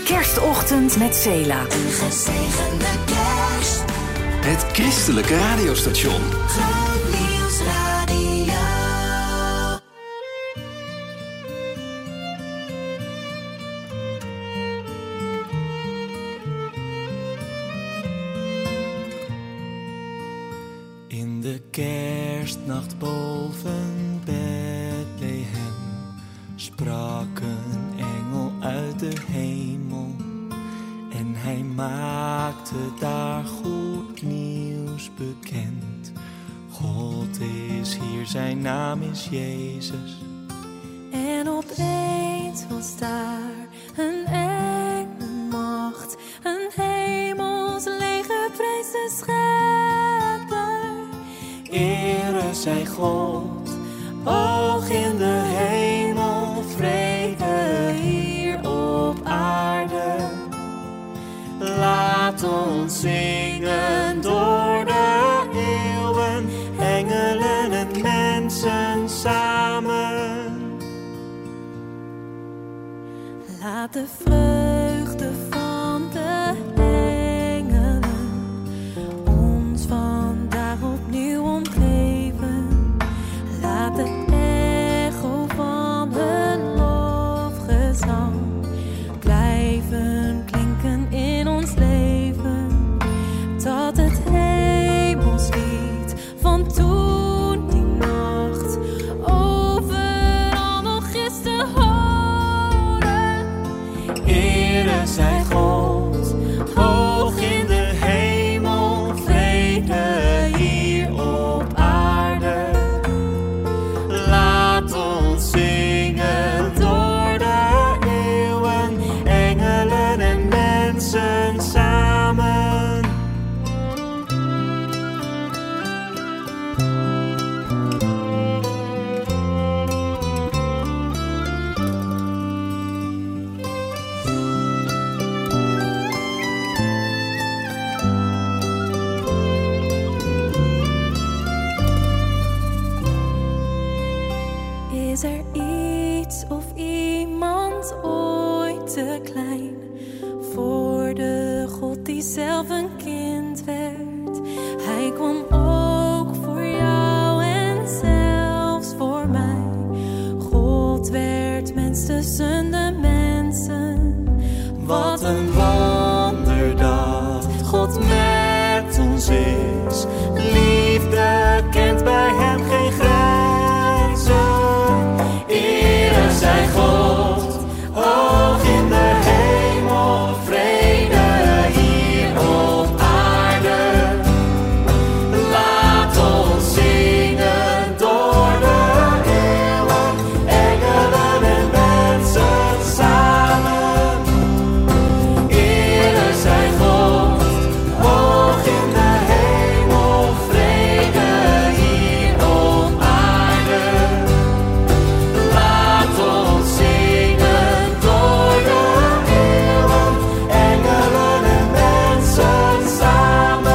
Kerstochtend met Sela. Een gezegende kerst. Het christelijke radiostation. Groot Nieuws Radio. In de kerstnacht boven Bethlehem sprak een engel uit de hemel. En hij maakte daar goed nieuws bekend. God is hier, zijn naam is Jezus. En opeens was daar een engelenmacht, een hemels leger prijs de Schepper. Ere zij God, hoog in de hemel, vrede hier op aarde. Laat ons zingen door de eeuwen, engelen en mensen samen. Laat de vreugde van de engelen ons vandaag opnieuw omgeven. Laat het echo van hun lofgezang blijven klinken in ons leven. Dat het hemelslied van toen die nacht overal nog is te horen. Ere zij God, hoog in de hemel, vrede hier op aarde. Laat ons zingen door de eeuwen, engelen en mensen samen. Is er iets of iemand ooit te klein voor de God die zelf een kind werd? Hij kwam ook voor jou en zelfs voor mij. God werd mens tussen de mensen. Wat een wonder dat God met ons is. Liefde kent bij hem geen grenzen. Ere zij God, hoog in de hemel, vrede hier op aarde. Laat ons zingen door de eeuwen, engelen en mensen samen. Ere zij God, hoog in de hemel, vrede hier op aarde. Laat ons zingen door de eeuwen, engelen en mensen samen.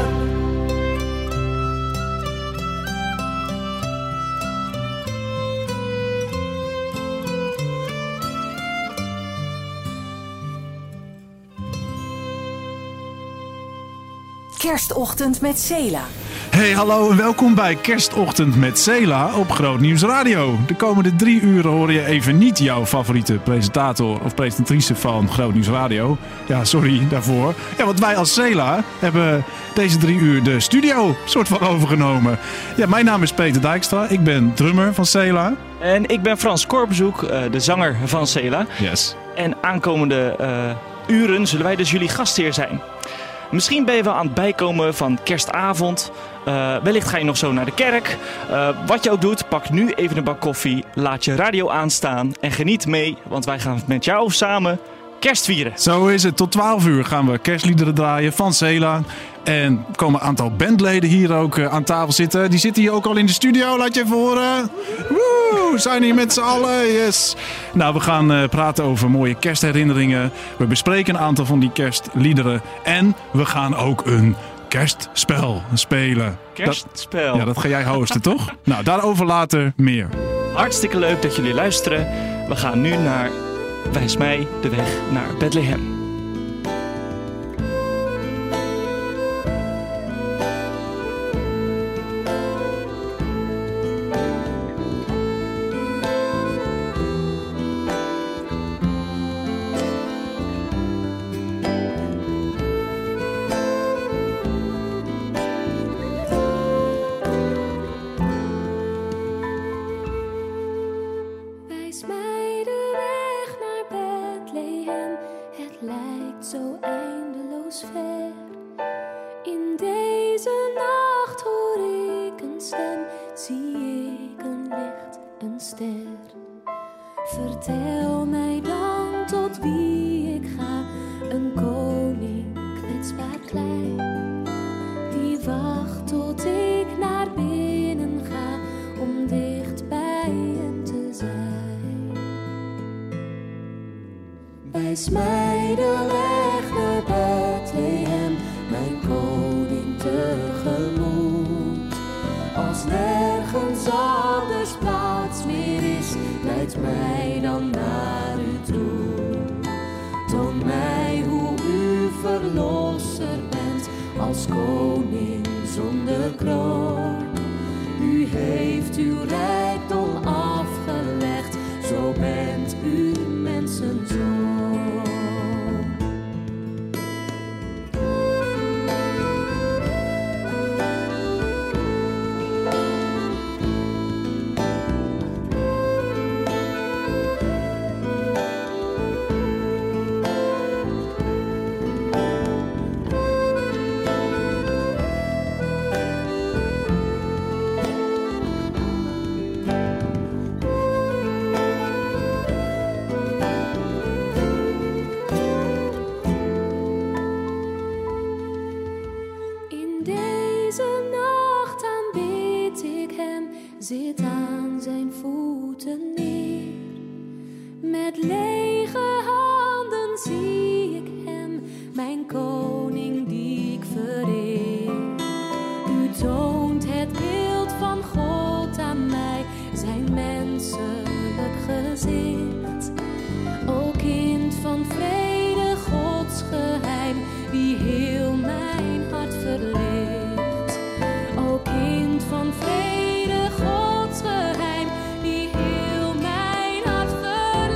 Kerstochtend met Sela. Hey, hallo en welkom bij Kerstochtend met Sela op Groot Nieuws Radio. De komende 3 uren hoor je even niet jouw favoriete presentator of presentatrice van Groot Nieuws Radio. Ja, sorry daarvoor. Ja, want wij als Sela hebben deze 3 uur de studio soort van overgenomen. Ja, mijn naam is Peter Dijkstra. Ik ben drummer van Sela. En ik ben Frans Korbezoek, de zanger van Sela. Yes. En aankomende uren zullen wij dus jullie gastheer zijn. Misschien ben je wel aan het bijkomen van kerstavond. Wellicht ga je nog zo naar de kerk. Wat je ook doet, pak nu even een bak koffie. Laat je radio aanstaan en geniet mee. Want wij gaan met jou samen kerst vieren. Zo is het. Tot 12 uur gaan we kerstliederen draaien van Sela. En er komen een aantal bandleden hier ook aan tafel zitten. Die zitten hier ook al in de studio. Laat je even horen. Woe, zijn hier met z'n allen. Yes. Nou, we gaan praten over mooie kerstherinneringen. We bespreken een aantal van die kerstliederen. En we gaan ook een kerstspel spelen. Kerstspel? Dat ga jij hosten, toch? Nou, daarover later meer. Hartstikke leuk dat jullie luisteren. We gaan nu naar wijs mij de weg naar Bethlehem. Wijs mij de weg naar Bethlehem, het lijkt zo eindeloos ver. In deze nacht hoor ik een stem, zie ik een licht, een ster. Vertel mij dan tot wie ik ga, een koning kwetsbaar klein. Die wacht tot ik naar binnen ga, om dicht bij hem te zijn. Wijs mij de weg naar Bethlehem, mijn koning tegemoet. Als nergens anders plaats meer is, leid mij dan naar u toe. Toon mij hoe u verlosser bent, als koning zonder kroon. U heeft uw rijkdom afgelegd, zo bent u mensenzoon. In deze nacht aanbid ik hem, zit aan zijn voeten neer. Met lege handen zie ik hem, mijn koning die ik vereer. U toont het beeld van God aan mij, zijn menselijk gezicht. O kind van vrede, Gods geheim, die heel mijn hart verlicht. O kind van vrede, Gods geheim, die heel mijn hart verlicht.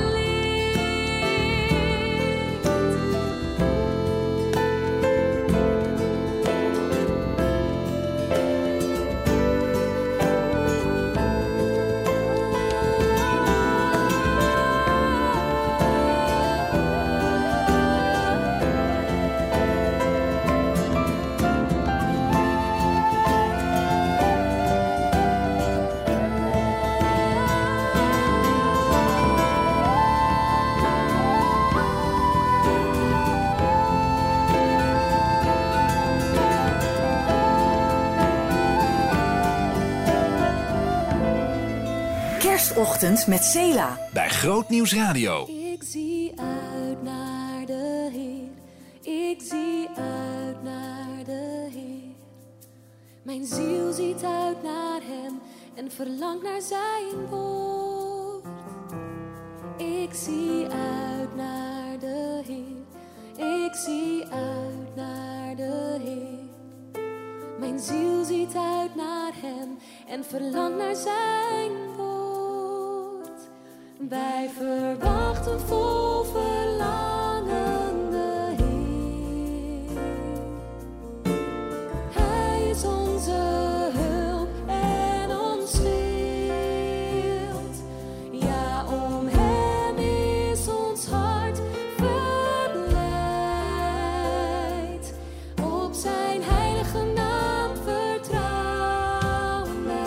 Kerstochtend met Sela. Bij Groot Nieuws Radio. Ik zie uit naar de Heer, ik zie uit naar de Heer. Mijn ziel ziet uit naar hem en verlangt naar zijn woord. Ik zie uit naar de Heer, ik zie uit naar de Heer. Mijn ziel ziet uit naar hem en verlangt naar zijn woord. Wij verwachten vol verlangen de Heer. Hij is onze hulp en ons schild. Ja, om hem is ons hart verblijd. Op zijn heilige naam vertrouwen wij.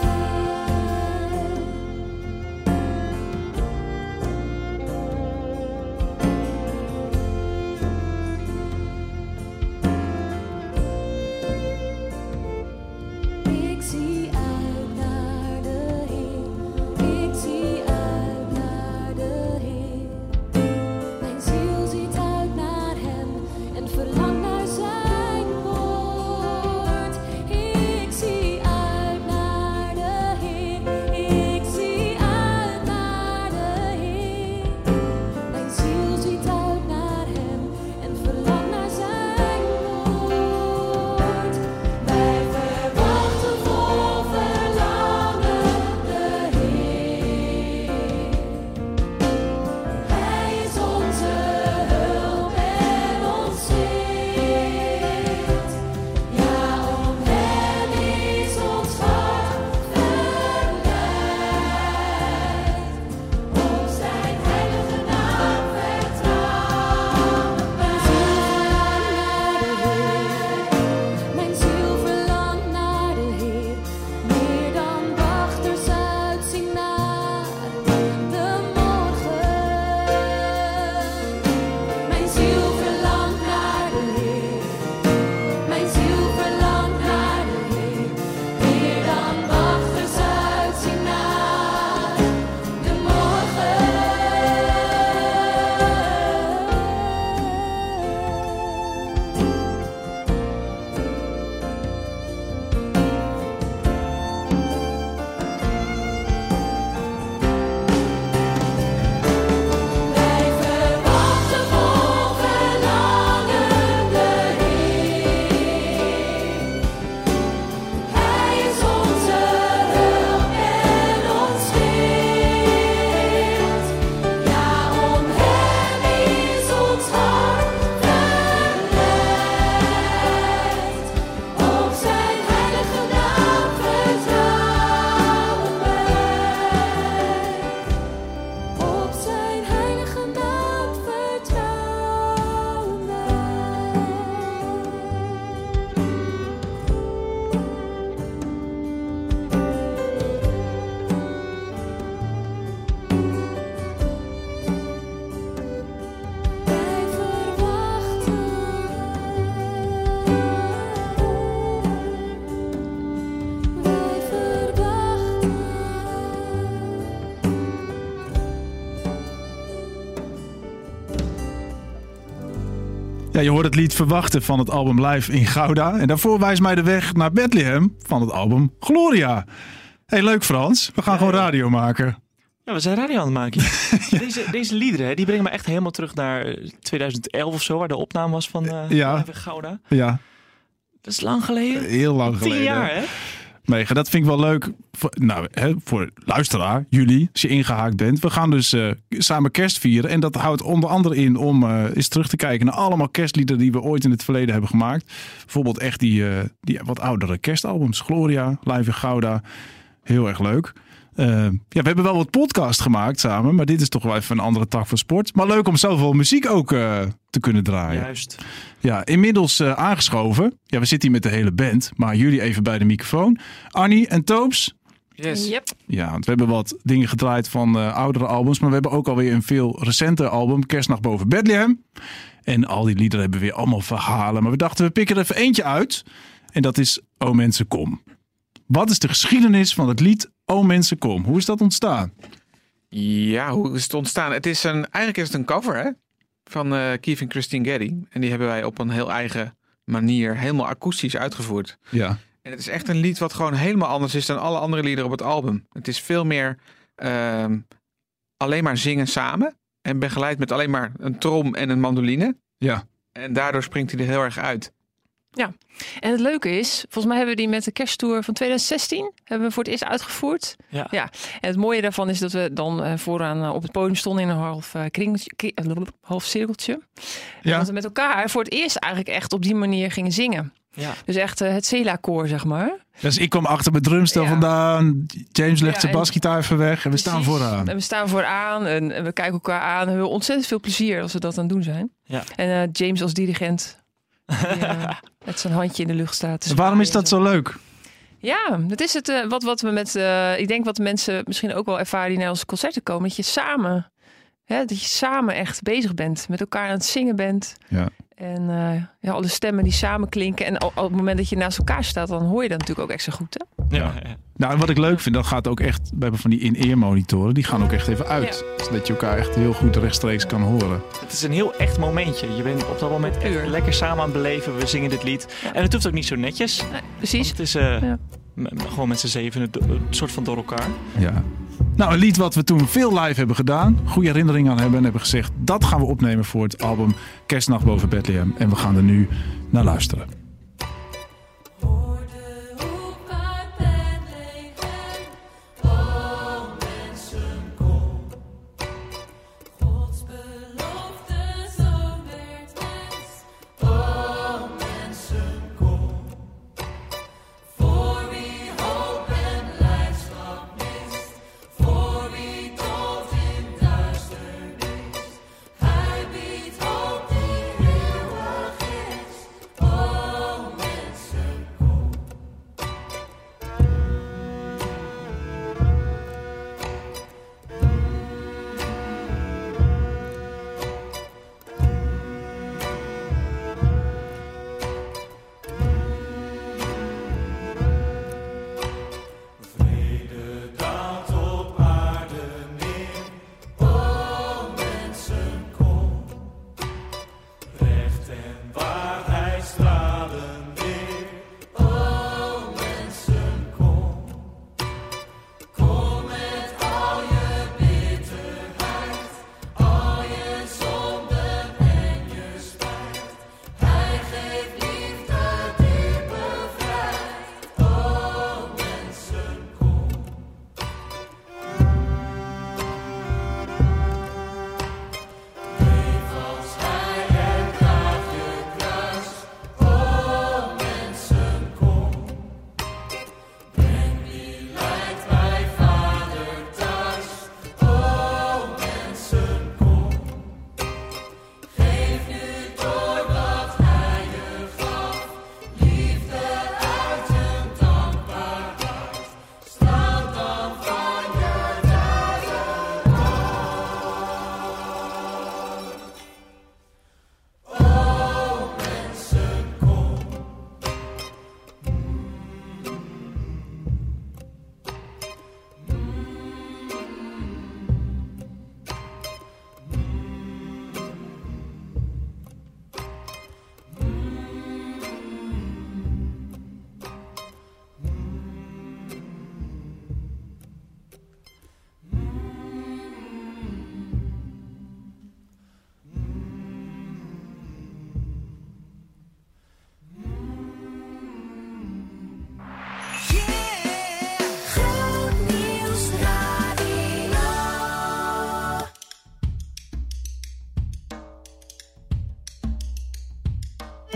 Ja, je hoort het lied Verwachten van het album Live in Gouda. En daarvoor wijst mij de weg naar Bethlehem van het album Gloria. Hey, leuk Frans. We gaan gewoon radio maken. Ja, we zijn radio aan het maken. Deze liederen, die brengen me echt helemaal terug naar 2011 of zo, waar de opname was van Live in Gouda. Ja. Dat is lang geleden. Heel lang geleden. 10 jaar, hè? Mega, dat vind ik wel leuk. Voor luisteraar, jullie, als je ingehaakt bent. We gaan dus samen kerst vieren. En dat houdt onder andere in om eens terug te kijken naar allemaal kerstliederen die we ooit in het verleden hebben gemaakt. Bijvoorbeeld echt die wat oudere kerstalbums. Gloria, Live in Gouda. Heel erg leuk. We hebben wel wat podcast gemaakt samen. Maar dit is toch wel even een andere tak van sport. Maar leuk om zoveel muziek ook te kunnen draaien. Juist. Ja, inmiddels aangeschoven. Ja, we zitten hier met de hele band. Maar jullie even bij de microfoon. Arnie en Toops. Yes. Yep. Ja, want we hebben wat dingen gedraaid van oudere albums. Maar we hebben ook alweer een veel recenter album. Kerstnacht boven Bethlehem. En al die liederen hebben weer allemaal verhalen. Maar we dachten, we pikken er even eentje uit. En dat is O Mensen Kom. Wat is de geschiedenis van het lied O Mensen Kom? Hoe is dat ontstaan? Ja, hoe is het ontstaan? Eigenlijk is het een cover, hè? Van Keith en Christine Geddy. En die hebben wij op een heel eigen manier helemaal akoestisch uitgevoerd. Ja. En het is echt een lied wat gewoon helemaal anders is dan alle andere liederen op het album. Het is veel meer alleen maar zingen samen. En begeleid met alleen maar een trom en een mandoline. Ja. En daardoor springt hij er heel erg uit. Ja, en het leuke is, volgens mij hebben we die met de kersttour van 2016 hebben we voor het eerst uitgevoerd. Ja. En het mooie daarvan is dat we dan vooraan op het podium stonden in een half cirkeltje. En dat we met elkaar voor het eerst eigenlijk echt op die manier gingen zingen. Ja. Dus echt het Sela-koor, zeg maar. Dus ik kwam achter mijn drumstel vandaan. James legt zijn en- basgitaar even weg. En we staan vooraan. En we staan vooraan en we kijken elkaar aan. En we hebben ontzettend veel plezier als we dat aan het doen zijn. Ja. En James als dirigent. Die, met zijn handje in de lucht staat. te Waarom is zwaaien dat en zo leuk? Ja, dat is het wat we met... ik denk wat de mensen misschien ook wel ervaren die naar onze concerten komen. Dat je samen echt bezig bent. Met elkaar aan het zingen bent. Ja. En alle stemmen die samen klinken. En op het moment dat je naast elkaar staat, dan hoor je dat natuurlijk ook extra goed. Hè? Ja. Nou, en wat ik leuk vind, dat gaat ook echt... We hebben van die in-ear monitoren. Die gaan ook echt even uit. Zodat je elkaar echt heel goed rechtstreeks kan horen. Het is een heel echt momentje. Je bent op dat moment echt lekker samen aan het beleven. We zingen dit lied. En het hoeft ook niet zo netjes. Nee, precies. Het is gewoon met z'n zeven een soort van door elkaar. Ja. Nou, een lied wat we toen veel live hebben gedaan. Goede herinneringen aan hebben. En hebben gezegd, dat gaan we opnemen voor het album Kerstnacht boven Bethlehem. En we gaan er nu naar luisteren. Hij biedt hoop die eeuwig is.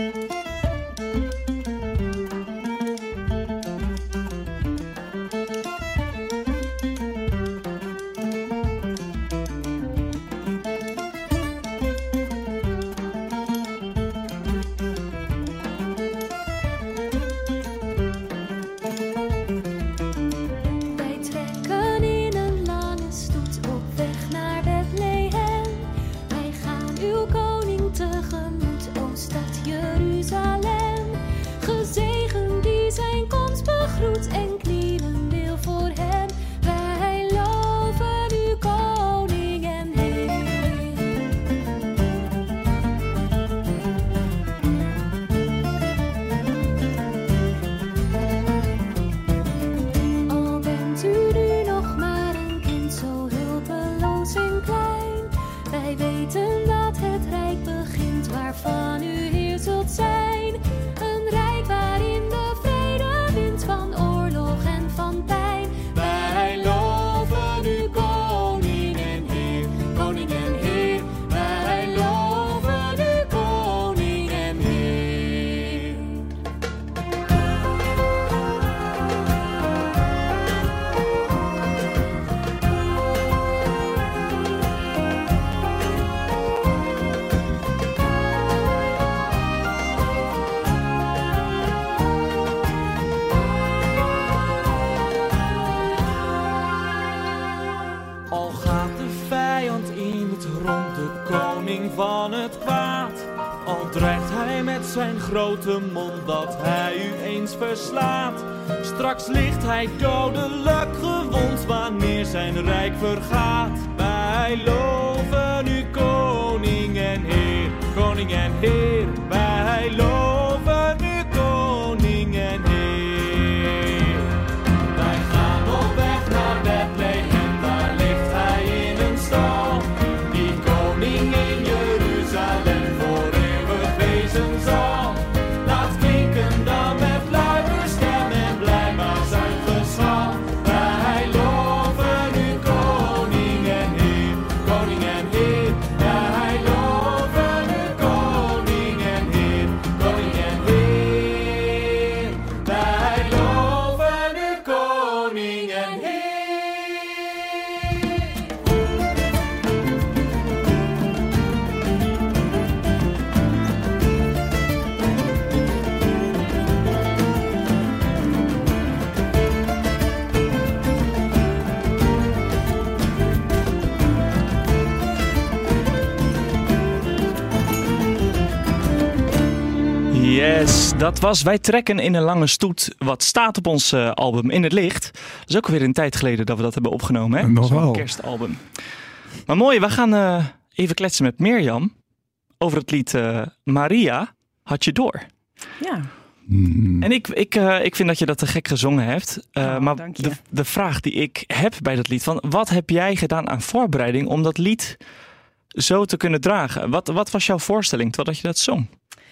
Wij trekken in een lange stoet op weg naar Bethlehem. Wij gaan uw koning tegemoet, o stad Jeruzalem. Gezegend die zijn komst begroet en knielen wil voor hem. Wij loven uw koning en Heer. Al bent u nu nog maar een kind, zo hulpeloos en klein. Wij weten dat het rijk begint, waarvan u heer zult zijn. Een rijk waarin de vrede wint van oorlog en van pijn. Wij loven u koning en heer, koning en heer. Wij loven u koning en heer. Al gaat de vijand in het rond, de koning van het kwaad. Al dreigt hij met zijn grote mond dat hij u eens verslaat. Straks ligt hij dodelijk gewond wanneer zijn rijk vergaat. Wij loven u koning en heer, koning en heer. Wij loven u koning en heer. Wij gaan op weg naar Bethlehem, daar ligt hij in een stal. Die koning in Jeruzalem voor eeuwig wezen zal. Laat klinken dan met luider stem en blijkbaar zijn geschal. Wij loven u koning en heer, koning en heer. Wij loven u koning en heer, koning en heer. Wij loven u koning en heer. Yes, dat was Wij trekken in een lange stoet. Wat staat op ons album In het Licht. Dat is ook alweer een tijd geleden dat we dat hebben opgenomen. Hè? Nog wel. Zo'n kerstalbum. Maar mooi, we gaan even kletsen met Mirjam over het lied Maria, had je door. Ja. En ik vind dat je dat te gek gezongen hebt. Maar dank je. de vraag die ik heb bij dat lied, van wat heb jij gedaan aan voorbereiding om dat lied zo te kunnen dragen? Wat was jouw voorstelling totdat je dat zong?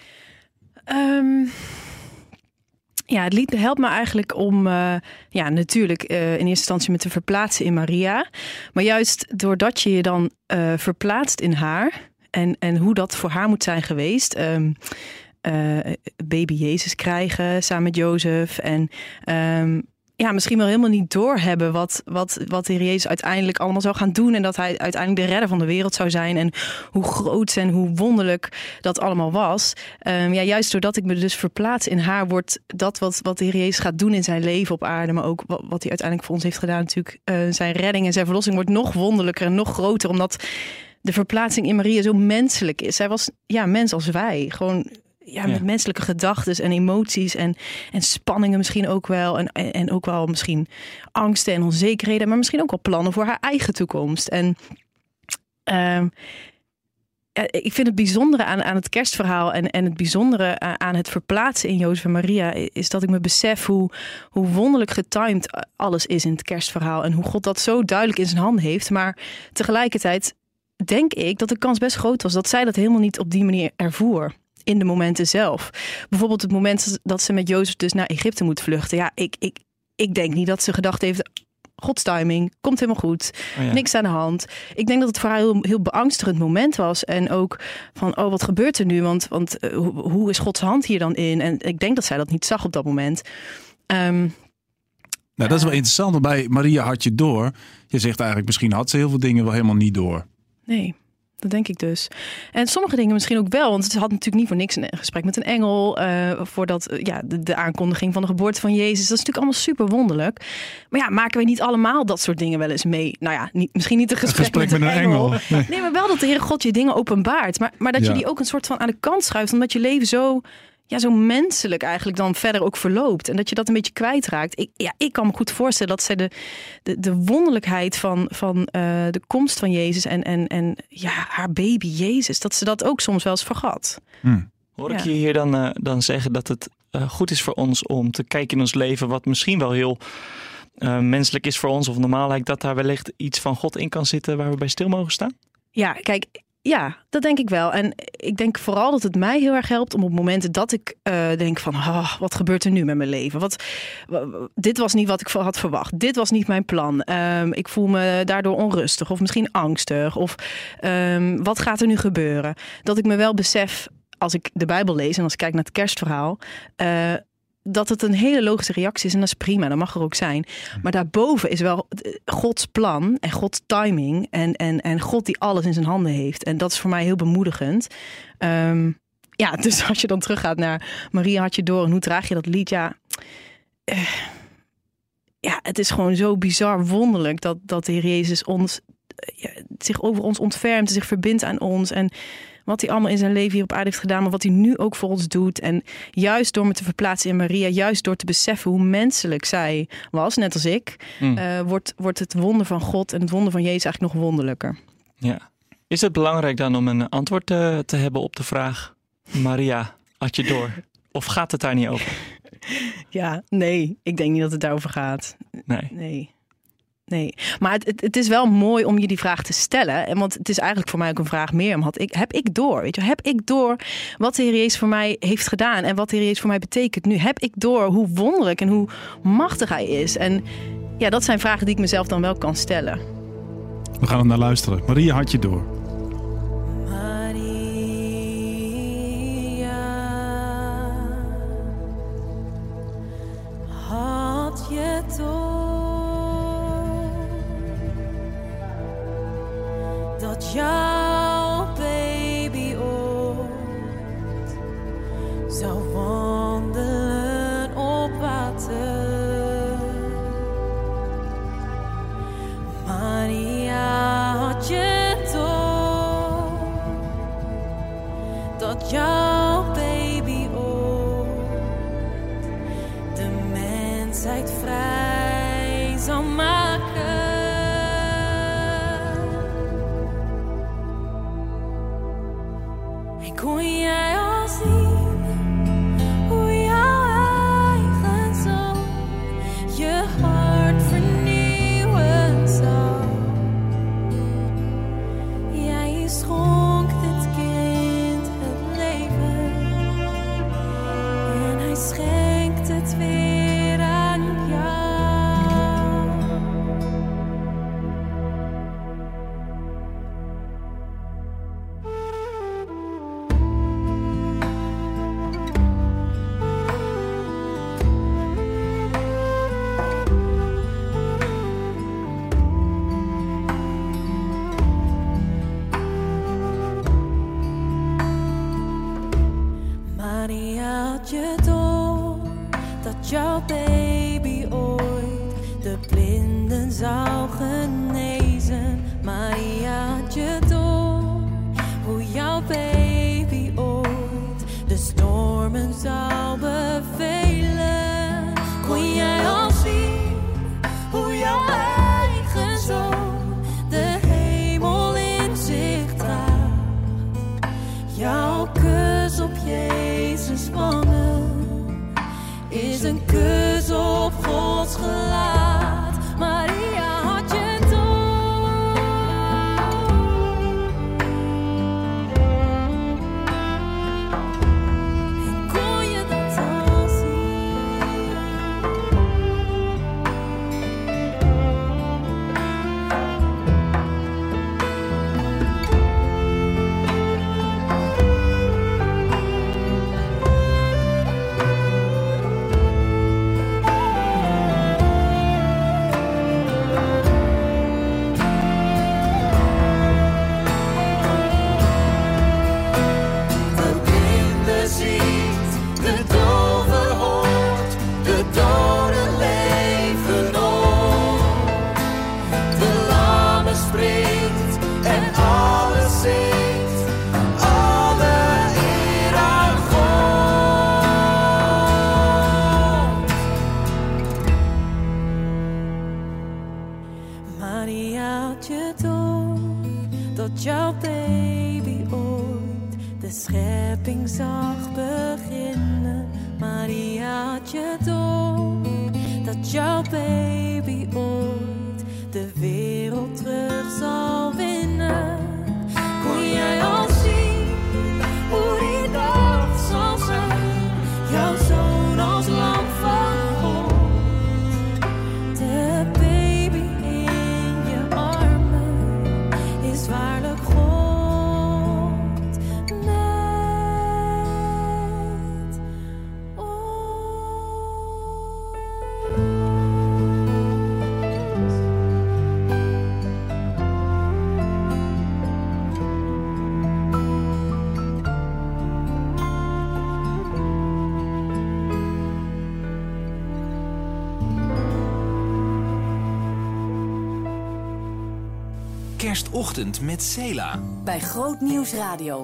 Ja, het lied helpt me eigenlijk om natuurlijk in eerste instantie me te verplaatsen in Maria. Maar juist doordat je je dan verplaatst in haar en hoe dat voor haar moet zijn geweest. Baby Jezus krijgen samen met Jozef. En misschien wel helemaal niet doorhebben wat de Heer Jezus uiteindelijk allemaal zou gaan doen. En dat hij uiteindelijk de redder van de wereld zou zijn. En hoe groot en hoe wonderlijk dat allemaal was. Juist doordat ik me dus verplaats in haar, wordt dat wat de Heer Jezus gaat doen in zijn leven op aarde. Maar ook wat hij uiteindelijk voor ons heeft gedaan. Natuurlijk zijn redding en zijn verlossing wordt nog wonderlijker en nog groter. Omdat de verplaatsing in Maria zo menselijk is. Zij was mens als wij. Gewoon met menselijke gedachten en emoties en spanningen misschien ook wel. En ook wel misschien angsten en onzekerheden. Maar misschien ook wel plannen voor haar eigen toekomst. En ik vind het bijzondere aan het kerstverhaal en het bijzondere aan het verplaatsen in Jozef en Maria is dat ik me besef hoe wonderlijk getimed alles is in het kerstverhaal. En hoe God dat zo duidelijk in zijn hand heeft. Maar tegelijkertijd denk ik dat de kans best groot was dat zij dat helemaal niet op die manier ervoer. In de momenten zelf. Bijvoorbeeld het moment dat ze met Jozef dus naar Egypte moet vluchten. Ja, ik denk niet dat ze gedacht heeft, Gods timing, komt helemaal goed. Oh ja. Niks aan de hand. Ik denk dat het voor haar heel, heel beangstigend moment was. En ook van, wat gebeurt er nu? Want hoe is Gods hand hier dan in? En ik denk dat zij dat niet zag op dat moment. Nou, dat is wel interessant. Want bij Maria had je door. Je zegt eigenlijk, misschien had ze heel veel dingen wel helemaal niet door. Nee, dat denk ik dus. En sommige dingen misschien ook wel. Want ze had natuurlijk niet voor niks een gesprek met een engel. Voordat de aankondiging van de geboorte van Jezus. Dat is natuurlijk allemaal super wonderlijk. Maar ja, maken wij niet allemaal dat soort dingen wel eens mee? Nou ja, misschien niet een gesprek met een engel. Nee, maar wel dat de Heere God je dingen openbaart. Maar dat je die ook een soort van aan de kant schuift. Omdat je leven zo menselijk eigenlijk dan verder ook verloopt. En dat je dat een beetje kwijtraakt. Ik kan me goed voorstellen dat zij de wonderlijkheid van de komst van Jezus en haar baby Jezus, dat ze dat ook soms wel eens vergat. Hoor ik je hier dan zeggen dat het goed is voor ons om te kijken in ons leven wat misschien wel heel menselijk is voor ons of normaal lijkt, dat daar wellicht iets van God in kan zitten waar we bij stil mogen staan? Ja, kijk. Ja, dat denk ik wel. En ik denk vooral dat het mij heel erg helpt om op momenten dat ik denk van, wat gebeurt er nu met mijn leven? Dit was niet wat ik had verwacht. Dit was niet mijn plan. Ik voel me daardoor onrustig of misschien angstig. Of wat gaat er nu gebeuren? Dat ik me wel besef, als ik de Bijbel lees en als ik kijk naar het kerstverhaal, dat het een hele logische reactie is en dat is prima, dat mag er ook zijn. Maar daarboven is wel Gods plan en Gods timing en God die alles in zijn handen heeft. En dat is voor mij heel bemoedigend. Dus als je dan teruggaat naar Maria had je door en hoe draag je dat lied? Het is gewoon zo bizar wonderlijk dat de Heer Jezus zich over ons ontfermt, zich verbindt aan ons en wat hij allemaal in zijn leven hier op aarde heeft gedaan, maar wat hij nu ook voor ons doet. En juist door me te verplaatsen in Maria, juist door te beseffen hoe menselijk zij was, net als ik, wordt het wonder van God en het wonder van Jezus eigenlijk nog wonderlijker. Ja. Is het belangrijk dan om een antwoord te hebben op de vraag, Maria, had je door? Of gaat het daar niet over? Ja, nee. Ik denk niet dat het daarover gaat. Nee, maar het is wel mooi om je die vraag te stellen. Want het is eigenlijk voor mij ook een vraag meer. Heb ik door? Weet je, heb ik door wat de Heer Jezus voor mij heeft gedaan en wat de Heer Jezus voor mij betekent nu? Heb ik door hoe wonderlijk en hoe machtig Hij is? En ja, dat zijn vragen die ik mezelf dan wel kan stellen. We gaan er naar luisteren. Maria had je door. Maria had je door. Dat jouw baby ooit zou wandelen op water. Maria, had je door dat jouw baby ooit de mensheid vrij zou maken? Kon jij al zien hoe jouw eigen zoon je hart vernieuwen zou? Jij schonk dit kind het leven en hij schenkt het weer aan jou. Maria, had je door dat jouw baby ooit de blinden zou genezen? Maria, had je door hoe jouw baby ooit de stormen zou bevelen? Kon jij al zien hoe jouw eigen zoon de hemel in zich draagt? Jouw kus op Jezus wangen is een kus op Gods gelaat. Maria, had je door? En kon je dat al zien? schepping zag beginnen. Maria, had je door dat jouw baby ooit de wereld terug zal winnen? Kon jij al zien hoe die dag zal zijn? Jouw zoon als lam van God, de baby in je armen is waarlijk God. Kerstochtend met Sela. Bij Groot Nieuws Radio.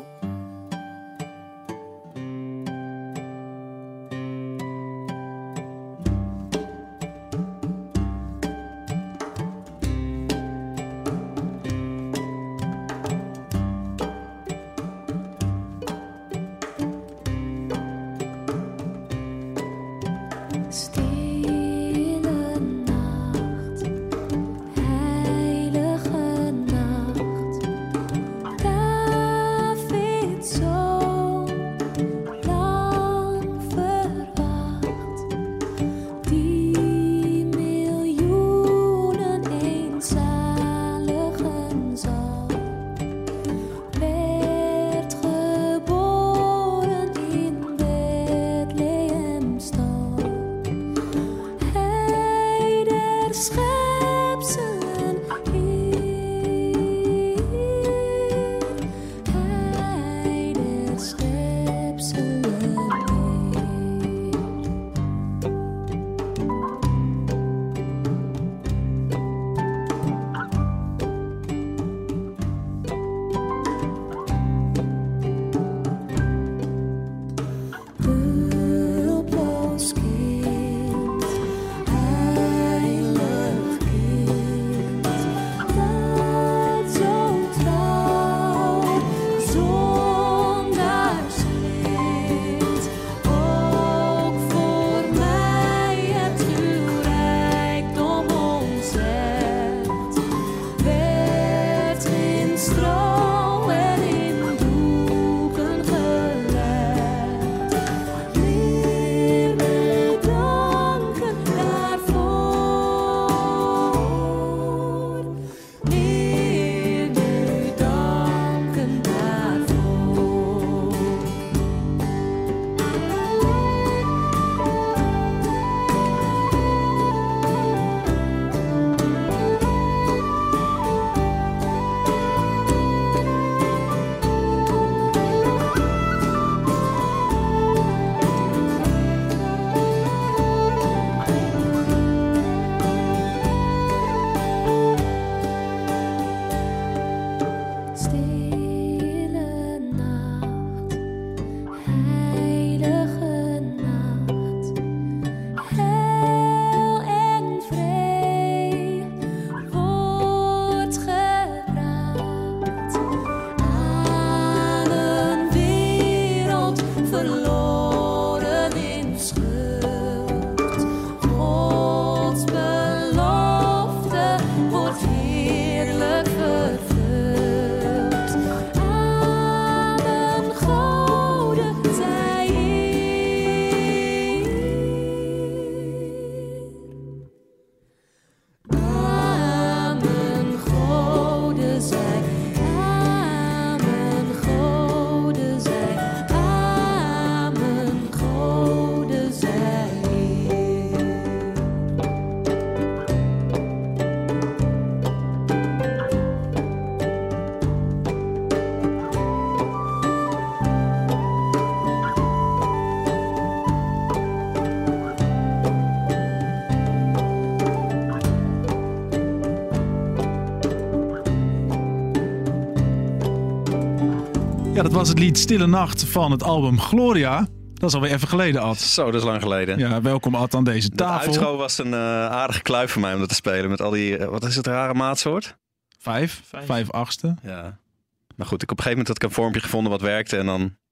Ja, dat was het lied Stille Nacht van het album Gloria. Dat is alweer even geleden, Ad. Zo, dat is lang geleden. Ja, welkom Ad aan deze tafel. De outro was een aardige kluif voor mij om dat te spelen met al die, wat is het rare maatsoort? 5/8. Ja. Maar goed, op een gegeven moment had ik een vormpje gevonden wat werkte en dan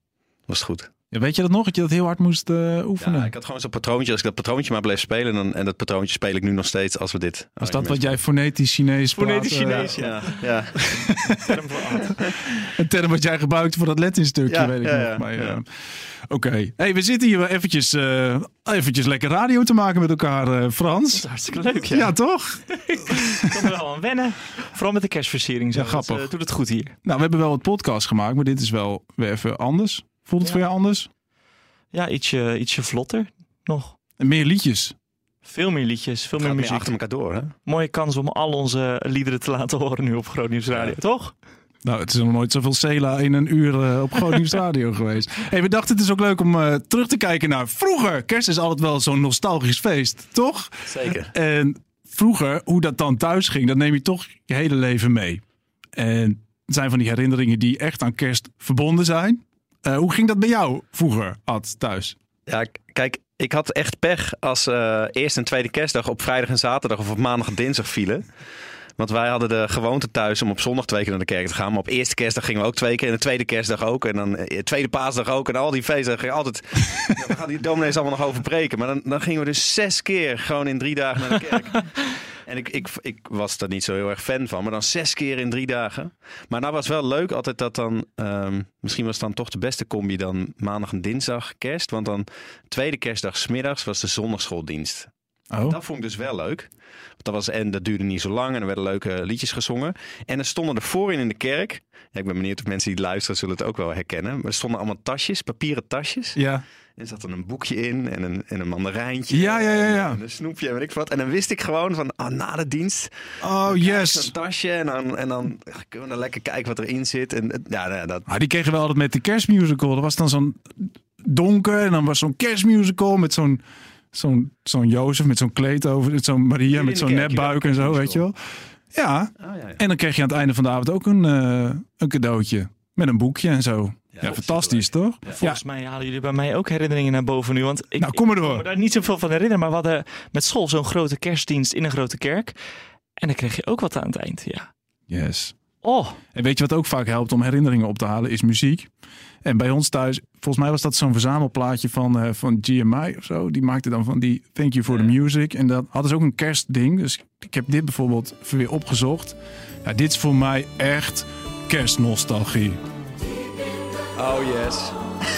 was het goed. Ja, weet je dat nog? Dat je dat heel hard moest oefenen? Ja, ik had gewoon zo'n patroontje. Als ik dat patroontje maar bleef spelen... en dat patroontje speel ik nu nog steeds als we dit... Was dat wat jij fonetisch Chinees praat? Fonetisch Chinees, ja. Een term wat jij gebruikt voor dat Latin-stukje, weet ik nog. Maar, Oké. Hey, we zitten hier wel eventjes lekker radio te maken met elkaar, Frans. Dat is hartstikke leuk, ja. Ja, toch? Ik kan er wel aan wennen. Vooral met de kerstversiering. Zo. Ja, grappig. Dat doet het goed hier. Nou, we hebben wel wat podcast gemaakt, maar dit is wel weer even anders. Voelt het voor jou anders? Ja, ietsje vlotter nog. En meer liedjes. Veel meer liedjes, veel meer Gaat muziek. achter elkaar door, hè? Mooie kans om al onze liederen te laten horen nu op Groot Nieuws Radio, toch? Nou, het is nog nooit zoveel Cela in een uur op Groot Nieuws Radio geweest. Hey, we dachten het is ook leuk om terug te kijken naar vroeger. Kerst is altijd wel zo'n nostalgisch feest, toch? Zeker. En vroeger, hoe dat dan thuis ging, dat neem je toch je hele leven mee. En het zijn van die herinneringen die echt aan kerst verbonden zijn. Hoe ging dat bij jou vroeger, Ad, thuis? Ja, kijk, ik had echt pech als eerste en tweede kerstdag op vrijdag en zaterdag of op maandag en dinsdag vielen. Want wij hadden de gewoonte thuis om op zondag 2 keer naar de kerk te gaan. Maar op eerste kerstdag gingen we ook 2 keer. En de tweede kerstdag ook. En dan tweede paasdag ook. En al die feesten gingen altijd... we gaan die dominees allemaal nog over preken. Maar dan gingen we dus 6 keer gewoon in 3 dagen naar de kerk. En ik was er niet zo heel erg fan van. Maar dan 6 keer in 3 dagen. Maar nou was wel leuk altijd dat dan... misschien was het dan toch de beste combi dan maandag en dinsdag kerst. Want dan tweede kerstdag 's middags was de zondagschooldienst. Oh. Dat vond ik dus wel leuk. En dat duurde niet zo lang en er werden leuke liedjes gezongen. En er stonden er voorin in de kerk... Ja, ik ben benieuwd of mensen die luisteren zullen het ook wel herkennen. Maar er stonden allemaal tasjes, papieren tasjes. Ja. En er zat dan een boekje in en een mandarijntje. Ja. En een snoepje en weet ik wat. En dan wist ik gewoon van, na de dienst... Oh, yes. Een tasje en dan kunnen we dan lekker kijken wat erin zit. En, Die kregen we altijd met de kerstmusical. Er was dan zo'n donker en dan was zo'n kerstmusical met zo'n Jozef met zo'n kleed over, met zo'n Maria met zo'n nepbuik en zo, weet je wel. Ja. En dan kreeg je aan het einde van de avond ook een cadeautje met een boekje en zo. Ja, fantastisch, toch? Ja, volgens mij halen jullie bij mij ook herinneringen naar boven nu. Want kom maar door. Ik kan me daar niet zoveel van herinneren. Maar we hadden met school zo'n grote kerstdienst in een grote kerk. En dan kreeg je ook wat aan het eind, ja. Yes. Oh. En weet je wat ook vaak helpt om herinneringen op te halen, is muziek. En bij ons thuis, volgens mij was dat zo'n verzamelplaatje van GMI of zo. Die maakte dan van die Thank You for the Music. En dat hadden ze ook een kerstding. Dus ik heb dit bijvoorbeeld weer opgezocht. Ja, dit is voor mij echt kerstnostalgie. Oh yes.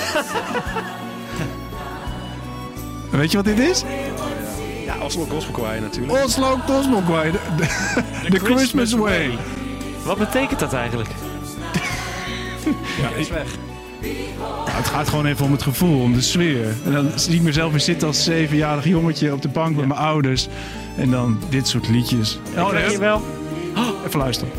Weet je wat dit is? Ja, Oslo Gospel Choir natuurlijk. Oslo Gospel Choir. The Christmas Way. Wat betekent dat eigenlijk? Ja, is weg. Nou, het gaat gewoon even om het gevoel, om de sfeer. En dan zie ik mezelf weer zitten als 7-jarig jongetje op de bank met mijn ouders. En dan dit soort liedjes. Oh, dat je wel. Even luisteren.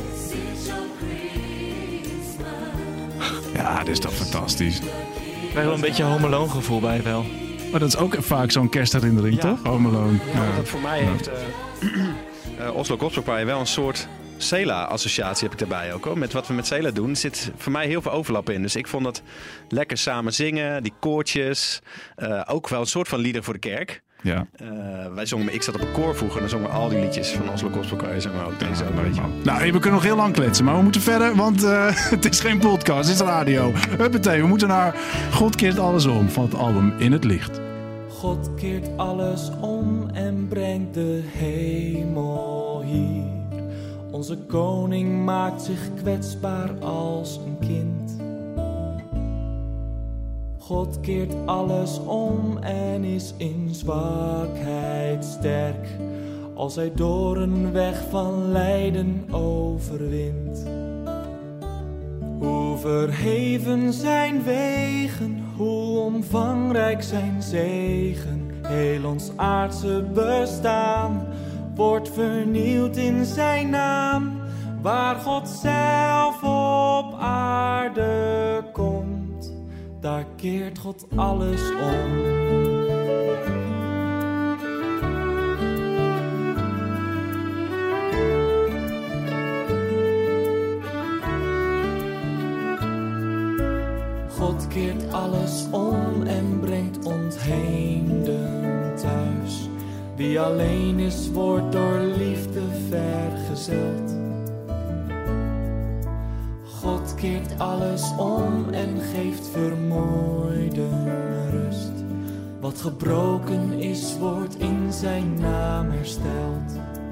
Ja, dit is toch fantastisch. Wij wel een beetje Home Alone gevoel bij wel. Maar dat is ook vaak zo'n kerstherinnering, toch? Home Alone. Ja, dat voor mij heeft Oslo Gospel Choir wel een soort Cela-associatie heb ik daarbij ook. Hoor. Met wat we met Cela doen, er zit voor mij heel veel overlap in. Dus ik vond dat lekker samen zingen, die koortjes. Ook wel een soort van lieder voor de kerk. Ja. Ik zat op een koor vroeger en dan zongen we al die liedjes van Oslo Gospel Choir. Zongen we ook deze ook, weet je. Nou, we kunnen nog heel lang kletsen, maar we moeten verder, want het is geen podcast, het is radio. Huppatee, we moeten naar God keert alles om van het album In het Licht. God keert alles om en brengt de hemel hier. Onze koning maakt zich kwetsbaar als een kind. God keert alles om en is in zwakheid sterk. Als hij door een weg van lijden overwint. Hoe verheven zijn wegen, hoe omvangrijk zijn zegen. Heel ons aardse bestaan wordt vernieuwd in zijn naam. Waar God zelf op aarde komt, daar keert God alles om. God keert alles om en brengt ontheemden thuis. Wie alleen is, wordt door liefde vergezeld. God keert alles om en geeft vermoeiden rust. Wat gebroken is, wordt in zijn naam hersteld.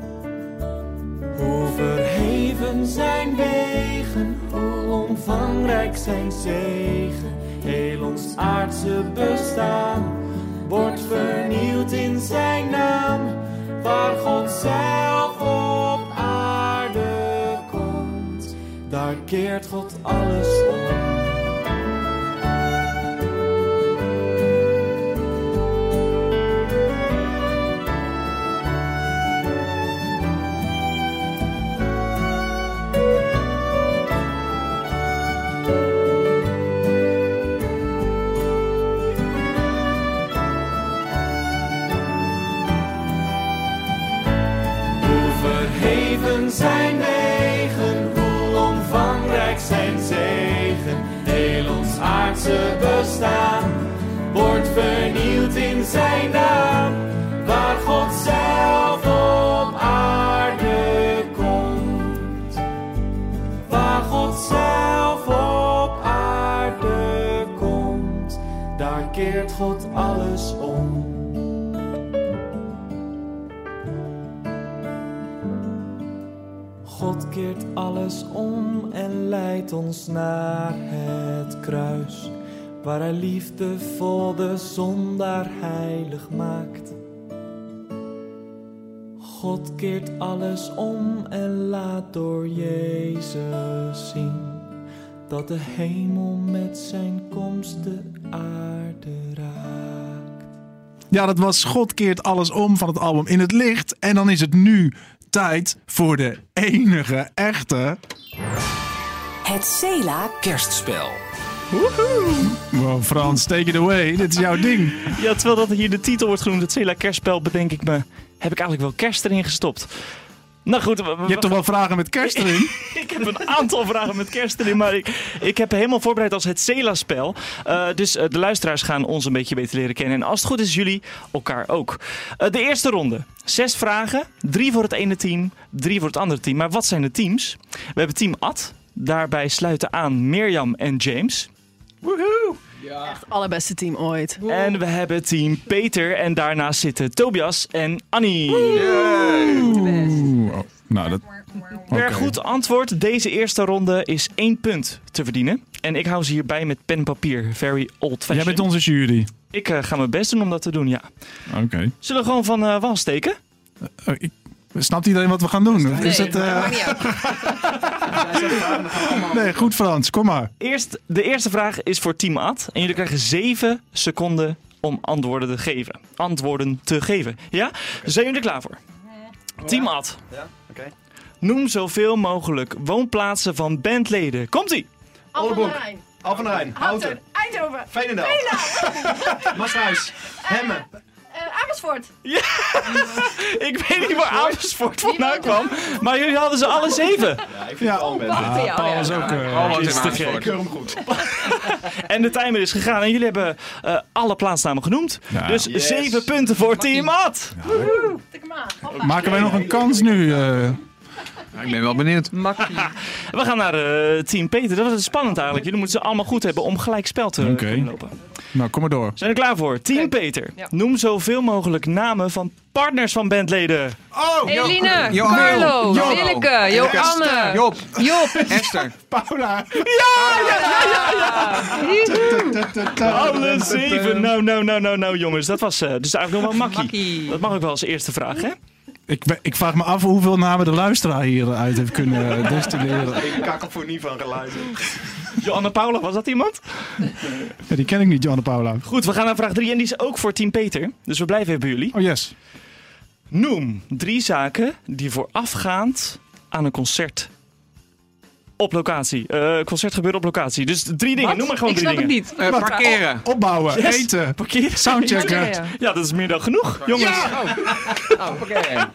Hoe verheven zijn wegen, hoe omvangrijk zijn zegen. Heel ons aardse bestaan wordt vernieuwd in zijn naam. Waar God zelf op aarde komt, daar keert God alles om. Zijn wegen, hoe omvangrijk zijn zegen. Heel ons aardse bestaan wordt vernieuwd in zijn naam. Waar God zelf op aarde komt. Waar God zelf op aarde komt, daar keert God alles om. God keert alles om en leidt ons naar het kruis, waar hij liefdevol de zondaar heilig maakt. God keert alles om en laat door Jezus zien dat de hemel met zijn komst de aarde raakt. Ja, dat was God keert alles om van het album In het Licht. En dan is het nu tijd voor de enige echte... Het Sela Kerstspel. Wow, Frans, take it away. Dit is jouw ding. Ja, terwijl dat hier de titel wordt genoemd, het Sela Kerstspel, bedenk ik me, heb ik eigenlijk wel kerst erin gestopt? Nou goed. Je hebt toch wel vragen met kerst erin? Ik heb een aantal vragen met kerst erin, maar ik heb helemaal voorbereid als het Sela-spel. Dus de luisteraars gaan ons een beetje beter leren kennen. En als het goed is, jullie elkaar ook. De eerste ronde. 6 vragen. 3 voor het ene team, 3 voor het andere team. Maar wat zijn de teams? We hebben team Ad. Daarbij sluiten aan Mirjam en James. Woehoe! Ja. Echt het allerbeste team ooit. En we hebben team Peter. En daarnaast zitten Tobias en Annie. Nou, dat... Per goed antwoord, deze eerste ronde is 1 punt te verdienen. En ik hou ze hierbij met pen en papier. Very old fashioned. Jij bent onze jury. Ik ga mijn best doen om dat te doen, ja. Oké. Zullen we gewoon van wal steken? Snapt iedereen wat we gaan doen? Nee, is het, maakt niet uit. Nee, goed Frans, kom maar. De eerste vraag is voor team Ad. En jullie krijgen 7 seconden om antwoorden te geven. Ja? Zijn jullie er klaar voor? Team Ad. Ja, oké. Noem zoveel mogelijk woonplaatsen van bandleden. Komt-ie! Oldenburg, Alphenrijn, Houten, Eindhoven, Veenendaal, Maasluis, Hemmen. Amersfoort. Ja, ik weet niet waar Amersfoort vandaan kwam, maar jullie hadden ze alle 7. Ja, ik vind het al bent. Paul is ook... is te gek. Ik keur hem goed. En de timer is gegaan en jullie hebben alle plaatsnamen genoemd. Ja. Dus 7 punten voor Team Ad. Maken wij nog een kans nu? Ik ben wel benieuwd. We gaan naar Team Peter. Dat was spannend eigenlijk. Jullie moeten ze allemaal goed hebben om gelijk spel te kunnen lopen. Nou, kom maar door. Zijn we er klaar voor? Team Peter. Ja. Noem zoveel mogelijk namen van partners van bandleden. Oh! Eline, Job. Carlo, Job. Willeke, Joanne, Job. Job. Esther. Paula! Alle 7. Nou jongens. Dat was dus eigenlijk nog wel makkie. Dat mag ook wel als eerste vraag, hè? Ik vraag me af hoeveel namen de luisteraar hieruit heeft kunnen destilleren. Ik kakofonie van geluiden. Joanne Paula, was dat iemand? Ja, die ken ik niet, Joanne Paula. Goed, we gaan naar vraag 3 en die is ook voor Team Peter. Dus we blijven even bij jullie. Oh yes. Noem 3 zaken die voorafgaand aan een concert op locatie. Concert gebeurt op locatie. Dus 3 dingen. Noem maar gewoon 3 dingen. Ik snap het niet. Parkeren. Opbouwen, Yes. eten, Parkeren. soundchecken. Ja, dat is meer dan genoeg, jongens. Parkeren.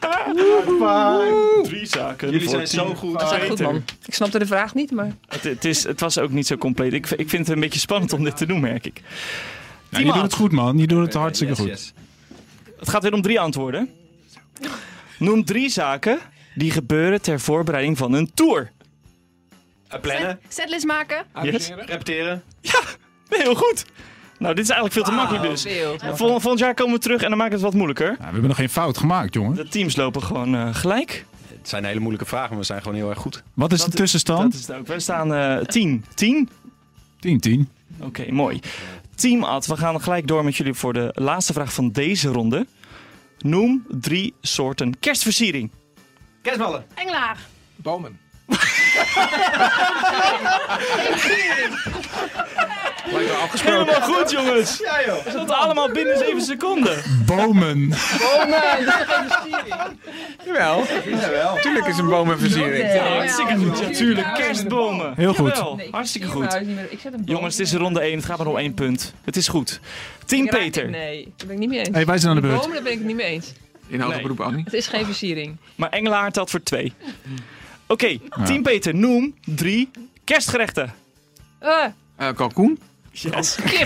3 zaken. Jullie voor zijn zo Team goed. Dat is echt goed, man. Ik snapte de vraag niet, maar... Het was ook niet zo compleet. Ik vind het een beetje spannend om dit te doen, merk ik. Ja, je doet het goed, man. Je doet het hartstikke goed. Yes. Het gaat weer om 3 antwoorden. Noem 3 zaken die gebeuren ter voorbereiding van een tour. Plannen. Setlist maken. Repeteren. Nee, heel goed. Nou, dit is eigenlijk veel te makkelijk dus. Volgend jaar komen we terug en dan maken we het wat moeilijker. Ja, we hebben nog geen fout gemaakt, jongen. De teams lopen gewoon gelijk. Het zijn hele moeilijke vragen, maar we zijn gewoon heel erg goed. Wat is de tussenstand? Dat is het ook. We staan 10. 10? 10. Oké, mooi. Team Ad, we gaan gelijk door met jullie voor de laatste vraag van deze ronde. Noem 3 soorten kerstversiering. Kerstballen. Engelaar. Bomen. Lijkt wel afgesproken. Helemaal goed, jongens. Ja, joh. We zaten allemaal binnen 7 seconden. Bomen. Jawel. Tuurlijk is een boom een versiering. Ja, hartstikke goed. Natuurlijk, kerstbomen. Heel goed. Jawel, hartstikke goed. Jongens, het is ronde 1. Het gaat maar om 1 punt. Het is goed. Team Peter. Nee, daar ben ik niet mee eens. Hey, wij zijn aan de beurt. Bomen, daar ben ik het niet mee eens. Inhoudelijk beroep ook niet. Het is geen versiering. Maar Engelaar telt voor 2. Oké, Team Peter, noem 3 kerstgerechten. Kalkoen. Yes. Kip.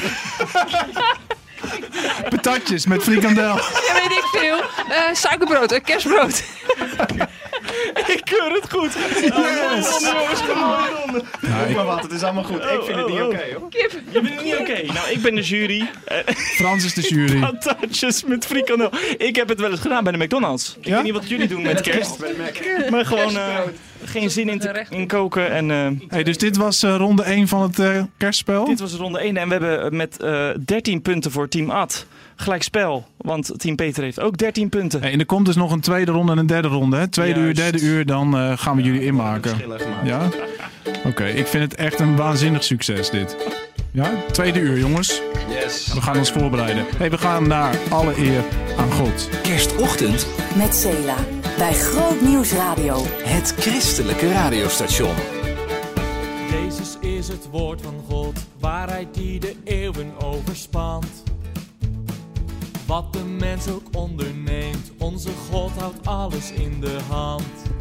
Patatjes met frikandel. Ja, weet ik veel. Suikerbrood, kerstbrood. Ik keur het goed. Jongens, kom Maar wat, het is allemaal goed. Ik vind het niet oké, hoor. Kip. Je vindt het niet oké. Nou, ik ben de jury. Frans is de jury. Patatjes met frikandel. Ik heb het wel eens gedaan bij de McDonald's. Ik weet niet wat jullie doen met kerst. Maar gewoon geen zin in koken. En, Hey, dus dit was ronde 1 van het kerstspel? dit was ronde 1 en we hebben met 13 punten voor Team Ad. Gelijk spel, want Team Peter heeft ook 13 punten. Hey, en er komt dus nog een tweede ronde en een derde ronde. Hè? Tweede uur, derde uur, dan gaan we jullie inmaken. Ja? Oké, ik vind het echt een waanzinnig succes dit. Ja? Tweede uur, jongens. Yes. We gaan ons voorbereiden. Hey, we gaan naar alle eer aan God. Kerstochtend, Met Cela. Bij Groot Nieuws Radio. het christelijke radiostation. Jezus is het woord van God, waarheid die de eeuwen overspant. Wat de mens ook onderneemt, onze God houdt alles in de hand.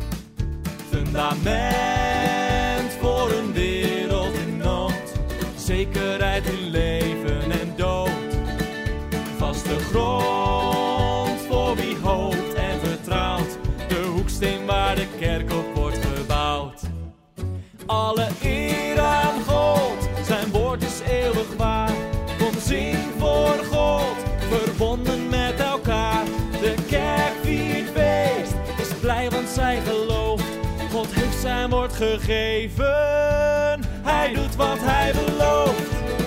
Fundament voor een wereld in nood, zekerheid in leven en dood. Vaste grond voor wie hoopt en vertrouwt, de hoeksteen waar de kerk op wordt gebouwd. Alle eer aan God, zijn woord is eeuwig waar. Kom zing voor God, verbonden met elkaar. De kerk viert feest, is blij want zij gelooft. God heeft zijn woord gegeven, hij doet wat hij belooft.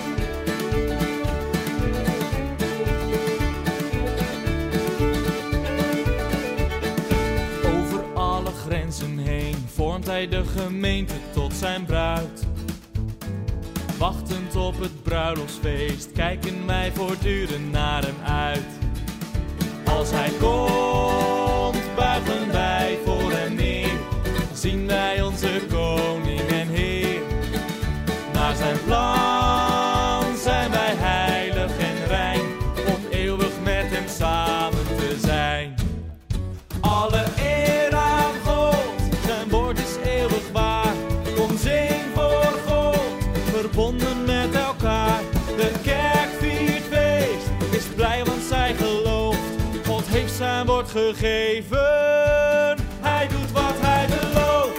Over alle grenzen heen vormt hij de gemeente tot zijn bruid. Wachtend op het bruiloftsfeest kijken wij voortdurend naar hem uit. Als hij komt, buigen wij voor hem neer. Zien wij onze koning en Heer. Naar zijn plan zijn wij heilig en rein, om eeuwig met hem samen te zijn. Alle eer aan God, zijn woord is eeuwig waar. Kom zing voor God, verbonden met elkaar. De kerk viert feest, is blij want zij gelooft. God heeft zijn woord gegeven, hij doet wat hij belooft.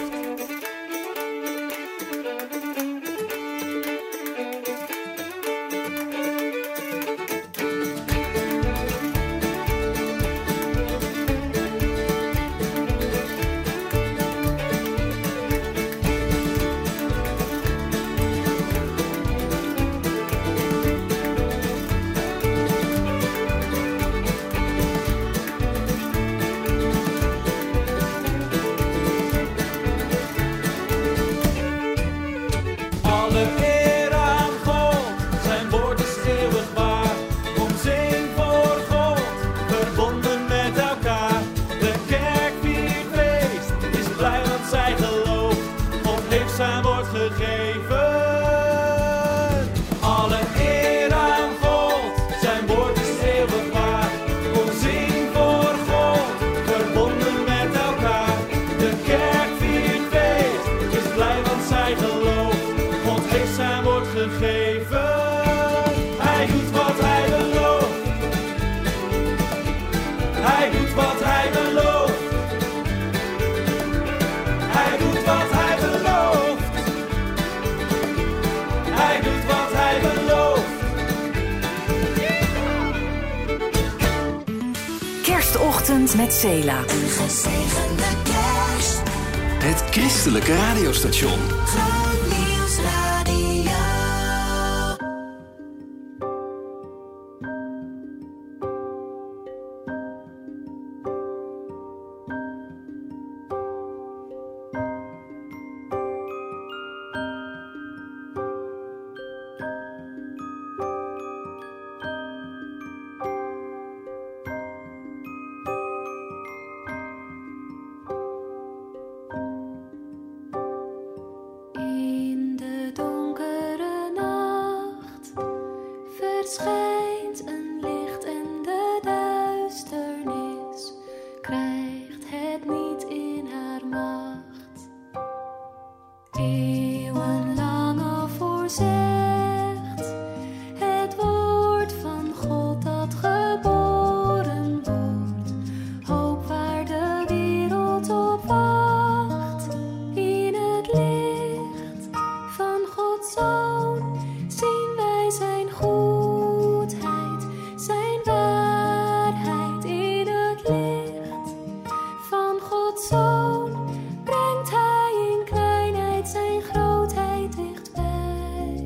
Alle eer aan God, zijn woord is eeuwig waar. Kom zing voor God, verbonden met elkaar. De kerk viert feest, is blij want zij gelooft. God heeft zijn woord gegeven. Alle eer aan God, zijn woord is eeuwig waar. Kom zing voor God, verbonden met elkaar. De kerk viert feest, is blij want zij gelooft. God heeft zijn woord gegeven, hij doet wat hij belooft. Hij doet wat hij belooft. Hij doet wat hij belooft. Kerstochtend met Cela. Een gezegende kerst. Het christelijke radiostation. Groot Nieuws Radio. In de donkere nacht verschijnt een licht en de duisternis krijgt het niet in haar macht. Eeuwenlang al voorzegd, het woord van God dat geboren wordt, hoop waar de wereld op wacht. In het licht van Gods Zoon zien wij zijn goedheid, zijn waarheid. In het licht van Gods Zoon brengt hij in kleinheid zijn grootheid dichtbij.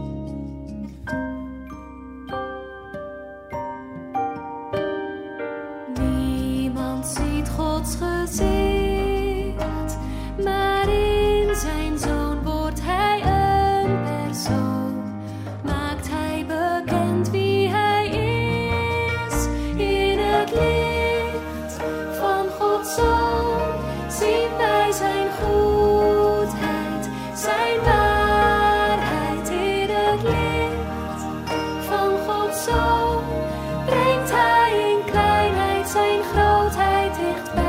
Niemand ziet Gods gezicht, maar in zijn Zoon wordt hij een persoon. Maakt hij bekend wie hij is. In het licht van Gods Zoon zien wij zijn goedheid, zijn waarheid. In het licht van Gods Zoon brengt hij in kleinheid zijn grootheid dichtbij.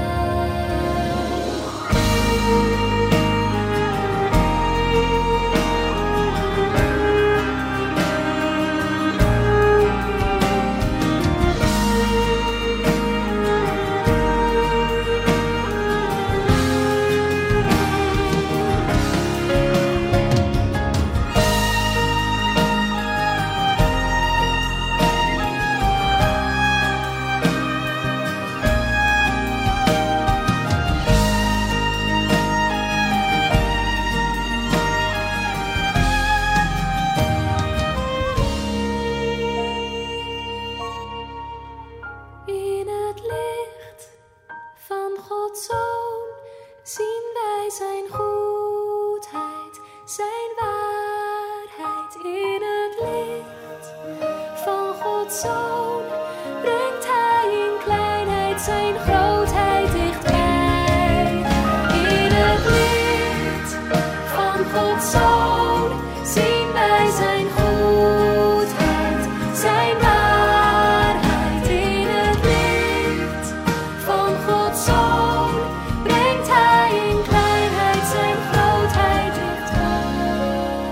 In het licht van Gods Zoon zien wij zijn goedheid, zijn waarheid. In het licht van Gods Zoon brengt hij in kleinheid zijn grootheid dichtbij. In het licht van Gods Zoon zien wij zijn goedheid, zijn waarheid. In het licht van Gods Zoon brengt hij in kleinheid zijn grootheid dichtbij.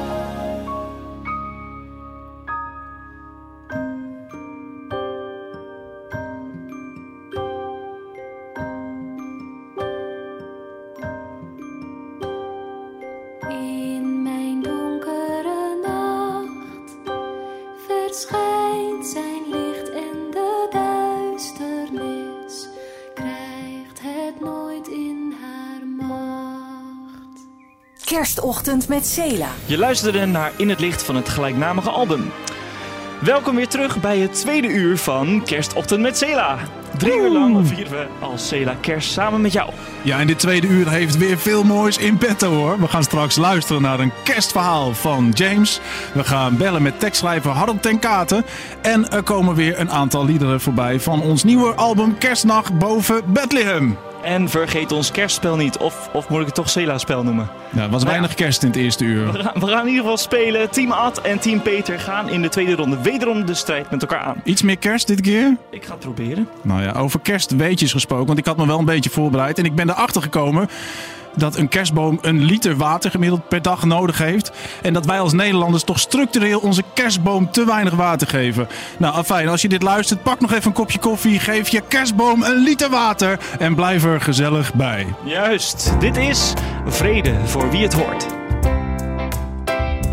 In mijn donkere nacht verschijnt zijn licht en de duisternis krijgt het nooit in haar macht. Kerstochtend met Cela. Je luisterde naar In het licht van het gelijknamige album. Welkom weer terug bij het tweede uur van Kerstochtend met Cela. 3 uur lang vieren we als Cela kerst samen met jou. Ja, en dit tweede uur heeft weer veel moois in petto hoor. We gaan straks luisteren naar een kerstverhaal van James. We gaan bellen met tekstschrijver Harold ten Katen. En er komen weer een aantal liederen voorbij van ons nieuwe album Kerstnacht boven Bethlehem. En vergeet ons kerstspel niet. Of moet ik het toch Cela-spel noemen? Ja, er was weinig kerst in het eerste uur. We gaan in ieder geval spelen. Team Ad en Team Peter gaan in de tweede ronde wederom de strijd met elkaar aan. Iets meer kerst dit keer? Ik ga het proberen. Nou ja, over kerstweetjes gesproken. Want ik had me wel een beetje voorbereid. En ik ben erachter gekomen dat een kerstboom 1 liter water gemiddeld per dag nodig heeft. En dat wij als Nederlanders toch structureel onze kerstboom te weinig water geven. Nou, afijn, als je dit luistert, pak nog even een kopje koffie. Geef je kerstboom 1 liter water. En blijf er gezellig bij. Juist, dit is Vrede voor wie het hoort.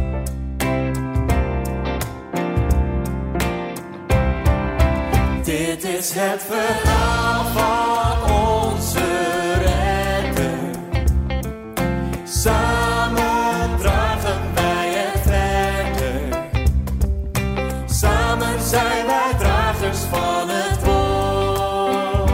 Dit Dit is het verhaal van onze redder. Samen dragen wij het verder. Samen zijn wij dragers van het woord.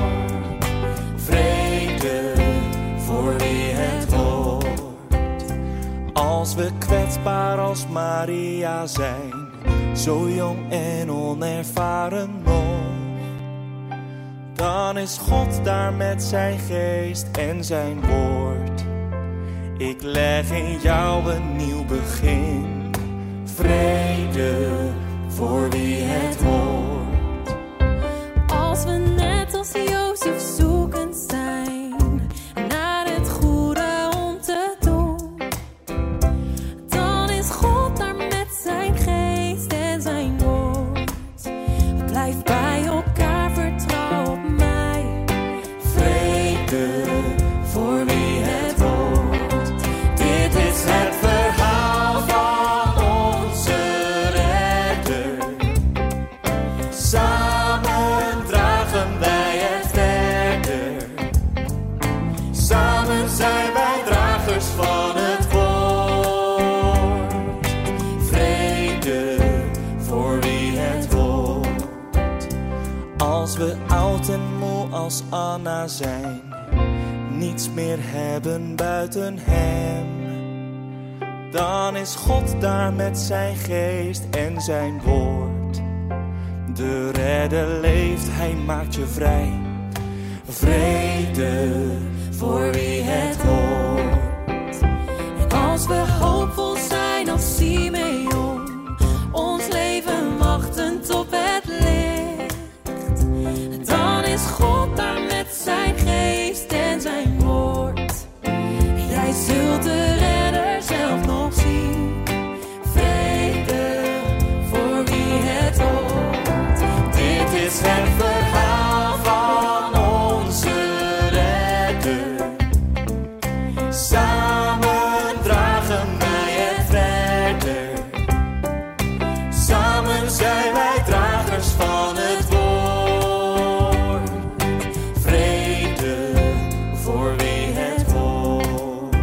Vrede voor wie het hoort. Als we kwetsbaar als Maria zijn, zo jong en onervaren nog, dan is God daar met zijn geest en zijn woord. Ik leg in jou een nieuw begin. Vrede voor wie het hoort. Als we net als Jozef zoekend zijn naar het goede om te doen, dan is God daar met zijn geest en zijn woord. Blijf bij elkaar, vertrouw op mij. Vrede voor wie het hoort. Dit is het verhaal van onze redder. Samen dragen wij het verder. Samen zijn wij dragers van het woord. Vrede voor wie het hoort. Als we oud en moe als Anna zijn, niets meer hebben buiten hem, dan is God daar met zijn geest en zijn woord. De redder leeft, hij maakt je vrij. Vrede voor wie het hoort. En als we hoopvol zijn als Simeon, ons leven wachtend op het licht, dan is God daar met zijn geest en zijn woord. Jij zult de redder zelf nog zien. Vrede voor wie het hoort. Dit is het verhaal van onze redder. Samen dragen wij het verder. Samen zijn wij dragers van het woord. Vrede voor wie het hoort.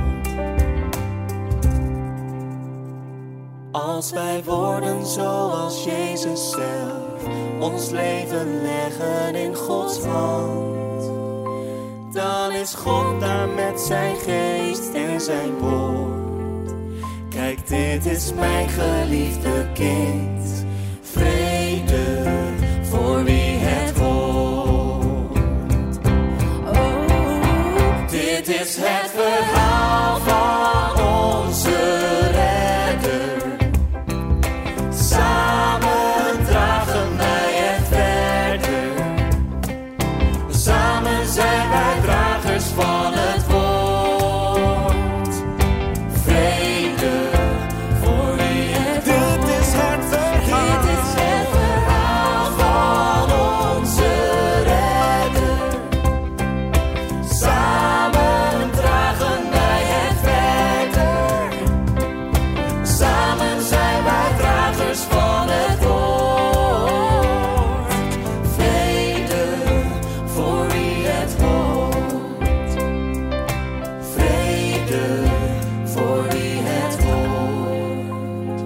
Als wij worden zoals Jezus zelf, ons leven leggen in Gods hand, dan is God daar met zijn geest en zijn woord. Kijk, dit is mijn geliefde kind. Vrede voor wie het hoort. Oh, dit is het verhaal van onze redder. Samen dragen wij het verder. Samen zijn wij dragers van het woord. Vrede voor wie het hoort. Dit is het verhaal. Dit is het verhaal van onze redder. Samen dragen wij het verder. Samen zijn wij dragers van het woord. Vrede voor wie het hoort. Vrede voor wie het hoort.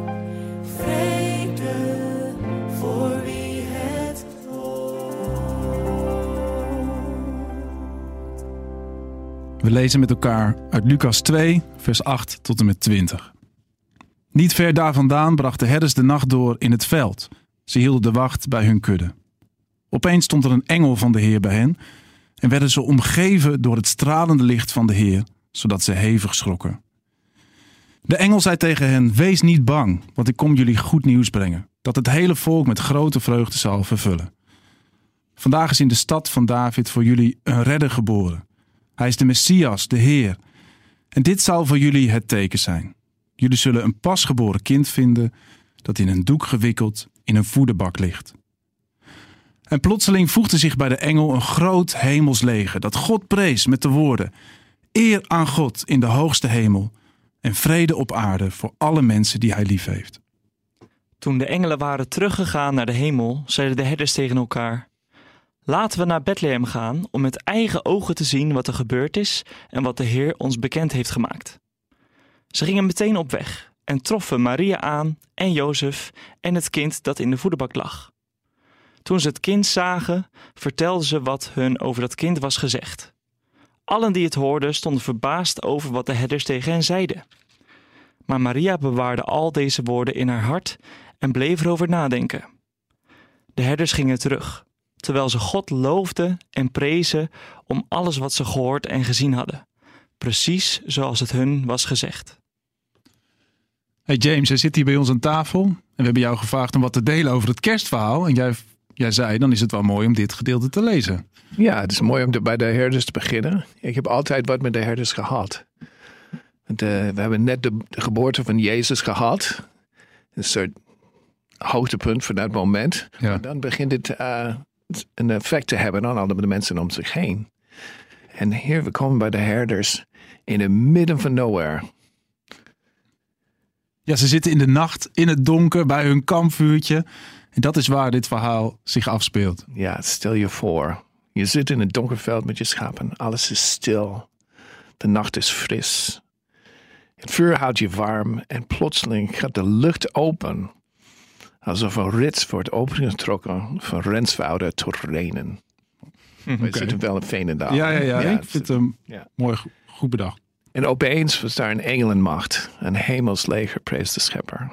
Vrede voor wie het hoort. We lezen met elkaar uit Lucas 2, vers 8 tot en met 20. Niet ver daar vandaan brachten herders de nacht door in het veld. Ze hielden de wacht bij hun kudde. Opeens stond er een engel van de Heer bij hen en werden ze omgeven door het stralende licht van de Heer, zodat ze hevig schrokken. De engel zei tegen hen: wees niet bang, want ik kom jullie goed nieuws brengen, dat het hele volk met grote vreugde zal vervullen. Vandaag is in de stad van David voor jullie een redder geboren. Hij is de Messias, de Heer. En dit zal voor jullie het teken zijn. Jullie zullen een pasgeboren kind vinden dat in een doek gewikkeld in een voederbak ligt. En plotseling voegde zich bij de engel een groot hemels leger dat God prees met de woorden: eer aan God in de hoogste hemel en vrede op aarde voor alle mensen die hij lief heeft. Toen de engelen waren teruggegaan naar de hemel, zeiden de herders tegen elkaar: Laten we naar Bethlehem gaan om met eigen ogen te zien wat er gebeurd is en wat de Heer ons bekend heeft gemaakt. Ze gingen meteen op weg en troffen Maria aan en Jozef en het kind dat in de voederbak lag. Toen ze het kind zagen, vertelden ze wat hun over dat kind was gezegd. Allen die het hoorden stonden verbaasd over wat de herders tegen hen zeiden. Maar Maria bewaarde al deze woorden in haar hart en bleef erover nadenken. De herders gingen terug, terwijl ze God loofden en prezen om alles wat ze gehoord en gezien hadden. Precies zoals het hun was gezegd. Hey James, jij zit hier bij ons aan tafel en we hebben jou gevraagd om wat te delen over het kerstverhaal. En jij zei, dan is het wel mooi om dit gedeelte te lezen. Ja, het is mooi om bij de herders te beginnen. Ik heb altijd wat met de herders gehad. We hebben net de geboorte van Jezus gehad. Een soort hoogtepunt van dat moment. Ja. Maar dan begint het een effect te hebben op alle de mensen om zich heen. En hier we komen bij de herders in het midden van nowhere. Ja, ze zitten in de nacht, in het donker, bij hun kampvuurtje. En dat is waar dit verhaal zich afspeelt. Ja, stel je voor. Je zit in het donkerveld met je schapen. Alles is stil. De nacht is fris. Het vuur houdt je warm. En plotseling gaat de lucht open. Alsof een rits wordt opengetrokken van Renswoude tot Renen. We zitten wel in Veenendaal. Ja, ik vind hem mooi, goed bedacht. En opeens was daar een engelenmacht. Een hemelsleger prees de schepper.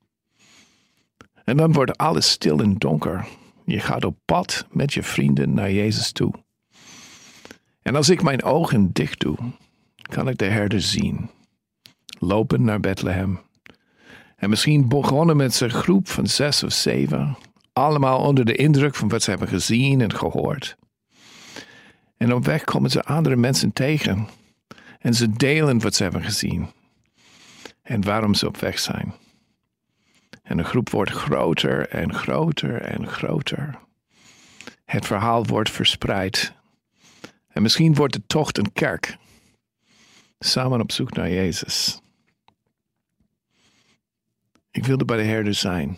En dan wordt alles stil en donker. Je gaat op pad met je vrienden naar Jezus toe. En als ik mijn ogen dicht doe, kan ik de herder zien. Lopen naar Bethlehem. En misschien begonnen met zijn groep van 6 of 7. Allemaal onder de indruk van wat ze hebben gezien en gehoord. En op weg komen ze andere mensen tegen. En ze delen wat ze hebben gezien. En waarom ze op weg zijn. En de groep wordt groter en groter en groter. Het verhaal wordt verspreid. En misschien wordt de tocht een kerk. Samen op zoek naar Jezus. Ik wilde bij de herder zijn.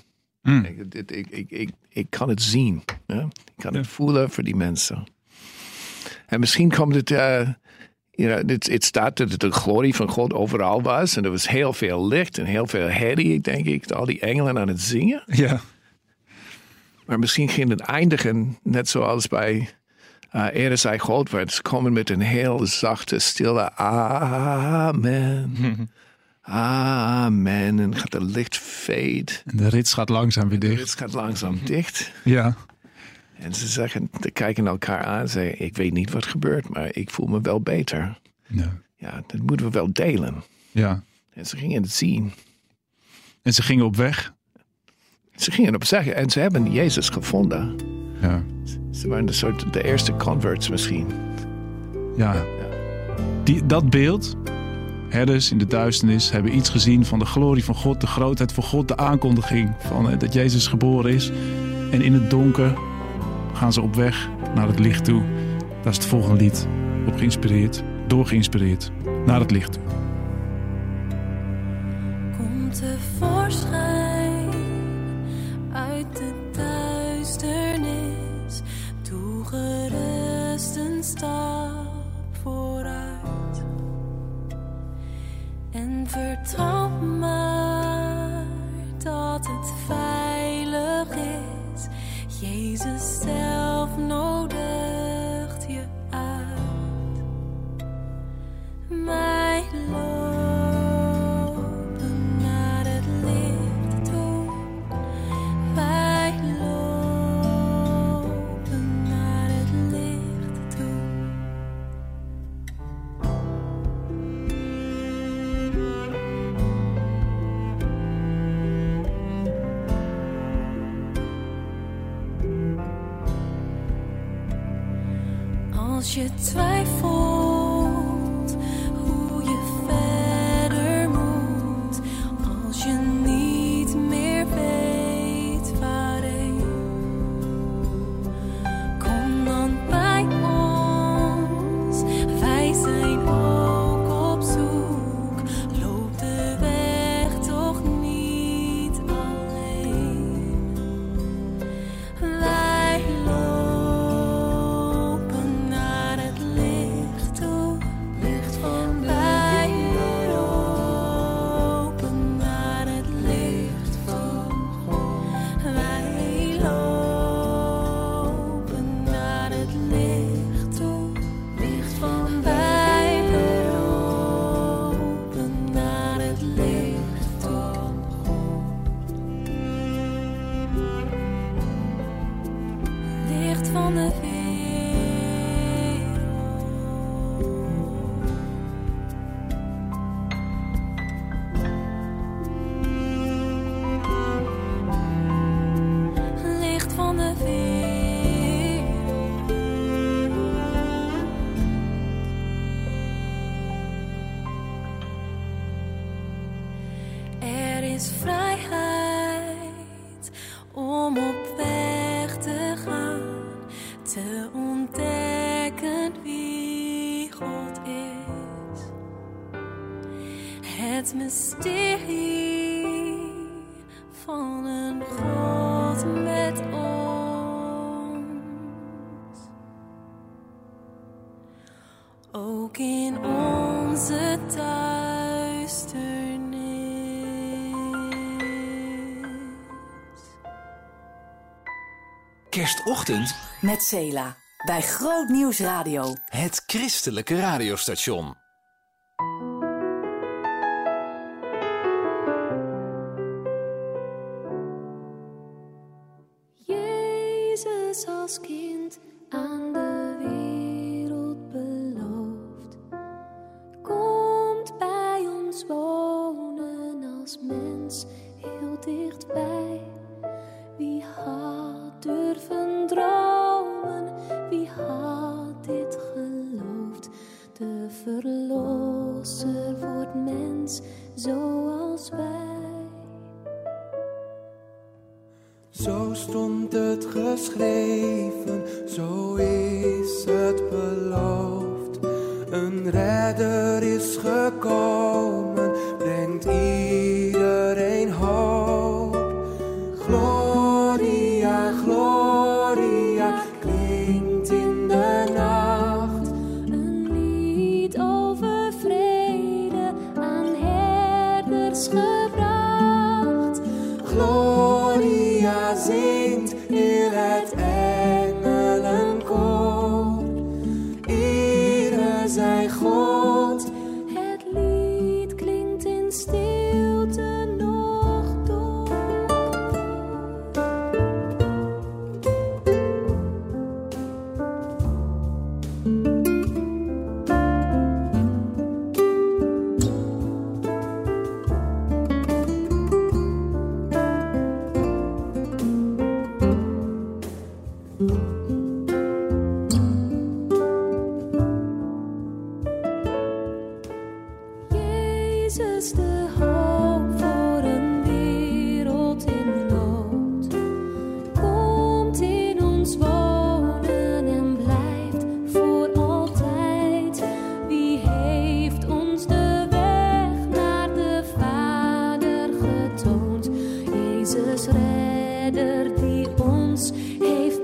Ik kan het zien. Hè? Ik kan het voelen voor die mensen. En misschien komt het... Het staat dat de glorie van God overal was. En er was heel veel licht en heel veel herrie, denk ik. Al die engelen aan het zingen. Ja. Maar misschien ging het eindigen, net zoals bij eerder zei God, waar ze komen met een heel zachte, stille amen. Amen. En gaat de licht fade. En de rits gaat langzaam weer dicht. De rits gaat langzaam dicht. Ja. En ze kijken elkaar aan en zeggen, ik weet niet wat gebeurt, maar ik voel me wel beter. Ja, dat moeten we wel delen. Ja. En ze gingen het zien. En ze gingen op weg. Ze gingen op weg en ze hebben Jezus gevonden. Ja. Ze waren de eerste converts misschien. Ja. Dat beeld, herders in de duisternis, hebben iets gezien van de glorie van God, de grootheid van God, de aankondiging van dat Jezus geboren is. En in het donker gaan ze op weg naar het licht toe. Daar is het volgende lied op geïnspireerd, doorgeïnspireerd, naar het licht toe. Komt tevoorschijn uit de duisternis, doe gerust een stap vooruit. En vertrouw maar dat het veilig is. Jezus zelf nodigt je uit. Mij lopen naar het licht toe. Wij lopen naar het licht toe. Als je twijfelt hoe je verder moet, als je niet meer weet waarheen, kom dan bij ons, wij zijn ook op zoek. Loop de weg toch niet alleen. Wij lopen van de wereld. Licht van de wereld. Er is vrijheid om op weg te gaan, te ontdekken wie God is. Het mysterie van een God met ons. Ook in onze duisternis. Kerstochtend Met Cela. Bij Groot Nieuws Radio. het christelijke radiostation. Jezus als kind aan de wereld beloofd, komt bij ons wonen als mens heel dichtbij. Wie had durven dromen, wie had dit geloofd? De verlosser wordt mens zoals wij. Zo stond het geschreven, zo is het beloofd. Een redder is gekomen, brengt iedereen hoop. Gloria, Gloria, klinkt in de nacht. Een lied over vrede aan herders gebracht. Gloria zingt heel het engelenkoor. Ere zij God. Het lied klinkt in stilte nog door. Jezus de hoop voor een wereld in nood, komt in ons wonen en blijft voor altijd. Wie heeft ons de weg naar de Vader getoond? Jezus redder die ons heeft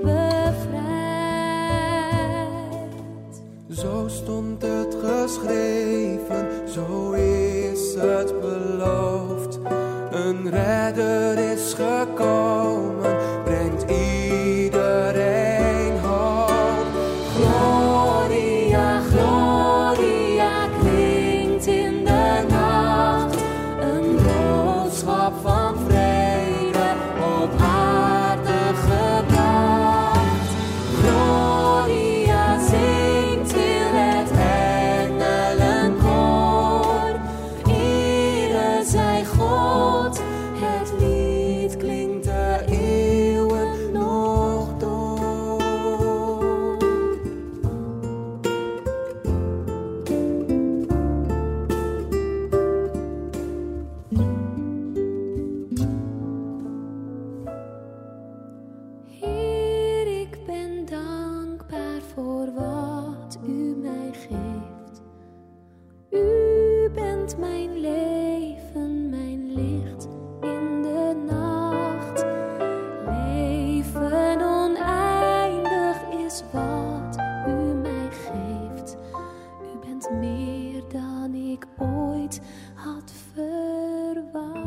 bevrijd. Zo stond het geschreven, zo is het beloofd. Een redder is gekomen, brengt iedereen hoop. Gloria, Gloria, klinkt in de nacht. Een boodschap van vrede op aarde gebracht. Gloria zingt heel het engelenkoor. Ere zij God, het lied klinkt de eeuwen nog door. Heer, ik ben dankbaar voor wat u mij geeft. U bent mijn leven, mijn licht in de nacht. Leven oneindig is wat u mij geeft. U bent meer dan ik ooit had verwacht.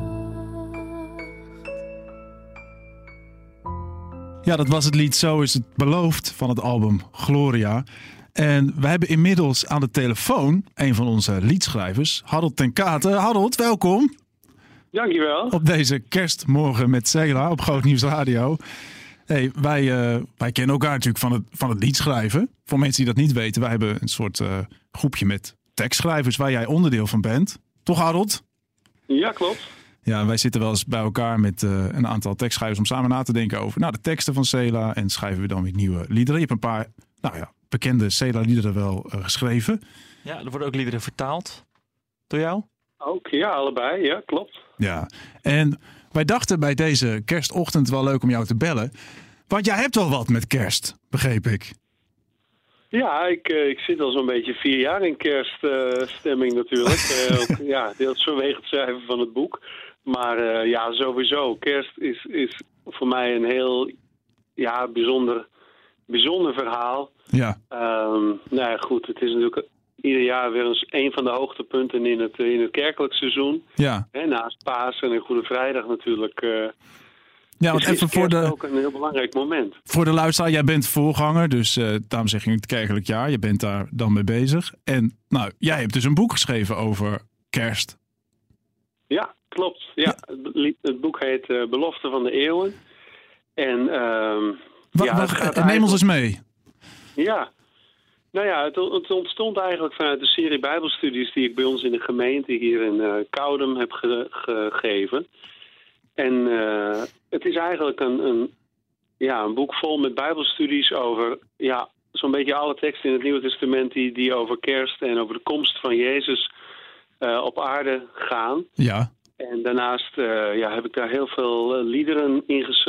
Ja, dat was het lied Zo is het beloofd van het album Gloria. En we hebben inmiddels aan de telefoon een van onze liedschrijvers, Harold ten Katen. Harold, welkom. Dankjewel. Op deze kerstmorgen met Cela op Groot Nieuws Radio. Hey, wij kennen elkaar natuurlijk van het lied schrijven. Voor mensen die dat niet weten, wij hebben een soort groepje met tekstschrijvers waar jij onderdeel van bent. Toch, Harold? Ja, klopt. Ja, wij zitten wel eens bij elkaar met een aantal tekstschrijvers om samen na te denken over de teksten van Selah. En schrijven we dan weer nieuwe liederen. Je hebt een paar bekende Selah-liederen wel geschreven. Ja, er worden ook liederen vertaald door jou? Ook, ja, allebei. Ja, klopt. Ja, en wij dachten bij deze kerstochtend wel leuk om jou te bellen. Want jij hebt wel wat met kerst, begreep ik. Ja, ik zit al zo'n beetje 4 jaar in kerststemming natuurlijk. Deels vanwege het schrijven van het boek. Maar sowieso. Kerst is voor mij een heel bijzonder verhaal. Ja. Goed, het is natuurlijk ieder jaar weer eens een van de hoogtepunten in het kerkelijk seizoen. Ja. Naast Pasen en Goede Vrijdag natuurlijk. Want even voor de ook een heel belangrijk moment. Voor de luisteraar, jij bent voorganger, dus daarom zeg je het kerkelijk jaar. Je bent daar dan mee bezig. En jij hebt dus een boek geschreven over kerst. Ja, klopt. Ja. Het boek heet Belofte van de Eeuwen. En neem ons eens mee. Ja. Nou ja, het ontstond eigenlijk vanuit de serie Bijbelstudies die ik bij ons in de gemeente hier in Koudem heb gegeven. En het is eigenlijk een boek vol met Bijbelstudies over zo'n beetje alle teksten in het Nieuwe Testament die over kerst en over de komst van Jezus op aarde gaan. Ja. En daarnaast heb ik daar heel veel liederen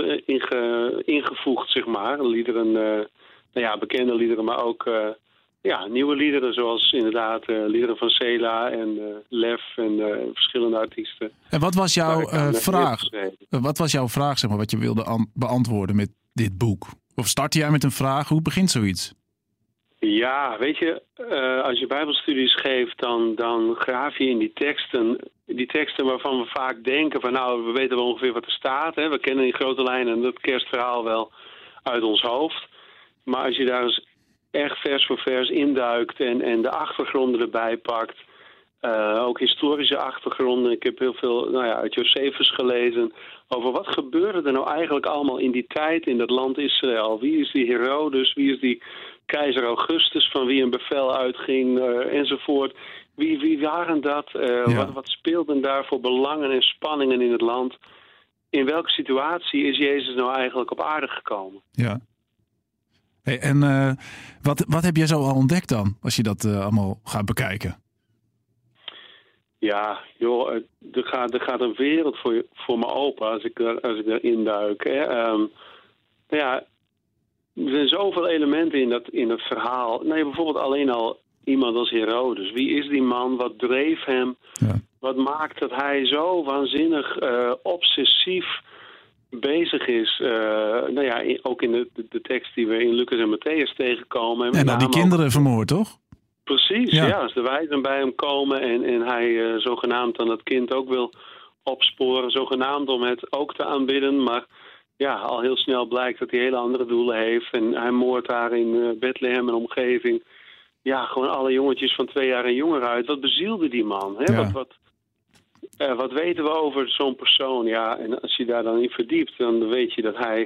ingevoegd, zeg maar. Liederen, bekende liederen, maar ook nieuwe liederen, zoals inderdaad liederen van Selah en Lef en verschillende artiesten. En wat was jouw vraag? Wat was jouw vraag, zeg maar, wat je wilde beantwoorden met dit boek? Of start jij met een vraag? Hoe begint zoiets? Ja, weet je, als je Bijbelstudies geeft, dan graaf je in die teksten waarvan we vaak denken van we weten wel ongeveer wat er staat. Hè? We kennen in grote lijnen dat kerstverhaal wel uit ons hoofd. Maar als je daar eens echt vers voor vers induikt en de achtergronden erbij pakt, ook historische achtergronden. Ik heb heel veel uit Josephus gelezen over wat gebeurde er nou eigenlijk allemaal in die tijd in dat land Israël. Wie is die Herodes, wie is die keizer Augustus van wie een bevel uitging enzovoort. Wie waren dat? Wat speelden daar voor belangen en spanningen in het land? In welke situatie is Jezus nou eigenlijk op aarde gekomen? Ja. Hey, en wat heb jij zo al ontdekt dan, als je dat allemaal gaat bekijken? Ja, joh, er gaat een wereld voor me open als ik erin duik. Hè. Er zijn zoveel elementen in dat verhaal. Bijvoorbeeld alleen al iemand als Herodes. Wie is die man? Wat dreef hem? Ja. Wat maakt dat hij zo waanzinnig obsessief bezig is? Ook in de tekst die we in Lucas en Matthäus tegenkomen. En al die kinderen vermoord, toch? Precies, ja. Als de wijzen bij hem komen en hij zogenaamd dan dat kind ook wil opsporen. Zogenaamd om het ook te aanbidden. Maar al heel snel blijkt dat hij hele andere doelen heeft. En hij moordt daar in Bethlehem en omgeving. Ja, gewoon alle jongetjes van 2 jaar en jonger uit. Wat bezielde die man? Hè? Ja. Wat weten we over zo'n persoon? Ja, en als je daar dan in verdiept, dan weet je dat hij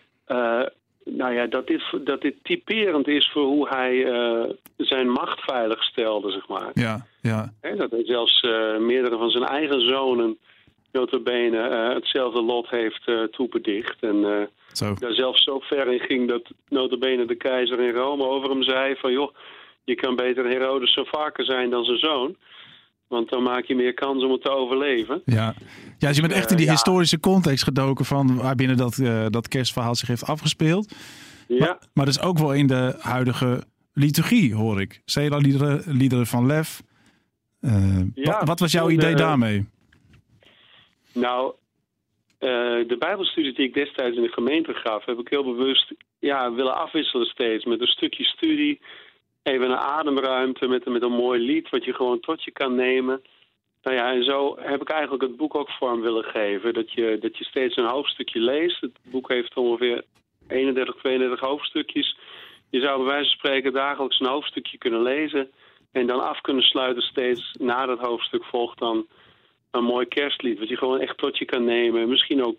dat dit typerend is voor hoe hij zijn macht veilig stelde, zeg maar. Ja, ja. He, dat hij zelfs meerdere van zijn eigen zonen notabene hetzelfde lot heeft toebedicht. En daar zelfs zo ver in ging dat notabene de keizer in Rome over hem zei van joh, je kan beter Herodes zijn varken zijn dan zijn zoon. Want dan maak je meer kans om het te overleven. Ja, dus je bent echt in die historische context gedoken van waarbinnen dat kerstverhaal zich heeft afgespeeld. Ja. Maar dus ook wel in de huidige liturgie, hoor ik. Selah-liederen van Lef. Wat was jouw idee daarmee? Nou, de Bijbelstudies die ik destijds in de gemeente gaf, heb ik heel bewust willen afwisselen steeds met een stukje studie. Even een ademruimte met een mooi lied wat je gewoon tot je kan nemen. En zo heb ik eigenlijk het boek ook vorm willen geven. Dat je steeds een hoofdstukje leest. Het boek heeft ongeveer 31, 32 hoofdstukjes. Je zou bij wijze van spreken dagelijks een hoofdstukje kunnen lezen. En dan af kunnen sluiten steeds. Na dat hoofdstuk volgt dan een mooi kerstlied. Wat je gewoon echt tot je kan nemen. Misschien ook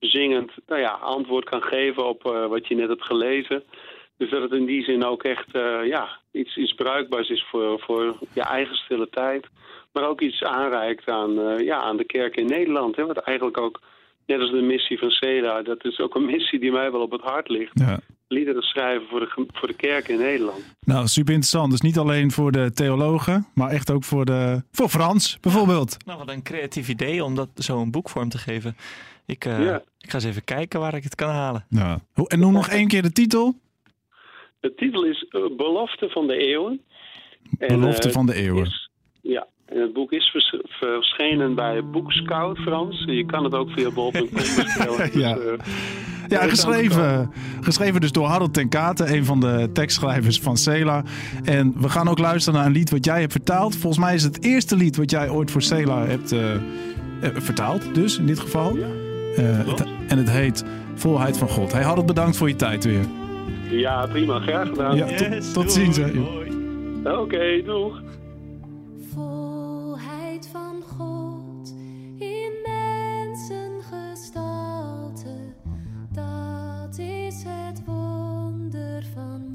zingend antwoord kan geven op wat je net hebt gelezen. Dus dat het in die zin ook echt iets bruikbaars is voor je eigen stille tijd. Maar ook iets aanreikt aan de kerk in Nederland. Hè? Wat eigenlijk ook, net als de missie van Sela, dat is ook een missie die mij wel op het hart ligt. Ja. Liederen schrijven voor de kerk in Nederland. Nou, super interessant. Dus niet alleen voor de theologen, maar echt ook voor Frans bijvoorbeeld. Nou, wat een creatief idee om dat zo een boek vorm te geven. Ik ga eens even kijken waar ik het kan halen. Ja. En noem nog 1 keer de titel. De titel is Belofte van de Eeuwen. Belofte van de Eeuwen. En het boek is verschenen bij Boekscout Frans. Je kan het ook via bol.com bestellen. Geschreven dus door Harold ten Katen, een van de tekstschrijvers van Sela. En we gaan ook luisteren naar een lied wat jij hebt vertaald. Volgens mij is het eerste lied wat jij ooit voor Sela hebt vertaald. Dus in dit geval. En het heet Volheid van God. Hey Harold, bedankt voor je tijd weer. Ja, prima. Graag gedaan. Ja, tot ziens. Oké, doeg. Volheid van God in mensengestalte, dat is het wonder van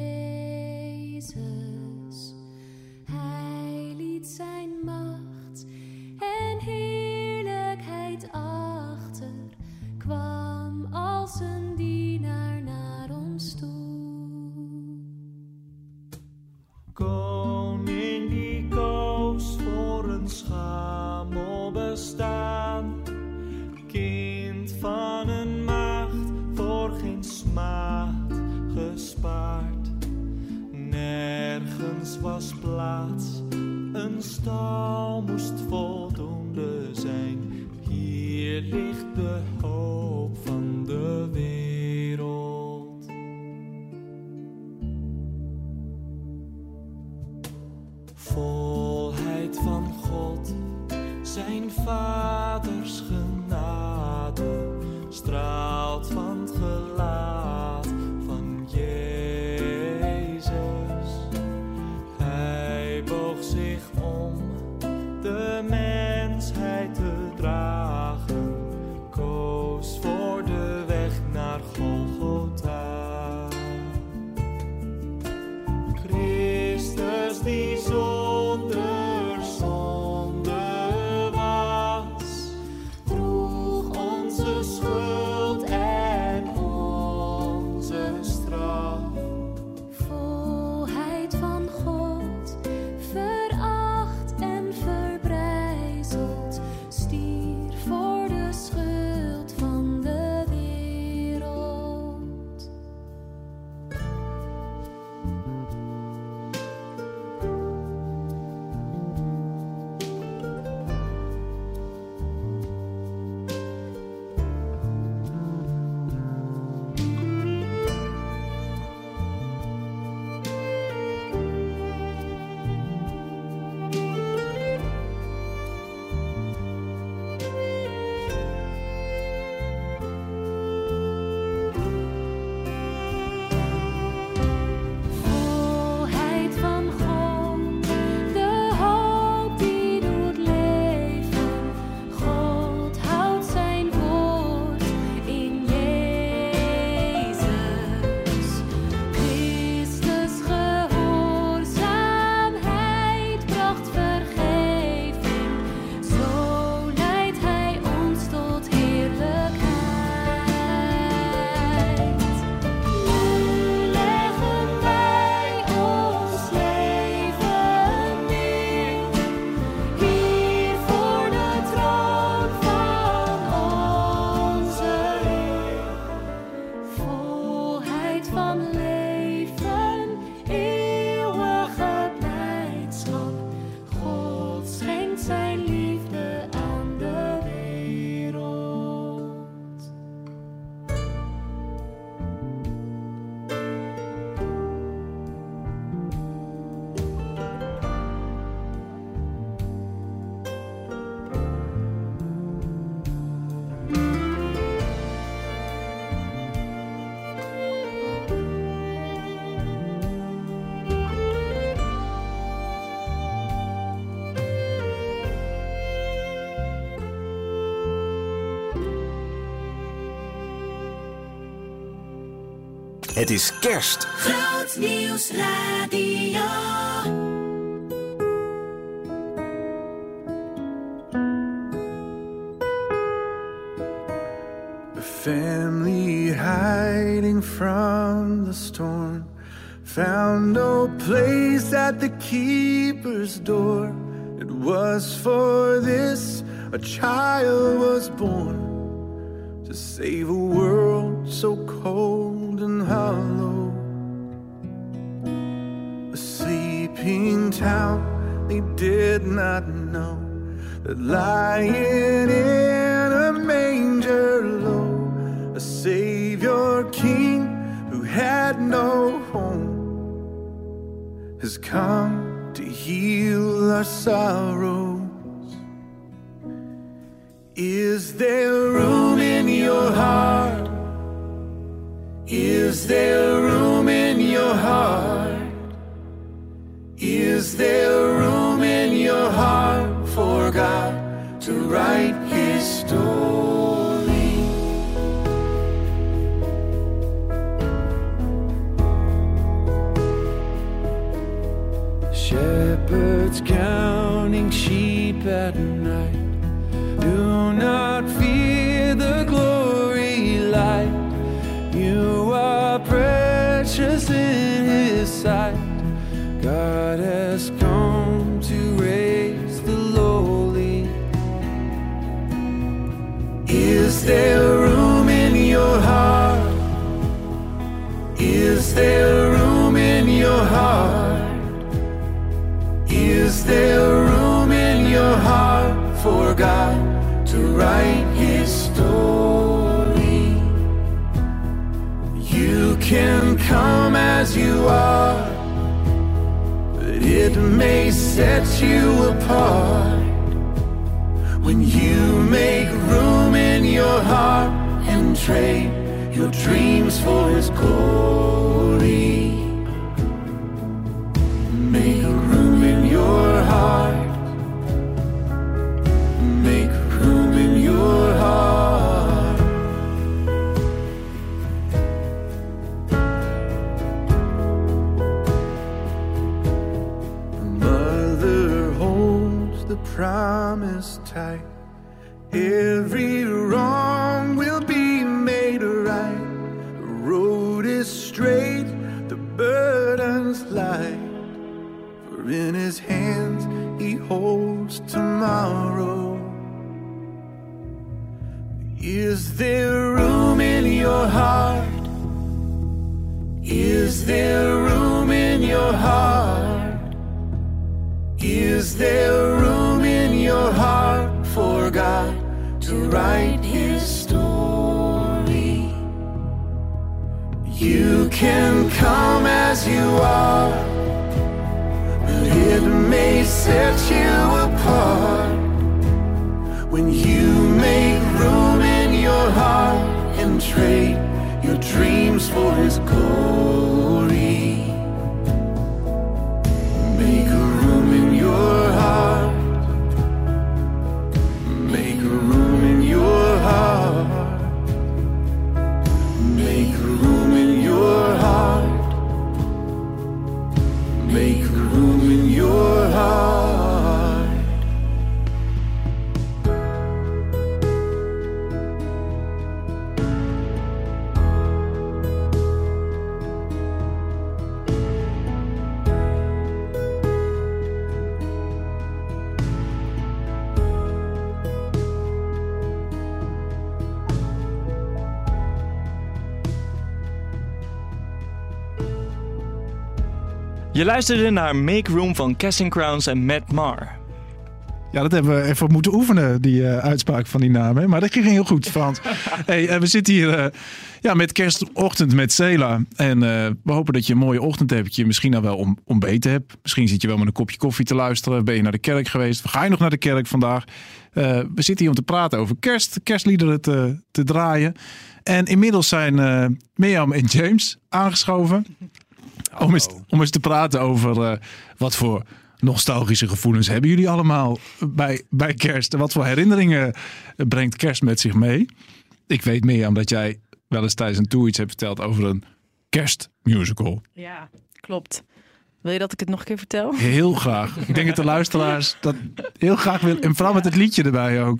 Jezus. Hij liet zijn macht en heerlijkheid achter, kwam als een dienaar naar ons toe. Koning die koos voor een schamel bestaan, kind van een maagd, voor geen smaad gespaard. Nergens was plaats, een stal moest voldoende zijn. Hier ligt de hoop van de wereld. Volheid van God, zijn vaders genade, straalt van het gelaat van Jezus. Hij boog zich om de mensheid te dragen, koos voor de weg naar Golgotha. Christus die zonder zonde was, droeg onze schuld en onze straf. Volheid van God, veracht en verbrijzeld, stierf voor de schuld van de wereld. Volheid van God, de hoop die doet leven. God houdt zijn woord in Jezus. Christus gehoorzaamheid bracht vergeving. Zo leidt hij ons tot heerlijkheid. Nu leggen wij ons leven neer, hier voor de troon van onze Heer. Volheid van leven, eeuwige blijdschap. God schenkt zijn liefde aan de wereld. Het is kerst. Groot Nieuws Radio. A family hiding from the storm found no place at the keeper's door. It was for this a child was born, to save a world so cold and hollow. A sleeping town they did not know, that lying in a manger low, a Savior King who had no home, has come to heal our sorrows. Is there room in your heart? Is there room in your heart? Is there room in your heart for God to write His story? Shepherds counting sheep at night, do not fear the glory light. You are precious in His sight. God has come to raise the lowly. Is there room in your heart? Is there room in your heart? Is there room in your heart for God to write His story? You can come as you are, but it may set you apart when you make room in your heart and trade your dreams for His glory. Make room in your heart. Make room in your heart. Mother holds the promise tight. Every wrong will be made right. The road is straight, the burden's light. For in His hands He holds tomorrow. Is there room in your heart? Is there room in your heart? Is there room in your heart for God to write His story? You can come as you are, but it may set you apart when you make room in your heart and trade your dreams for His glory. Make room in your heart. Make room in your heart. Make room in your heart. Make room in your heart. Je luisterde naar Make Room van Casting Crowns en Matt Maher. Ja, dat hebben we even moeten oefenen, die uitspraak van die naam. Hè? Maar dat ging heel goed, Frans. Hey, we zitten hier met kerstochtend met Sela. En we hopen dat je een mooie ochtend hebt. Dat je misschien nou wel ontbeten hebt. Misschien zit je wel met een kopje koffie te luisteren. Ben je naar de kerk geweest? Of ga je nog naar de kerk vandaag? We zitten hier om te praten over kerstliederen te draaien. En inmiddels zijn Mirjam en James aangeschoven. Om eens te praten over wat voor nostalgische gevoelens hebben jullie allemaal bij kerst. En wat voor herinneringen brengt kerst met zich mee? Ik weet, Mirjam, dat jij wel eens tijdens een tour iets hebt verteld over een kerstmusical. Ja, klopt. Wil je dat ik het nog een keer vertel? Heel graag. Ik denk dat de luisteraars dat heel graag willen. En vooral met het liedje erbij ook.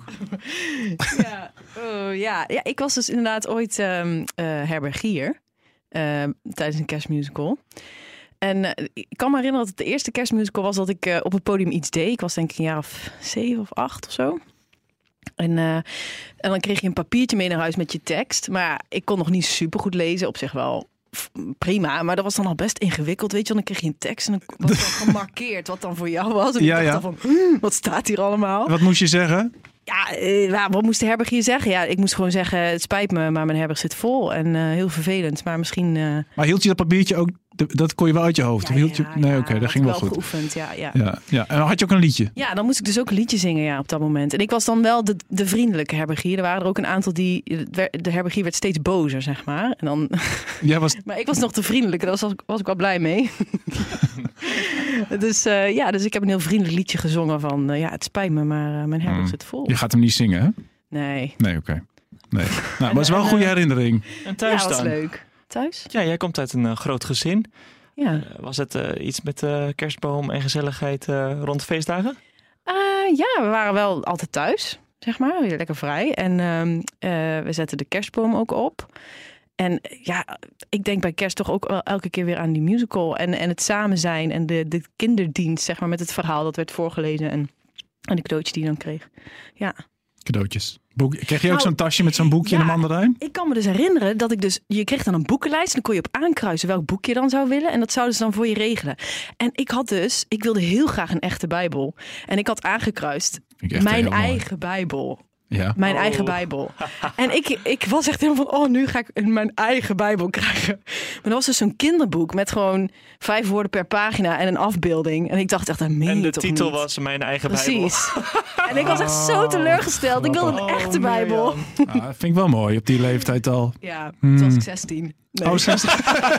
Ja, ik was dus inderdaad ooit herbergier tijdens een kerstmusical. En ik kan me herinneren dat het de eerste kerstmusical was dat ik op het podium iets deed. Ik was denk ik een jaar of 7 of 8 of zo. En dan kreeg je een papiertje mee naar huis met je tekst. Maar ja, ik kon nog niet super goed lezen. Op zich wel prima, maar dat was dan al best ingewikkeld. Weet je, dan kreeg je een tekst en dan was dan gemarkeerd wat dan voor jou was. En ik dacht dan van, wat staat hier allemaal? Wat moest je zeggen? Ja, wat moest de herbergier zeggen? Ja, ik moest gewoon zeggen, het spijt me, maar mijn herberg zit vol. En heel vervelend, maar misschien... Maar hield je dat papiertje ook, dat kon je wel uit je hoofd? Nee, oké, dat ging wel goed. Geoefend, ja. En dan had je ook een liedje? Ja, dan moest ik dus ook een liedje zingen op dat moment. En ik was dan wel de vriendelijke herbergier. Er waren er ook een aantal de herbergier werd steeds bozer, zeg maar. En dan... Maar ik was nog de vriendelijke, daar was ik wel blij mee. Dus ik heb een heel vriendelijk liedje gezongen van... het spijt me, maar mijn herberg zit vol. Je gaat hem niet zingen, hè? Nee. Nee, oké. Nee. Nou, maar het is wel een goede herinnering. En thuis dat was dan? leuk. Thuis? Ja, jij komt uit een groot gezin. Ja. Was het iets met kerstboom en gezelligheid rond de feestdagen? Ja, we waren wel altijd thuis, zeg maar. Weer lekker vrij. En we zetten de kerstboom ook op. En ja, ik denk bij kerst toch ook wel elke keer weer aan die musical. En het samen zijn en de kinderdienst, zeg maar, met het verhaal dat werd voorgelezen. En de cadeautjes die je dan kreeg. Ja. Cadeautjes. Kreeg je ook zo'n tasje met zo'n boekje in de mandarijn? Ik kan me dus herinneren dat je kreeg dan een boekenlijst. En dan kon je op aankruisen welk boek je dan zou willen. En dat zouden ze dan voor je regelen. En ik wilde heel graag een echte Bijbel. En ik had aangekruist mijn eigen Bijbel. Ja. Mijn eigen Bijbel. En ik was echt helemaal van, nu ga ik mijn eigen Bijbel krijgen. Maar dat was dus zo'n kinderboek met gewoon 5 woorden per pagina en een afbeelding. En ik dacht echt, en de titel was Mijn Eigen Bijbel. Precies. En ik was echt zo teleurgesteld. Ik wilde een echte Bijbel. Dat vind ik wel mooi op die leeftijd al. Ja, toen was ik 16. Nee. Oh, 16.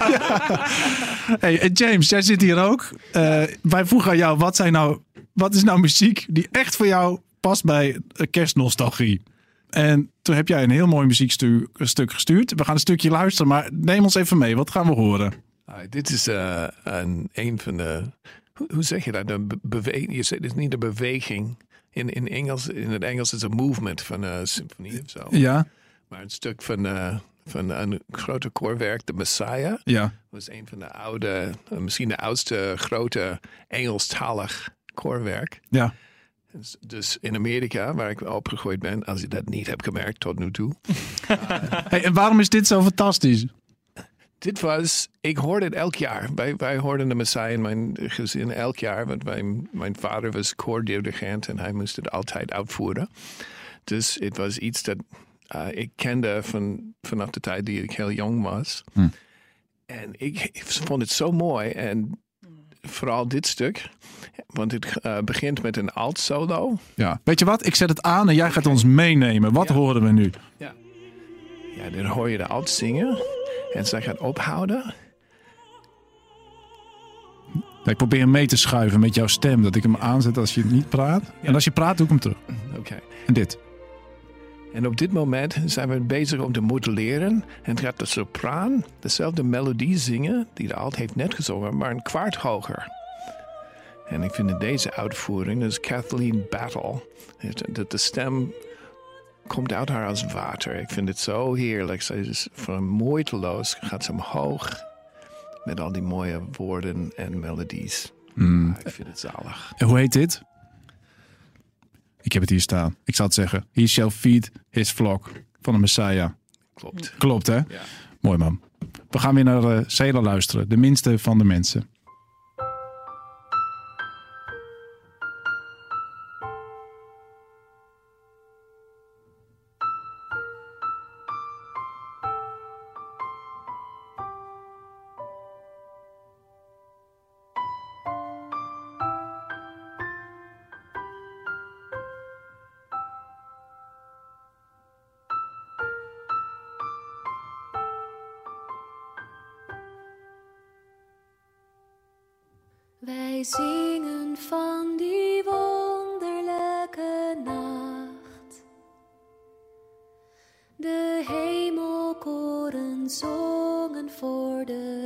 Hey, James, jij zit hier ook. Wij vroegen aan jou, wat is nou muziek die echt voor jou past bij kerstnostalgie? En toen heb jij een heel mooi muziekstuk gestuurd. We gaan een stukje luisteren, maar neem ons even mee. Wat gaan we horen? Dit is een van de... Hoe zeg je dat? Een beweging. Je zegt, het is niet een beweging. In het Engels is een movement van een symfonie of zo. Ja. Maar een stuk van een grote koorwerk, de Messiah. Ja. Was een van de oude, misschien de oudste grote Engelstalig koorwerk. Ja. Dus in Amerika, waar ik opgegroeid ben, als je dat niet hebt gemerkt tot nu toe. Hey, en waarom is dit zo fantastisch? Ik hoorde het elk jaar. Wij hoorden de Messiah in mijn gezin elk jaar. Want mijn vader was koordirigent en hij moest het altijd uitvoeren. Dus het was iets dat ik kende vanaf de tijd die ik heel jong was. En ik vond het zo mooi. En vooral dit stuk. Want het begint met een alt solo. Ja. Weet je wat? Ik zet het aan en jij gaat ons meenemen. Wat horen we nu? Ja, dan hoor je de alt zingen. En zij gaat ophouden. Ik probeer hem mee te schuiven met jouw stem. Dat ik hem aanzet als je niet praat. Ja. En als je praat, doe ik hem terug. Oké. En dit. En op dit moment zijn we bezig om te modelleren. En gaat de sopraan dezelfde melodie zingen die de alt heeft net gezongen, maar een kwart hoger. En ik vind in deze uitvoering, dus Kathleen Battle, dat de stem komt uit haar als water. Ik vind het zo heerlijk. Ze is moeiteloos, gaat ze omhoog met al die mooie woorden en melodies. Ik vind het zalig. En hoe heet dit? Ik heb het hier staan. Ik zal het zeggen. He shall feed his flock van de Messiah. Klopt, hè? Ja. Mooi, man. We gaan weer naar Selah luisteren. De minste van de mensen. Wij zingen van die wonderlijke nacht. De hemelkoren zongen voor de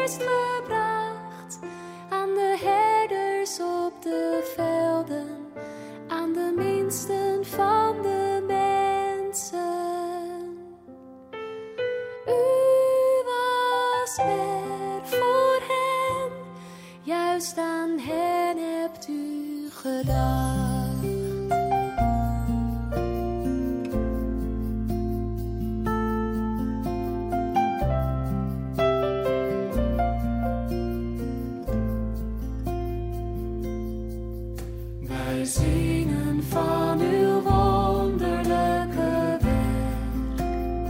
heeft gebracht aan de herders op de velden, aan de minsten van de mensen. U was er voor hen, juist aan hen hebt u gedacht. Wij zingen van uw wonderlijke werk.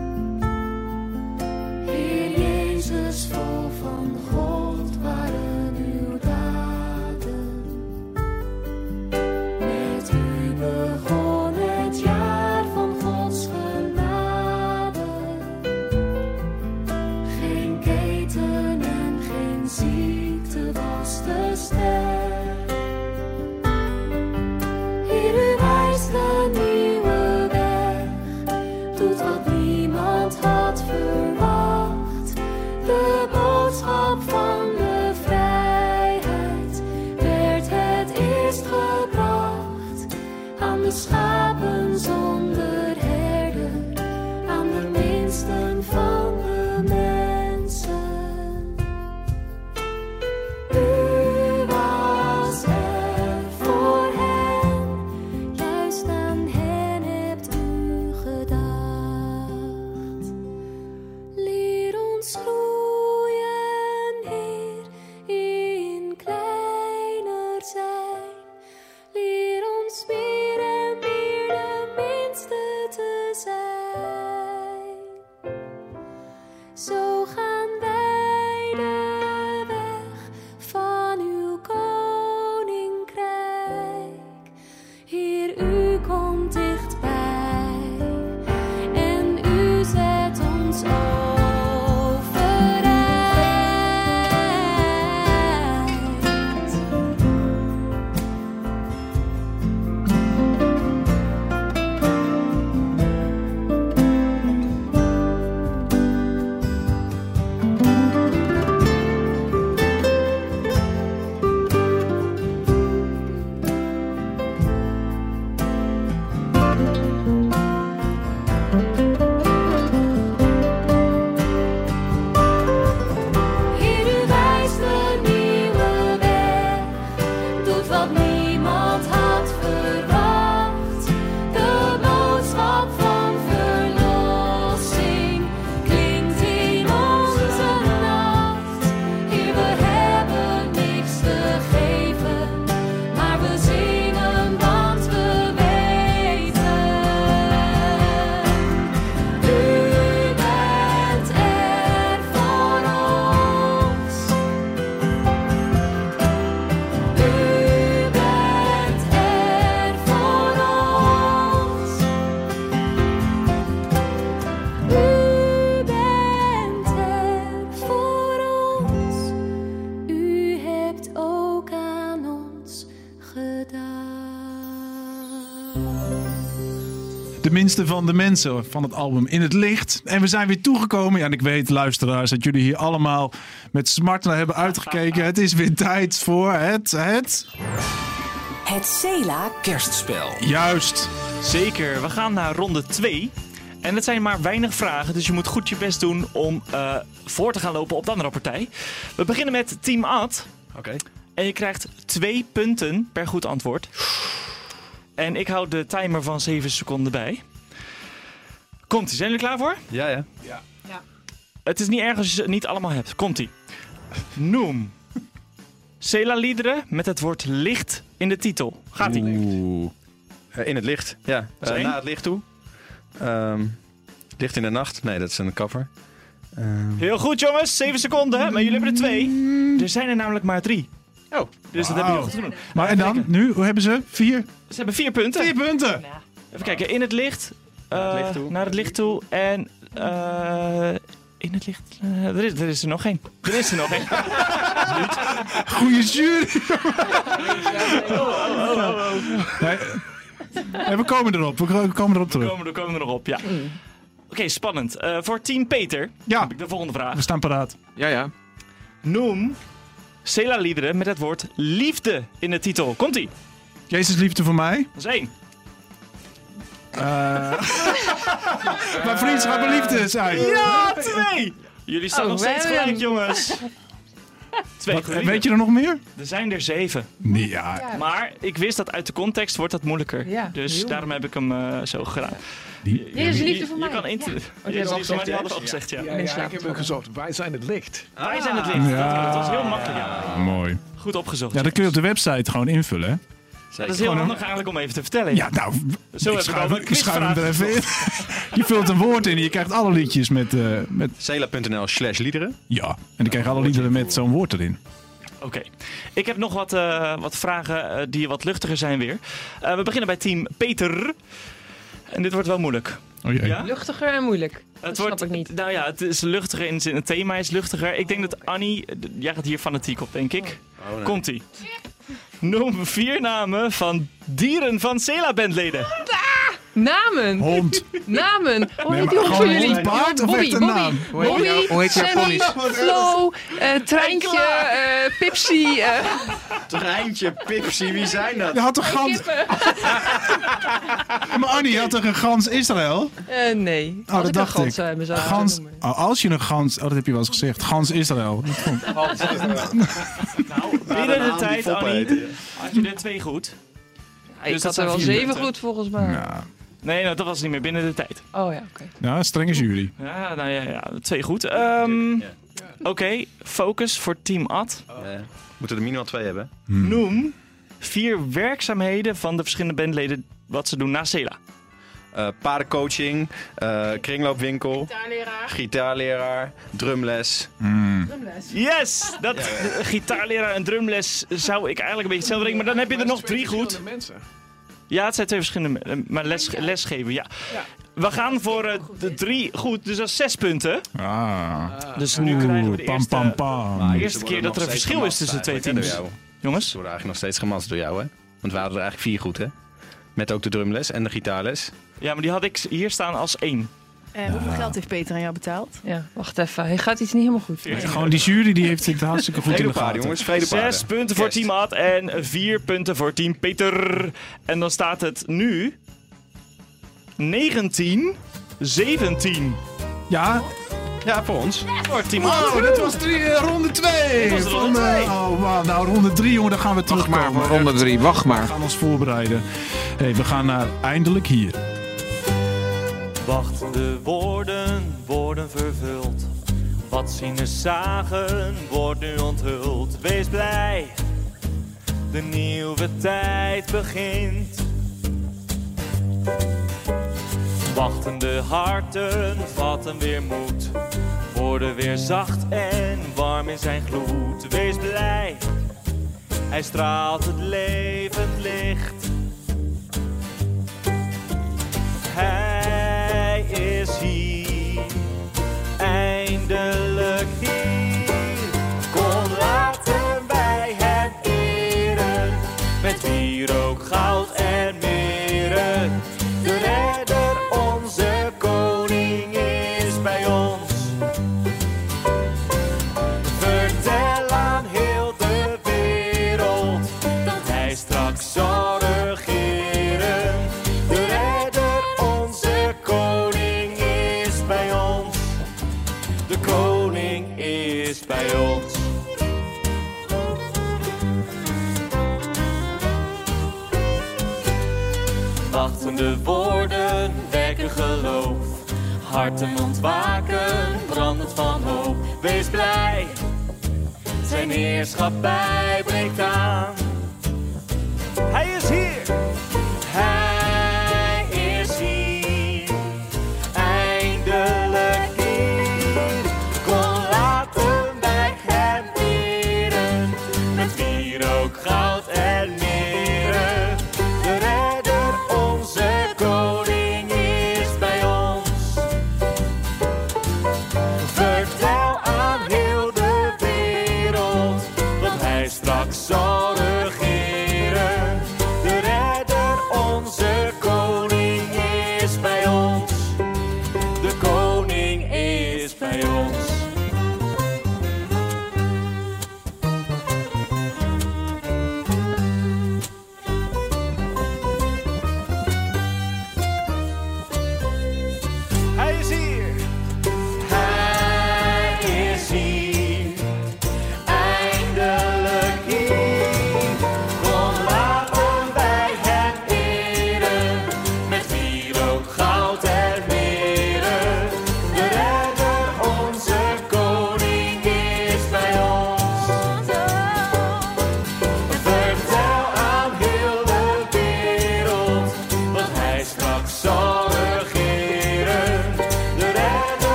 Heer Jezus, vol van God waren uw daden. Met u begon het jaar van Gods genade. Geen keten en geen ziekte was te sterk. U wijst een nieuwe weg, doet wat niemand had verwacht. De boodschap van de vrijheid werd het eerst gebracht aan de schapen zonder herder, aan de minsten van de mensen. U was er voor hen, juist aan hen hebt u gedacht. Leer ons groeien, Heer, in kleiner zijn. Leer ons meer en meer de minste te zijn. Zo gaan wij de weg van uw koninkrijk. Heer, u komt dichtbij en u zet ons overeind. Heer, u wijst een nieuwe weg, doet wat niemand had verwacht. De boodschap van verlossing klinkt in onze nacht. Heer, we hebben niks te geven, maar we zingen, want we weten. U bent er voor ons. U bent er voor ons. U bent er voor ons. U hebt ook aan ons gedacht. De minste van de mensen van het album In het Licht. En we zijn weer toegekomen. Ja, en ik weet, luisteraars, dat jullie hier allemaal met smart naar hebben uitgekeken. Het is weer tijd voor het... Het Sela Kerstspel. Juist. Zeker, we gaan naar ronde 2. En het zijn maar weinig vragen, dus je moet goed je best doen om voor te gaan lopen op de andere partij. We beginnen met Team Ad. Oké. En je krijgt 2 punten per goed antwoord. En ik hou de timer van 7 seconden bij. Komt-ie, zijn jullie klaar voor? Ja, ja. Het is niet erg als je ze niet allemaal hebt. Komt-ie. Noem Sela-liederen met het woord licht in de titel. Gaat-ie. In het licht, ja. Dat is één. Naar het licht toe. Licht in de nacht. Nee, dat is een cover. Heel goed, jongens. 7 seconden, maar jullie hebben er 2. Er zijn er namelijk maar 3. Oh. Dus dat hebben jullie goed gedaan. Maar en dan, nu, hoe hebben ze? 4? Ze hebben 4 punten. 4 punten! Even kijken, in het licht. Naar het licht toe. En in het licht. Er is er nog één. Er is er nog één. Goeie jury! Nee, we komen erop. We komen erop terug. We komen er nog op, ja. Oké, spannend. Voor team Peter heb ik de volgende vraag. We staan paraat. Ja, ja. Noem Sela-liederen met het woord liefde in de titel. Komt-ie. Jezus liefde voor mij. Dat is 1. Mijn vriendschap en liefde zijn. Ja, 2. Jullie staan nog steeds Willem. gelijk, jongens. 2. Weet je er nog meer? Er zijn er 7. Nee, ja. Maar ik wist dat uit de context wordt dat moeilijker. Ja, Dus heel daarom heb ik hem zo gedaan. Jezus liefde voor mij. Je kan Ja. Jezus liefde voor mij, die hadden we al gezegd, ja. Ja, ik heb hem gezocht. Wij zijn het licht. Wij zijn het licht. Ja. Dat was heel makkelijk. Ja. Mooi. Goed opgezocht. Ja, dat kun je op de website gewoon invullen, hè? Dat is heel handig eigenlijk om even te vertellen. Ja, nou, Zo ik heb ik al een schrijf hem er quizvraag even in. Je vult een woord in en je krijgt alle liedjes met... Cela.nl/liederen. Ja, en dan krijg je alle liederen met zo'n woord erin. Oké. Ik heb nog wat vragen die wat luchtiger zijn weer. We beginnen bij team Peter. En dit wordt wel moeilijk. Oh jee. Ja? Luchtiger en moeilijk. Dat snap ik niet. Nou ja, het is luchtiger in de zin. Het thema is luchtiger. Ik denk dat Annie... Jij gaat hier fanatiek op, denk ik. Oh, nee. Komt-ie. Noem 4 namen van dieren van Cela-bandleden. Namen. Hond. Namen. Hoe Nee, heet die maar hond gewoon van jullie? een paard of echt een naam? Bobby, Hoe heet jouw Sammy, ponies? Flo, Treintje, Pipsy. Treintje, Pipsy, wie zijn dat? Je had toch gans... Maar Annie, je had toch een gans Israël? Nee. Oh, dat dacht ik. Gans. Als je een gans... Oh, dat heb je wel eens gezegd. Gans Israël. Nou, binnen de tijd, Annie, had je er 2 goed. Ik had er wel 7 goed volgens mij. Ja. Nee, nou, dat was niet meer binnen de tijd. Oh ja, oké. Ja, strenge jury. Ja, nou ja, 2 goed. Oké, focus voor team Ad. Moeten er minimaal 2 hebben. Noem 4 werkzaamheden van de verschillende bandleden wat ze doen na Cela. Paardencoaching, kringloopwinkel, gitaarleraar, drumles. Yes! Gitaarleraar en drumles zou ik eigenlijk een beetje hetzelfde denken, maar dan heb je er nog 3 goed. Ja, het zijn 2 verschillende, maar lesgeven, ja. We gaan voor de 3 goed, dus dat is 6 punten. Dus nu krijgen we de eerste keer dat er een verschil is tussen de 2 teams. Jongens? Ze worden eigenlijk nog steeds gemast door jou, hè? Want we hadden er eigenlijk 4 goed, hè? Met ook de drumles en de gitaarles. Ja, maar die had ik hier staan als 1. Hoeveel geld heeft Peter aan jou betaald? Ja, wacht even. Hij gaat iets niet helemaal goed. Gewoon die jury die heeft het hartstikke goed in de gaten. Jongens, 6 punten voor team Ad en 4 punten voor team Peter. En dan staat het nu 19-17. Ja. Ja, voor ons. Voor team Ad. Oh, dit was ronde 2. Dit was ronde 2. Oh, man. Nou, ronde 3, jongen, dan gaan we terugkomen. Wacht maar voor ronde 3, wacht maar. We gaan ons voorbereiden. Hey, we gaan naar eindelijk hier. Wachtende woorden worden vervuld. Wat zieners zagen wordt nu onthuld. Wees blij, de nieuwe tijd begint. Wachtende harten vatten weer moed. Worden weer zacht en warm in zijn gloed. Wees blij, hij straalt het levend licht. Hij is hier, eindelijk hier. Kom, laten wij hem eren, met wierook, goud en meren. De redder, onze koning, is bij ons. Vertel aan heel de wereld, dat hij straks zal regeren. De redder, onze koning, is bij ons. De koning is bij ons. Wachtende woorden wekken geloof. Harten ontwaken, brandend van hoop. Wees blij, zijn heerschappij breekt aan. Hij is hier, hij is hier, eindelijk hier. Kom, laten wij hem eren, met wierook, goud en meren. De redder, onze koning, is bij ons. Vertel aan heel de wereld, dat hij straks zal regeren. De redder, onze koning, is bij ons. De koning is bij ons.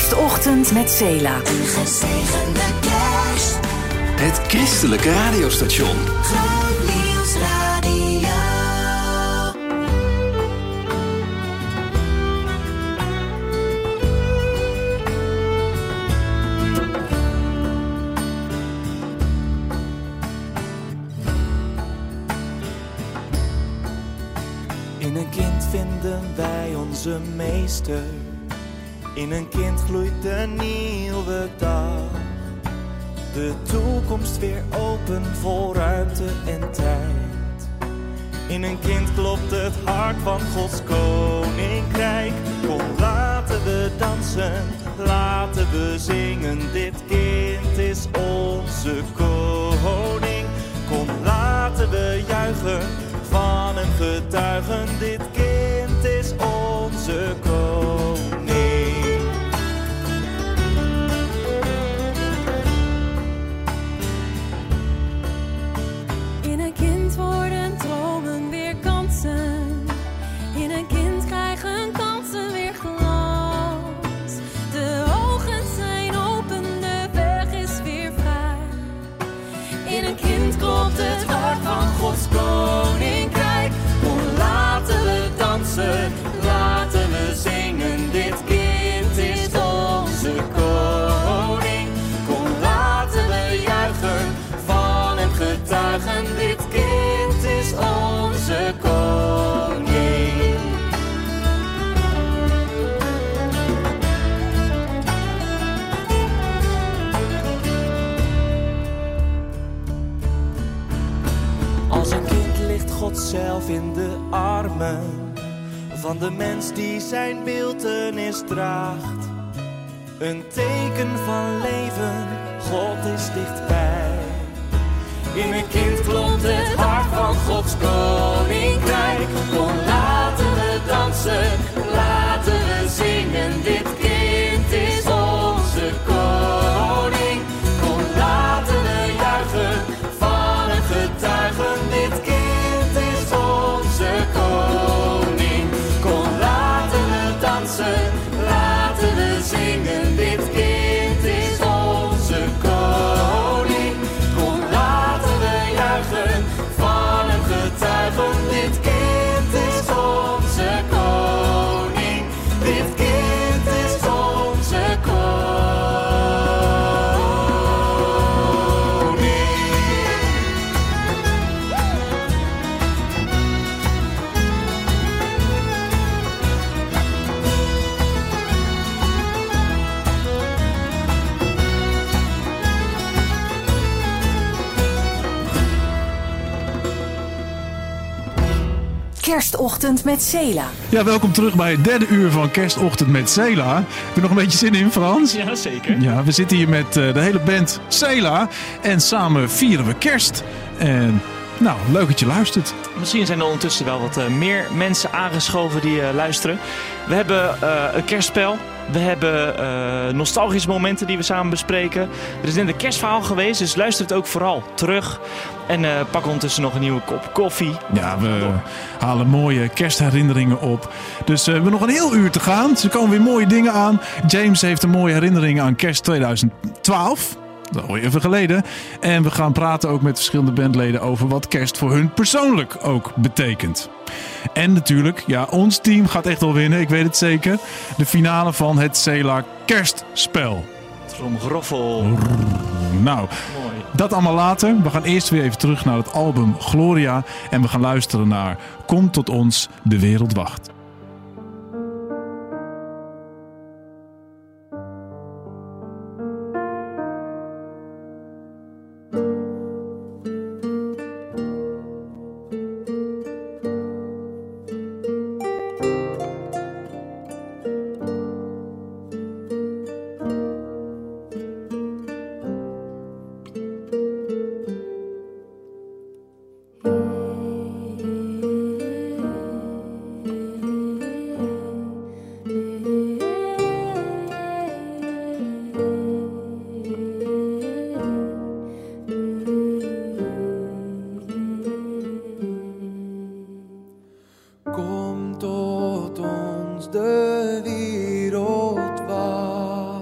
Kerstochtend met Cela. Een gezegende kerst. Het christelijke radiostation. Groot Nieuws Radio. In een kind vinden wij onze meester. In een kind gloeit de nieuwe dag. De toekomst weer open vol ruimte en tijd. In een kind klopt het hart van Gods koninkrijk. Kom, laten we dansen, laten we zingen. Dit kind is onze koning. Kom, laten we juichen, van hem getuigen. Dit kind is onze koning. In een kind worden dromen weer kansen. In een kind krijgen kansen weer glans. De ogen zijn open, de weg is weer vrij. In een kind klopt het hart van Gods koninkrijk. Kom, laten we dansen, laten we zingen. Dit kind is onze koning. Kom, laten we juichen, van hem getuigen. Dit kind is onze koning. Als een kind ligt God zelf in de armen van de mens die zijn beeltenis draagt. Een teken van leven, God is dichtbij. In een kind klopt het hart van Gods koninkrijk. Kom, laten we dansen, laten we zingen. Dit kind is onze koning. Kom, laten we juichen, van hem getuigen. Dit kind is onze koning. Kom, laten we dansen, laten we zingen. Dit kind is onze koning. Kom, laten we juichen, van hem getuigen. Dit kind is onze koning. Dit kind is onze koning. Kerstochtend met Cela. Ja, welkom terug bij het derde uur van Kerstochtend met Cela. Heb je nog een beetje zin in, Frans? Ja, zeker. Ja, we zitten hier met de hele band Cela. En samen vieren we kerst. En nou, leuk dat je luistert. Misschien zijn er ondertussen wel wat meer mensen aangeschoven die luisteren. We hebben een kerstspel. We hebben nostalgische momenten die we samen bespreken. Er is net een kerstverhaal geweest, dus luister het ook vooral terug. En pak ondertussen nog een nieuwe kop koffie. Ja, we halen mooie kerstherinneringen op. Dus we hebben nog een heel uur te gaan. Er komen weer mooie dingen aan. James heeft een mooie herinnering aan kerst 2012. Dat hoor je even geleden. En we gaan praten ook met verschillende bandleden over wat kerst voor hun persoonlijk ook betekent. En natuurlijk, ja, ons team gaat echt wel winnen, ik weet het zeker. De finale van het Cela Kerstspel. Tromgeroffel. Nou, mooi. Dat allemaal later. We gaan eerst weer even terug naar het album Gloria. En we gaan luisteren naar Kom tot ons, de wereld wacht. Kom tot ons, de wereld wacht.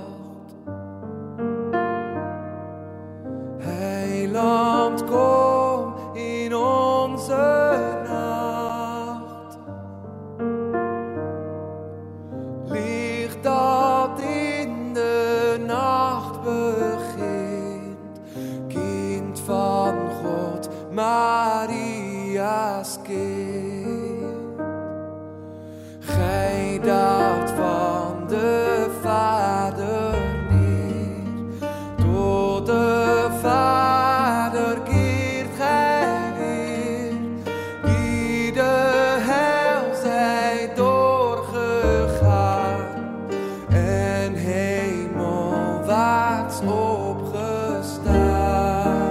Gij daalt van de Vader neer, tot de Vader keert gij weer, die de hel zijt doorgegaan en hemelwaarts opgestaan.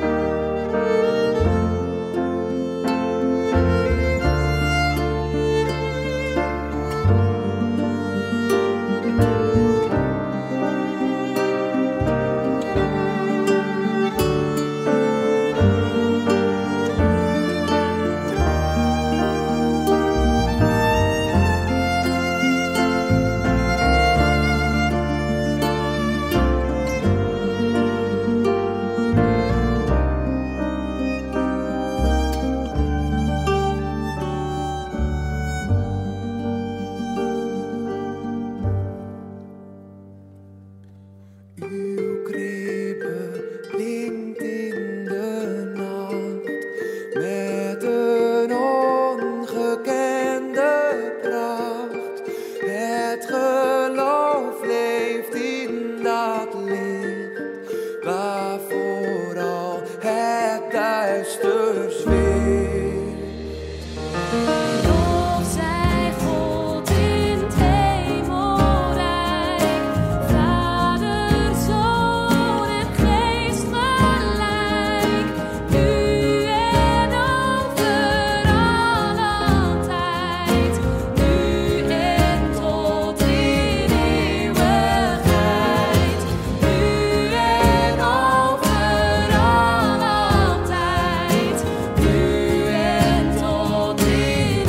Uw krippen blinkt in de nacht met een ongekende pracht. Het geloof leeft in dat licht, waarvoor al het duister zweeft. Lof zij God in het hemelrijk, Vader, Zoon en Geest gelijk, nu en over alle tijd, nu en tot in eeuwigheid, nu en over alle tijd, nu en tot in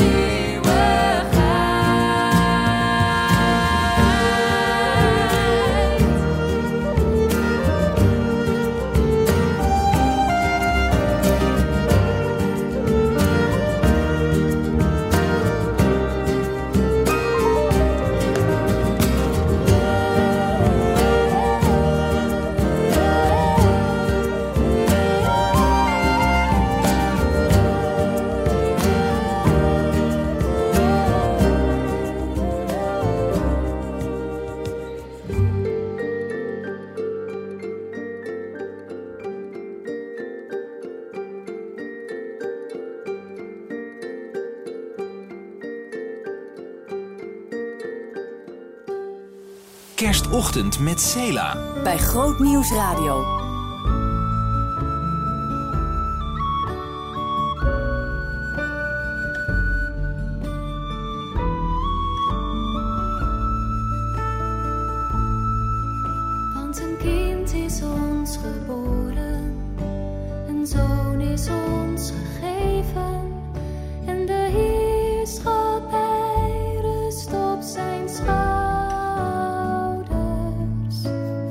Kerstochtend met Sela. Bij Groot Nieuws Radio. Want een kind is ons geboren, een zoon is ons gegeven, en de heerschappij rust op zijn schouders.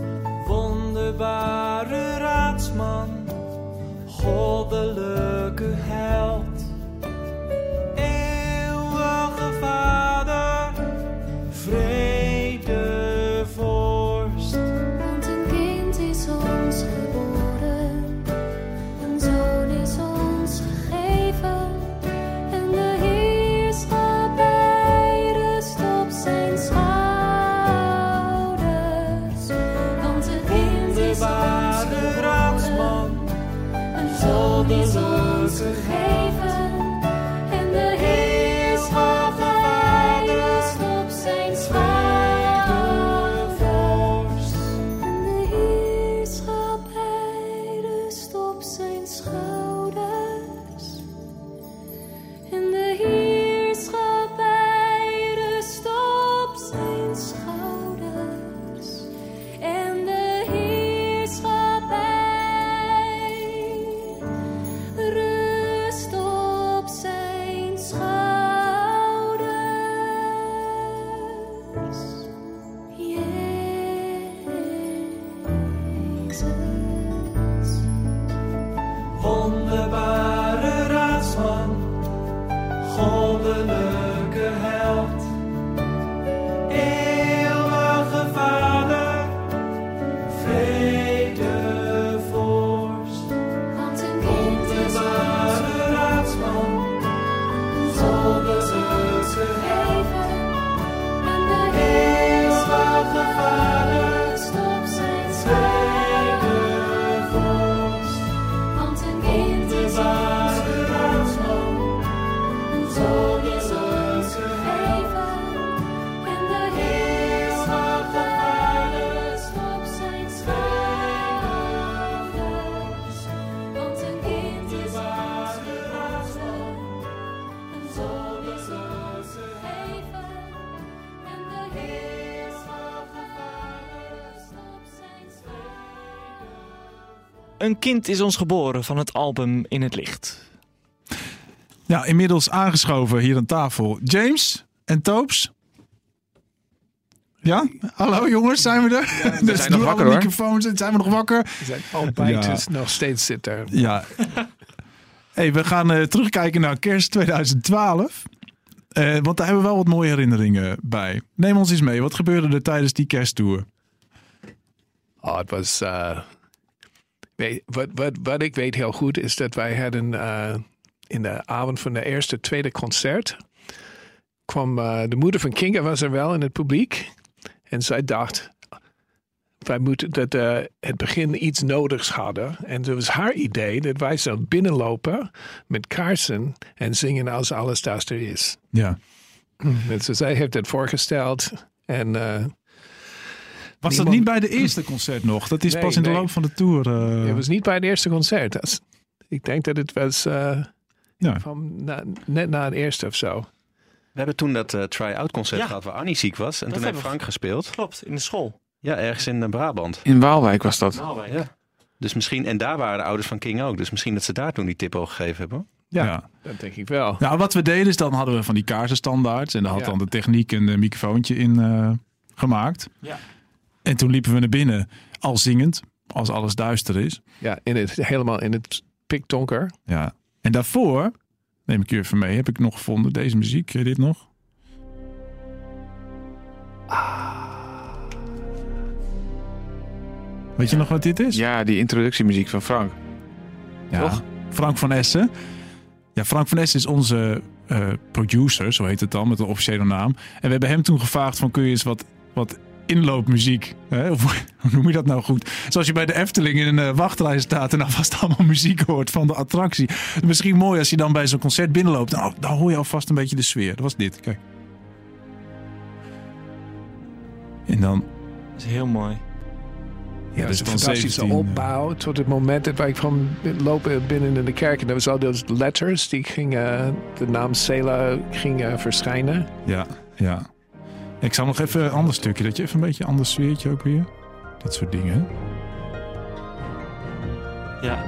Wonderbare raadsman, goddelijke held, eeuwige Vader, vredevorst. Want een kind is ons geboren, een zoon is ons gegeven, en de heerschappij rust op zijn schouders. Want een kind is ons Raadsman, een zoon is ons gegeven, en de heerschappij rust op zijn schouders. En de heerschappij rust op zijn schouders. En de heerschappij rust op zijn schouders. En de heerschappij rust op zijn schouders. Jezus. wonderbare raadsman, goddelijke held, eeuwige Vader, vredevorst. Want een kind is ons Wonderbare raadsman, zoon is ons gegeven. En de Heer zal verwaardigd op zijn schouders. Want een kind is ons geboren. Een zoon is ons gegeven. En de Heer zal verwaardigd op zijn schouders. Een kind is ons geboren van het album In het Licht. Ja, inmiddels aangeschoven hier aan tafel. James en Toops. Ja? Hallo jongens, zijn we er? Ja, we zijn nog wakker hoor. Microfoons, zijn we nog wakker? We zijn ontbijt nog steeds zitten. Ja. Hey, we gaan terugkijken naar kerst 2012. Want daar hebben we wel wat mooie herinneringen bij. Neem ons eens mee. Wat gebeurde er tijdens die kersttour? Oh, het was... Wat ik weet heel goed is dat wij hadden... in de avond van de tweede concert... kwam de moeder van Kinga was er wel in het publiek. En zij dacht... wij moeten dat het begin iets nodigs hadden. En het was haar idee dat wij zo binnenlopen... met kaarsen en zingen als alles duister is. Ja. Dus zij heeft het voorgesteld. En... was dat niet bij de eerste concert nog? Dat is pas in de loop van de tour. Het was niet bij het eerste concert. Ik denk dat het was net na het eerste of zo. We hebben toen dat try-out concert gehad waar Annie ziek was. En toen heeft Frank gespeeld. Klopt, in de school. Ja, ergens in Brabant. In Waalwijk was dat. Waalwijk. Ja. Dus misschien, en daar waren de ouders van King ook. Dus misschien dat ze daar toen die tip al gegeven hebben. Ja, dat denk ik wel. Nou, wat we deden is dan hadden we van die kaarsenstandaards. En daar had dan de techniek een microfoontje in gemaakt. Ja. En toen liepen we naar binnen, al zingend, als alles duister is. Ja, helemaal in het pikdonker. Ja. En daarvoor, neem ik je even mee, heb ik nog gevonden, deze muziek. Ken je dit nog? Weet je nog wat dit is? Ja, die introductiemuziek van Frank. Ja, toch? Frank van Essen. Ja, Frank van Essen is onze producer, zo heet het dan, met een officiële naam. En we hebben hem toen gevraagd van kun je eens wat inloopmuziek. Hè? Of hoe noem je dat nou goed? Zoals je bij de Efteling in een wachtrij staat en alvast allemaal muziek hoort van de attractie. Misschien mooi als je dan bij zo'n concert binnenloopt. Nou, dan hoor je alvast een beetje de sfeer. Dat was dit, kijk. En dan... Dat is heel mooi. Ja, dat is een fantastische opbouw. Tot het moment dat wij kwam lopen binnen in de kerk. En er was al those letters die gingen, de naam Selah ging verschijnen. Ja, ja. Ik zal nog even een ander stukje. Dat je even een beetje een ander sfeertje ook weer. Dat soort dingen. Ja.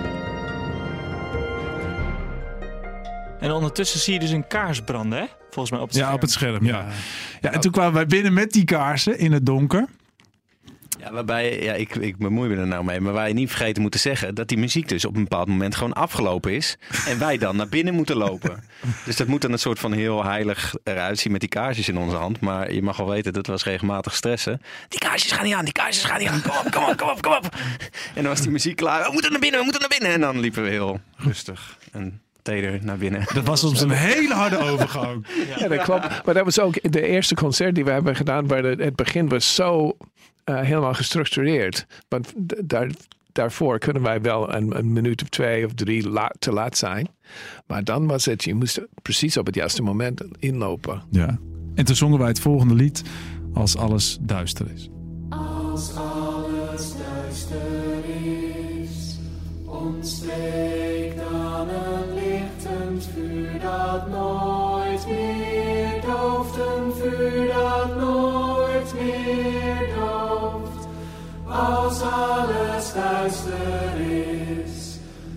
En ondertussen zie je dus een kaars branden, hè? Volgens mij op het scherm. Ja, op het scherm, ja. Ja, en toen kwamen wij binnen met die kaarsen in het donker. Ja, waarbij, ik bemoei me er nou mee, maar waar je niet vergeten moet te zeggen dat die muziek dus op een bepaald moment gewoon afgelopen is. En wij dan naar binnen moeten lopen. Dus dat moet dan een soort van heel heilig eruit zien met die kaarsjes in onze hand. Maar je mag wel weten, dat was regelmatig stressen. Die kaarsjes gaan niet aan, die kaarsjes gaan niet aan. Kom op. En dan was die muziek klaar. We moeten naar binnen. En dan liepen we heel rustig en teder naar binnen. Dat was soms een hele harde overgang. Ja, dat klopt. Maar dat was ook de eerste concert die we hebben gedaan, waar het begin was zo helemaal gestructureerd. Want daarvoor kunnen wij wel een minuut of 2 of 3 te laat zijn. Maar dan was het, je moest precies op het juiste moment inlopen. Ja. En toen zongen wij het volgende lied, Als alles duister is. Als alles duister is, ontsteekt dan een lichtend vuur dat nooit meer dooft. Een vuur dat nooit meer dooft. Als alles duister is,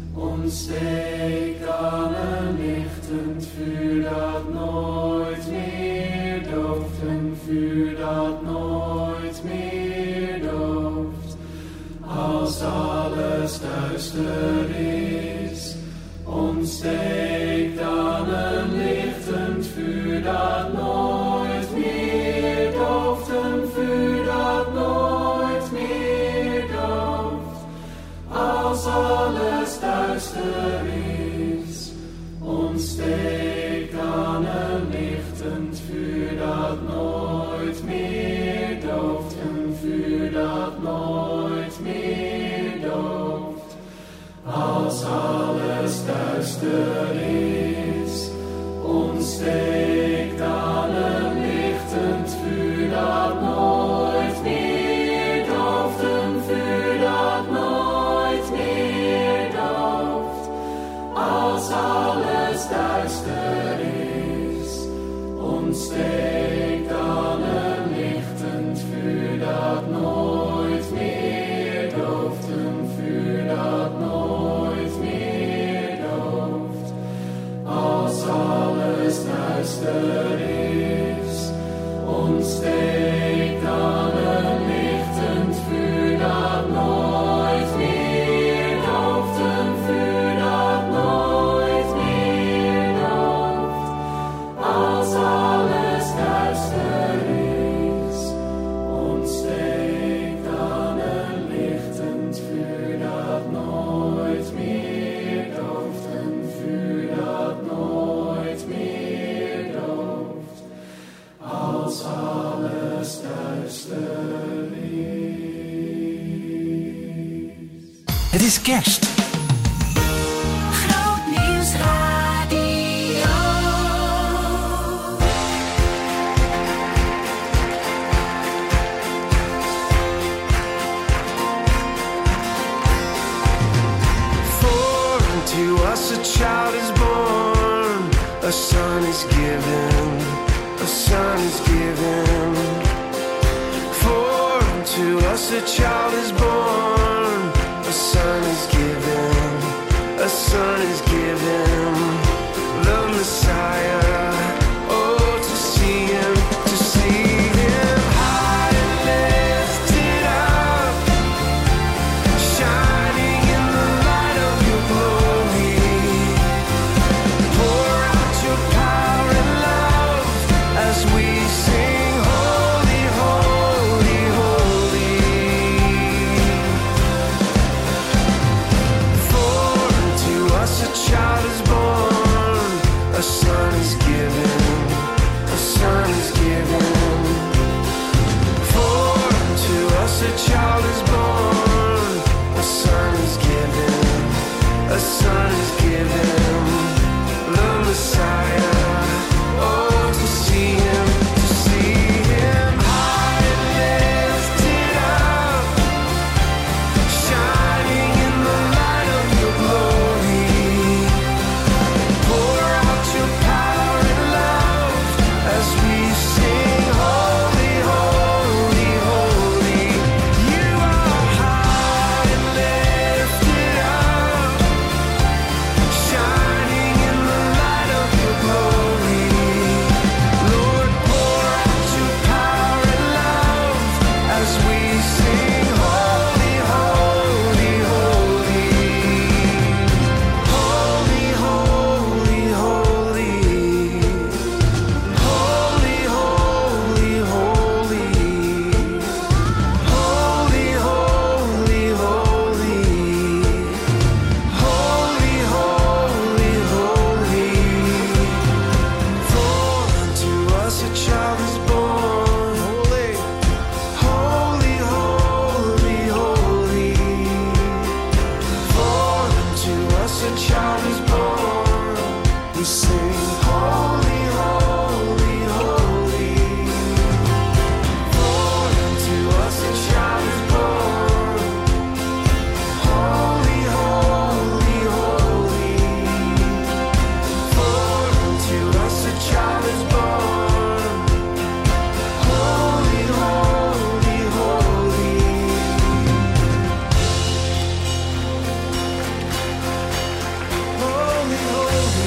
ontsteekt dan een lichtend vuur dat nooit meer dooft. Een vuur dat nooit meer dooft. Als alles duister is, ontsteekt dan een lichtend vuur dat nooit meer dooft. Een vuur dat nooit meer dooft. Als alles duister is, ontsteekt dan een lichtend vuur dat nooit meer dooft. Een vuur dat nooit meer dooft. Als alles duister is, Ontsteekt aan een lichtend vuur dat nooit meer dooft. Een vuur dat nooit meer dooft. Als alles duister is, ontsteekt aan een lichtend vuur dat nooit meer dooft. Een vuur dat nooit meer dooft. Als alles duister is, ontsteekt aan een lichtend vuur dat nooit meer dooft. Een vuur dat nooit meer dooft. Als alles duister is, ontsteekt aan een lichtend vuur dat nooit meer dooft. Een vuur dat nooit meer dooft. Als alles duister is. Het is kerst. Grootnieuws Radio. For unto us a child is born, a son is given, a son is given. For unto us a child is born, a son is given, a son is given. The Messiah, oh, to see him high and lifted up, shining in the light of your glory. Pour out your power and love as we sing, holy, holy, holy. For unto us a child is born, a son is given, a son is given. For unto us a child is born, a son is given, a son is given. The Messiah, oh, to see him high and lifted up, shining in the light of your glory. Pour out your power and love as we sing, holy, holy, holy. You are high and lifted up, shining in the light of your glory. Lord, pour out your power and love as we sing, holy, holy, holy. Holy, holy, holy. Holy, holy, holy. Holy, holy, holy. Holy, holy, holy. For unto us a child is born. Holy, holy, holy, holy. For unto us a child is born. We sing, holy, holy, holy. For unto us a child is born. Holy, holy, holy. For unto us a child is born. Holy, holy, holy. Holy, holy.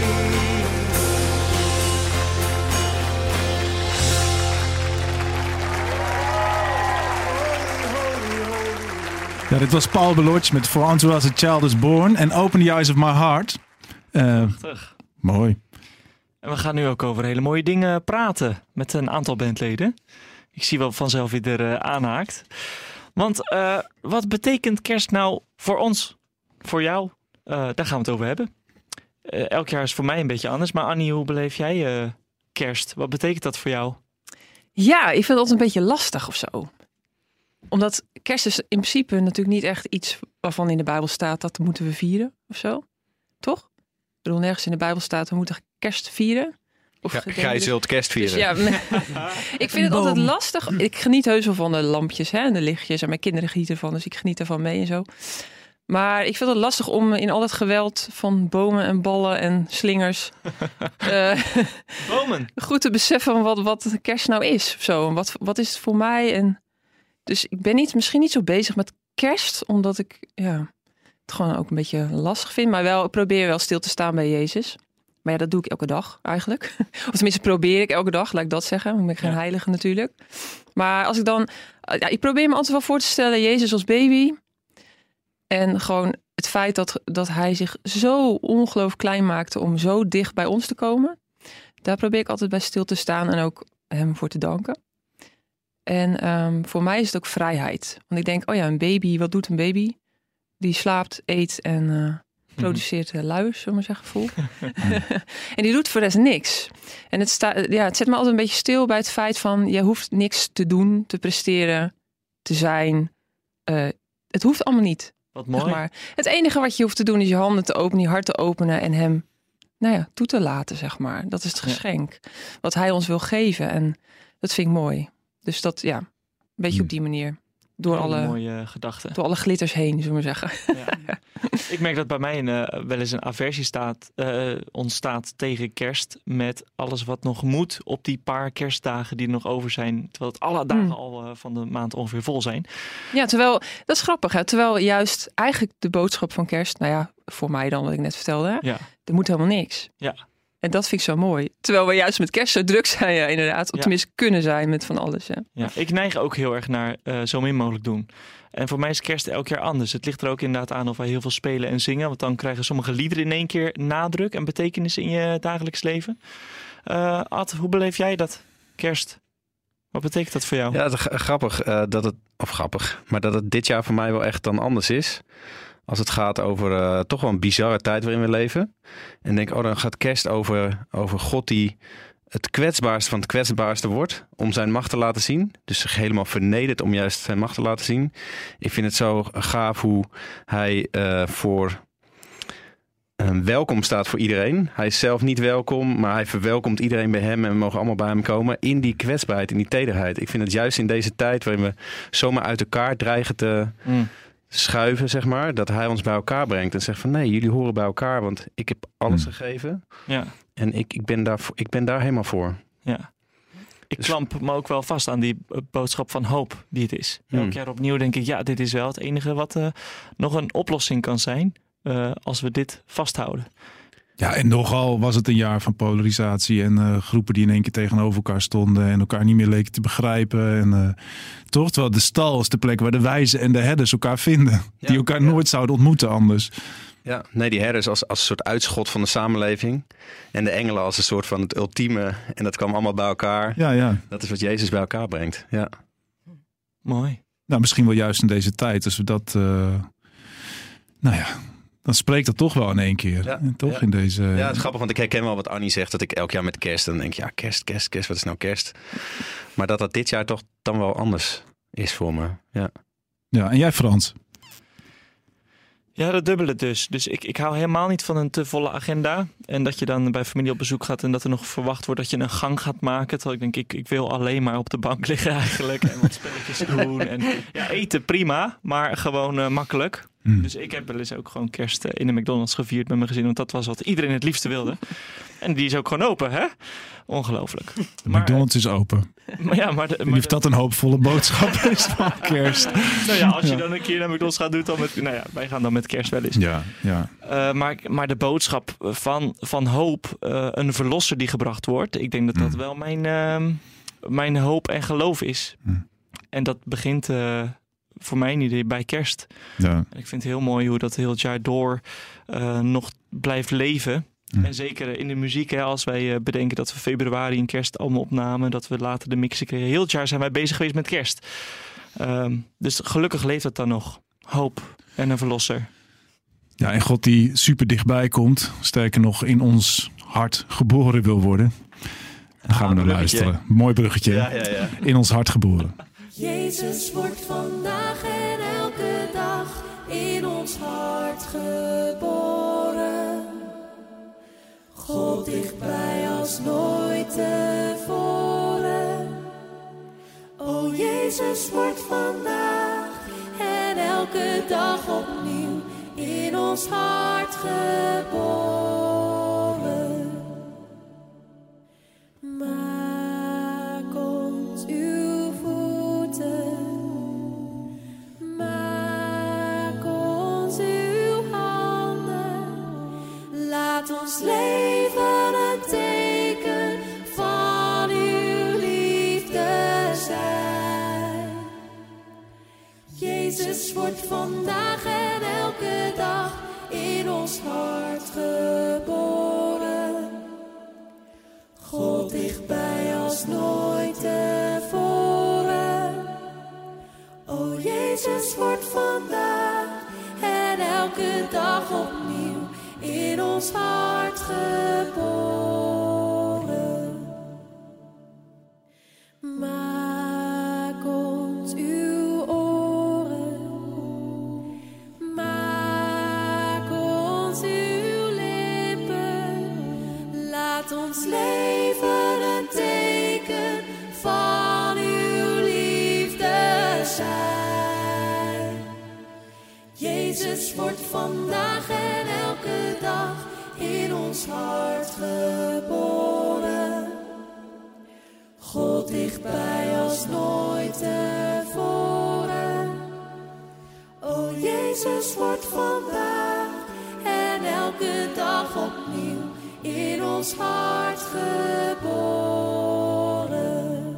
Ja, dit was Paul Belodge met For Unto Us a Child is Born en Open the Eyes of My Heart. Prachtig. Mooi. En we gaan nu ook over hele mooie dingen praten met een aantal bandleden. Ik zie wel vanzelf wie er aanhaakt. Want wat betekent kerst nou voor ons? Voor jou? Daar gaan we het over hebben. Elk jaar is voor mij een beetje anders. Maar Annie, hoe beleef jij kerst? Wat betekent dat voor jou? Ja, ik vind het altijd een beetje lastig of zo. Omdat kerst is in principe natuurlijk niet echt iets waarvan in de Bijbel staat dat moeten we vieren of zo. Toch? Ik bedoel, nergens in de Bijbel staat we moeten kerst vieren. Gij zult kerst vieren. Dus ja, ik vind het altijd lastig. Ik geniet heus wel van de lampjes en de lichtjes. En mijn kinderen genieten ervan, dus ik geniet ervan mee en zo. Maar ik vind het lastig om in al het geweld van bomen en ballen en slingers... bomen? Goed te beseffen wat kerst nou is. Of zo. En wat is het voor mij? En dus ik ben misschien niet zo bezig met kerst, omdat ik het gewoon ook een beetje lastig vind. Maar ik probeer wel stil te staan bij Jezus. Maar ja, dat doe ik elke dag eigenlijk. Of tenminste probeer ik elke dag, laat ik dat zeggen. Ik ben geen heilige natuurlijk. Maar als ik dan... ik probeer me altijd wel voor te stellen, Jezus als baby. En gewoon het feit dat hij zich zo ongelooflijk klein maakte om zo dicht bij ons te komen. Daar probeer ik altijd bij stil te staan en ook hem voor te danken. En voor mij is het ook vrijheid. Want ik denk, een baby, wat doet een baby? Die slaapt, eet en produceert luiers, zullen we maar zeggen, vol. En die doet voor de rest niks. En het zet me altijd een beetje stil bij het feit van... je hoeft niks te doen, te presteren, te zijn. Het hoeft allemaal niet. Wat mooi. Zeg maar. Het enige wat je hoeft te doen is je handen te openen, je hart te openen... en hem toe te laten, zeg maar. Dat is het geschenk wat hij ons wil geven. En dat vind ik mooi. Dus dat, een beetje op die manier. Door alle mooie gedachten. Door alle glitters heen, zullen we zeggen. Ja. Ik merk dat bij mij wel eens een aversie ontstaat tegen kerst. Met alles wat nog moet op die paar kerstdagen die er nog over zijn. Terwijl het alle dagen al van de maand ongeveer vol zijn. Ja, terwijl, dat is grappig. Hè? Terwijl juist eigenlijk de boodschap van kerst, voor mij dan wat ik net vertelde. Ja. Er moet helemaal niks. Ja. En dat vind ik zo mooi. Terwijl we juist met kerst zo druk zijn, inderdaad. Of tenminste kunnen zijn met van alles. Ja, ik neig ook heel erg naar zo min mogelijk doen. En voor mij is kerst elk jaar anders. Het ligt er ook inderdaad aan of wij heel veel spelen en zingen. Want dan krijgen sommige liederen in één keer nadruk en betekenis in je dagelijks leven. Ad, hoe beleef jij dat, kerst? Wat betekent dat voor jou? Ja, grappig maar dat het dit jaar voor mij wel echt dan anders is. Als het gaat over toch wel een bizarre tijd waarin we leven. En denk, dan gaat kerst over God die het kwetsbaarste van het kwetsbaarste wordt. Om zijn macht te laten zien. Dus zich helemaal vernedert om juist zijn macht te laten zien. Ik vind het zo gaaf hoe hij voor welkom staat voor iedereen. Hij is zelf niet welkom, maar hij verwelkomt iedereen bij hem. En we mogen allemaal bij hem komen in die kwetsbaarheid, in die tederheid. Ik vind het juist in deze tijd waarin we zomaar uit elkaar dreigen te... schuiven, zeg maar, dat hij ons bij elkaar brengt en zegt van nee, jullie horen bij elkaar, want ik heb alles gegeven. Ja. En ik ben daar helemaal voor. Ja. Ik klamp me ook wel vast aan die boodschap van hoop die het is. Elk jaar opnieuw denk ik, dit is wel het enige wat nog een oplossing kan zijn als we dit vasthouden. Ja, en nogal was het een jaar van polarisatie en groepen die in één keer tegenover elkaar stonden en elkaar niet meer leken te begrijpen. En toch, terwijl de stal is de plek waar de wijzen en de herders elkaar vinden. Die elkaar nooit zouden ontmoeten anders. Ja, nee, die herders als een soort uitschot van de samenleving. En de engelen als een soort van het ultieme. En dat kwam allemaal bij elkaar. Ja. Dat is wat Jezus bij elkaar brengt. Ja. Mooi. Nou, misschien wel juist in deze tijd. Als we dat, dan spreekt dat toch wel in één keer. Ja, toch in deze... Ja, het is grappig, want ik herken wel wat Annie zegt. Dat ik elk jaar met kerst, dan denk kerst, wat is nou kerst? Maar dat dit jaar toch dan wel anders is voor me. Ja, en jij Frans? Ja, dat dubbele dus. Dus ik hou helemaal niet van een te volle agenda. En dat je dan bij familie op bezoek gaat en dat er nog verwacht wordt dat je een gang gaat maken. Terwijl ik denk, ik wil alleen maar op de bank liggen eigenlijk. En wat spelletjes doen. En eten prima, maar gewoon makkelijk. Dus ik heb wel eens ook gewoon kerst in de McDonald's gevierd met mijn gezin. Want dat was wat iedereen het liefste wilde. En die is ook gewoon open, hè? Ongelooflijk. De McDonald's is open. Maar dat een hoopvolle boodschap is van kerst. Als je dan een keer naar McDonald's gaat, doet dan met... wij gaan dan met kerst wel eens. Ja. Maar de boodschap van hoop, een verlosser die gebracht wordt. Ik denk dat wel mijn hoop en geloof is. En dat begint... voor mij niet bij kerst. Ja. En ik vind het heel mooi hoe dat heel het jaar door nog blijft leven. En zeker in de muziek, hè, als wij bedenken dat we februari een kerstalbum opnamen, dat we later de mixen kregen. Heel het jaar zijn wij bezig geweest met kerst. Dus gelukkig leeft het dan nog. Hoop en een verlosser. Ja, en God die super dichtbij komt, sterker nog in ons hart geboren wil worden. Dan gaan we naar luisteren. Mooi bruggetje. Ja. In ons hart geboren. Jezus wordt vandaag en elke dag in ons hart geboren. God dichtbij als nooit nooit tevoren. O Jezus, wordt vandaag en elke dag opnieuw in ons hart geboren. Maak ons uw voeten, maak ons uw handen, laat ons leven een teken van uw liefde zijn. Jezus wordt vandaag en elke dag in ons hart geboren. God dichtbij als nooit tevoren. O Jezus wordt vandaag en elke dag opnieuw in ons hart geboren. Maak ons uw oren, maak ons uw lippen, laat ons leven een teken van uw liefde zijn. Jezus wordt vandaag en elke dag in ons hart geboren. God dichtbij als nooit tevoren. O Jezus wordt vandaag en elke dag opnieuw in ons hart geboren.